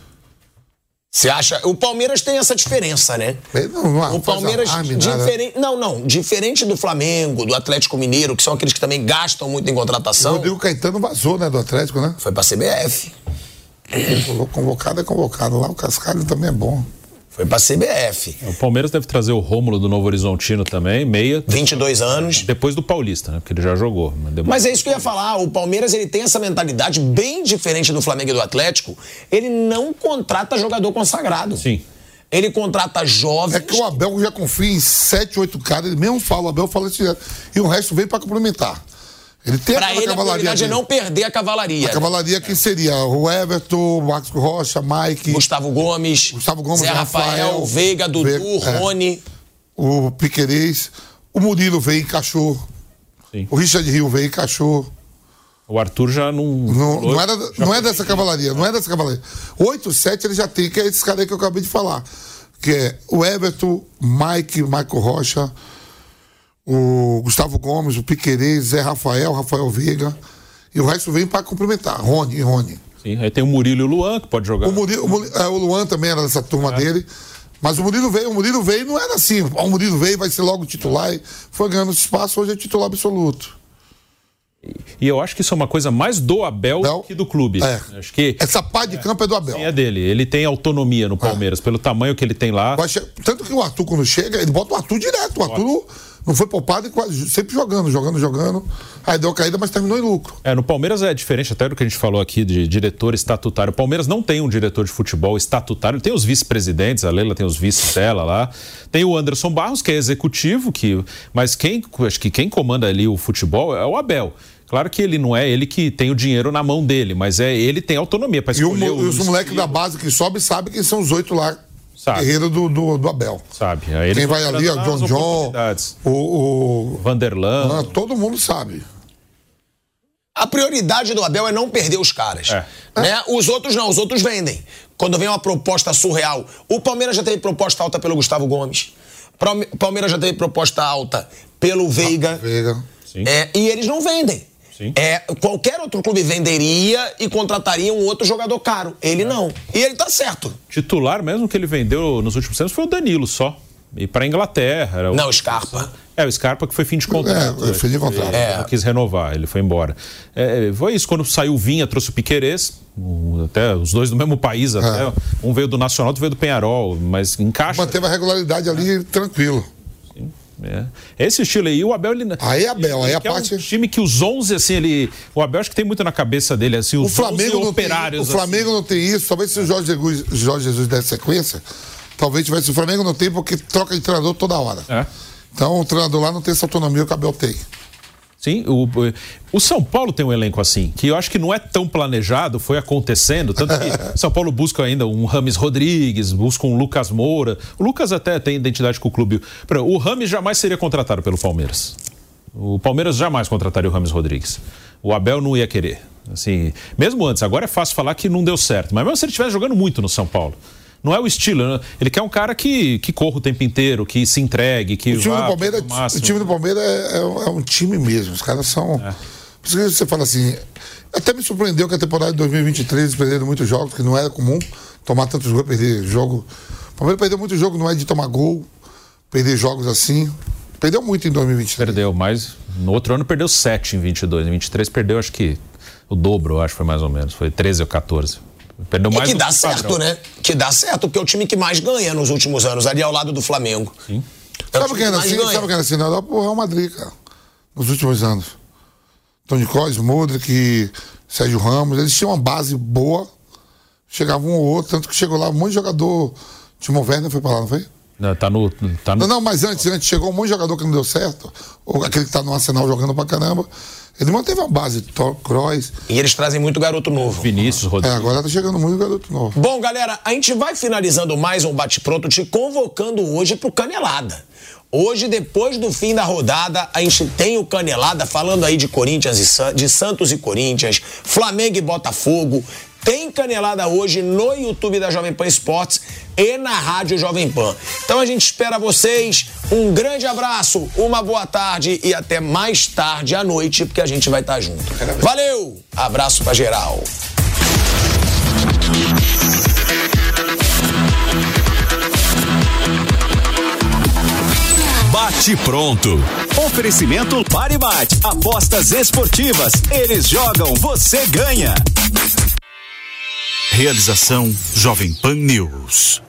Você acha? O Palmeiras tem essa diferença, né? Não, não, o Palmeiras, alarme, diferente, não, não, diferente do Flamengo, do Atlético Mineiro, que são aqueles que também gastam muito em contratação. O Rodrigo Caetano vazou, né, do Atlético, né? Foi pra C B F. Convocado é convocado. Lá o Cascalho também é bom. Foi pra C B F. O Palmeiras deve trazer o Rômulo do Novo Horizontino também, meia. vinte e dois anos. Depois do Paulista, né? Porque ele já jogou. Mas, mas é isso que eu ia falar. O Palmeiras, ele tem essa mentalidade bem diferente do Flamengo e do Atlético. Ele não contrata jogador consagrado. Sim. Ele contrata jovens. É que o Abel já confia em sete, oito caras. Ele mesmo fala, o Abel fala isso direto. E o resto vem pra complementar. Ele tem pra ele, a prioridade é não perder a cavalaria. A cavalaria que seria o Everton, Marcos Rocha, Mike... Gustavo Gomes, Gustavo Gomes, Zé Rafael, Rafael Veiga, Dudu, Veiga, Rony... É, o Piquerez, o Murilo veio e encaixou. Sim. O Richard Rio veio e encaixou. O Arthur já não... Não, não, era, não é dessa cavalaria, não é dessa cavalaria. oito, sete ele já tem, que é esse cara aí que eu acabei de falar. Que é o Everton, Mike, Michael Rocha... o Gustavo Gomes, o Piquerez, Zé Rafael, Rafael Veiga. E o resto vem para complementar, Rony e Rony. Sim, aí tem o Murilo e o Luan, que pode jogar. O, Murilo, o, Murilo, é, o Luan também era dessa turma é. dele. Mas o Murilo veio, o Murilo veio não era assim. O Murilo veio, vai ser logo titular. E foi ganhando espaço, hoje é titular absoluto. E eu acho que isso é uma coisa mais do Abel Bel, que do clube. É. Acho que essa pá de é. campo é do Abel. Sim, é dele. Ele tem autonomia no Palmeiras, é. pelo tamanho que ele tem lá. Tanto que o Arthur, quando chega, ele bota o Arthur direto. O Arthur não foi poupado, sempre jogando, jogando, jogando. Aí deu caída, mas terminou em lucro. É, no Palmeiras é diferente até do que a gente falou aqui de diretor estatutário. O Palmeiras não tem um diretor de futebol estatutário, tem os vice-presidentes, a Leila tem os vices dela lá. Tem o Anderson Barros, que é executivo, que, mas quem, acho que quem comanda ali o futebol é o Abel. Claro que ele não é ele que tem o dinheiro na mão dele, mas é ele tem autonomia para escolher. E, o, e os moleques da base que sobe sabem quem são os oito lá. Sabe. Guerreiro do, do, do Abel. Sabe. Aí quem vai ali, o John John, o, o Vanderlan. Todo mundo sabe. A prioridade do Abel é não perder os caras. É. Né? Os outros não, os outros vendem. Quando vem uma proposta surreal. O Palmeiras já teve proposta alta pelo Gustavo Gomes. O Palmeiras já teve proposta alta pelo Veiga. Ah, Veiga. Sim. É, e eles não vendem. Sim. É, qualquer outro clube venderia e contrataria um outro jogador caro. Ele é. não. E ele tá certo. Titular mesmo que ele vendeu nos últimos tempos foi o Danilo só. ir para a Inglaterra. Era o... Não, Scarpa. É, o Scarpa que foi fim de contrato. É, fim de contrato. É. Não quis renovar, ele foi embora. É, foi isso, quando saiu o Vinha, trouxe o Piquerez, até os dois do mesmo país, até. É. Um veio do Nacional, outro veio do Penharol, mas encaixa. Manteve a regularidade ali, tranquilo. Sim. É. Esse estilo aí, o Abel... Ele, aí é Abel, aí a parte... É um time que os onze, assim, ele... O Abel acho que tem muito na cabeça dele, assim, os o Flamengo onze tem, operários. O Flamengo assim. não tem isso, talvez se o Jorge Jesus, Jorge Jesus der sequência, talvez tivesse. O Flamengo não tem porque troca de treinador toda hora. É. Então o treinador lá não tem essa autonomia que o Abel tem. Sim, o, o São Paulo tem um elenco assim, que eu acho que não é tão planejado, foi acontecendo, tanto que São Paulo busca ainda um Rames Rodrigues, busca um Lucas Moura. O Lucas até tem identidade com o clube. O Rames jamais seria contratado pelo Palmeiras. O Palmeiras jamais contrataria o Rames Rodrigues. O Abel não ia querer. Assim, mesmo antes, agora é fácil falar que não deu certo, mas mesmo se ele estivesse jogando muito no São Paulo. Não é o estilo, né? Ele quer um cara que, que corra o tempo inteiro, que se entregue, que o time vá do Palmeiras, o time do Palmeiras é, é, é um time mesmo. Os caras são... É. Por isso que você fala assim... Até me surpreendeu que a temporada de dois mil e vinte e três eles perderam muitos jogos, que não era comum tomar tantos gols, perder jogo. O Palmeiras perdeu muito jogo, não é de tomar gol, perder jogos assim. Perdeu muito em dois mil e vinte e três. Perdeu, mas no outro ano perdeu sete em vinte e dois. Em vinte e três perdeu, acho que o dobro, eu acho, foi mais ou menos. Foi treze ou quatorze. Perdeu mais e que dá certo, padrão. Né? Que dá certo, porque é o time que mais ganha nos últimos anos, ali ao lado do Flamengo. Sim. É sabe quem era assim? Sabe quem era assim? Na Europa, o Real Madrid, cara. Nos últimos anos. Toni Kroos, Modric, Sérgio Ramos, eles tinham uma base boa. Chegava um ou outro, tanto que chegou lá um monte de jogador. Timo Werner foi pra lá, não foi? Não, tá no, tá no... Não, não, mas antes, antes chegou um monte de jogador que não deu certo. Ou aquele que tá no Arsenal jogando pra caramba. Ele manteve a base, Kroos. E eles trazem muito garoto novo. Vinícius, Rodrigo. É, agora tá chegando muito garoto novo. Bom, galera, a gente vai finalizando mais um Bate-Pronto, te convocando hoje pro Canelada. Hoje, depois do fim da rodada, a gente tem o Canelada falando aí de Corinthians e San... de Santos e Corinthians, Flamengo e Botafogo. Tem Canelada hoje no YouTube da Jovem Pan Esportes e na Rádio Jovem Pan. Então a gente espera vocês. Um grande abraço, uma boa tarde e até mais tarde à noite, porque a gente vai estar junto. Valeu! Abraço pra geral. Bate pronto. Oferecimento Paribate. Apostas esportivas. Eles jogam, você ganha. Realização Jovem Pan News.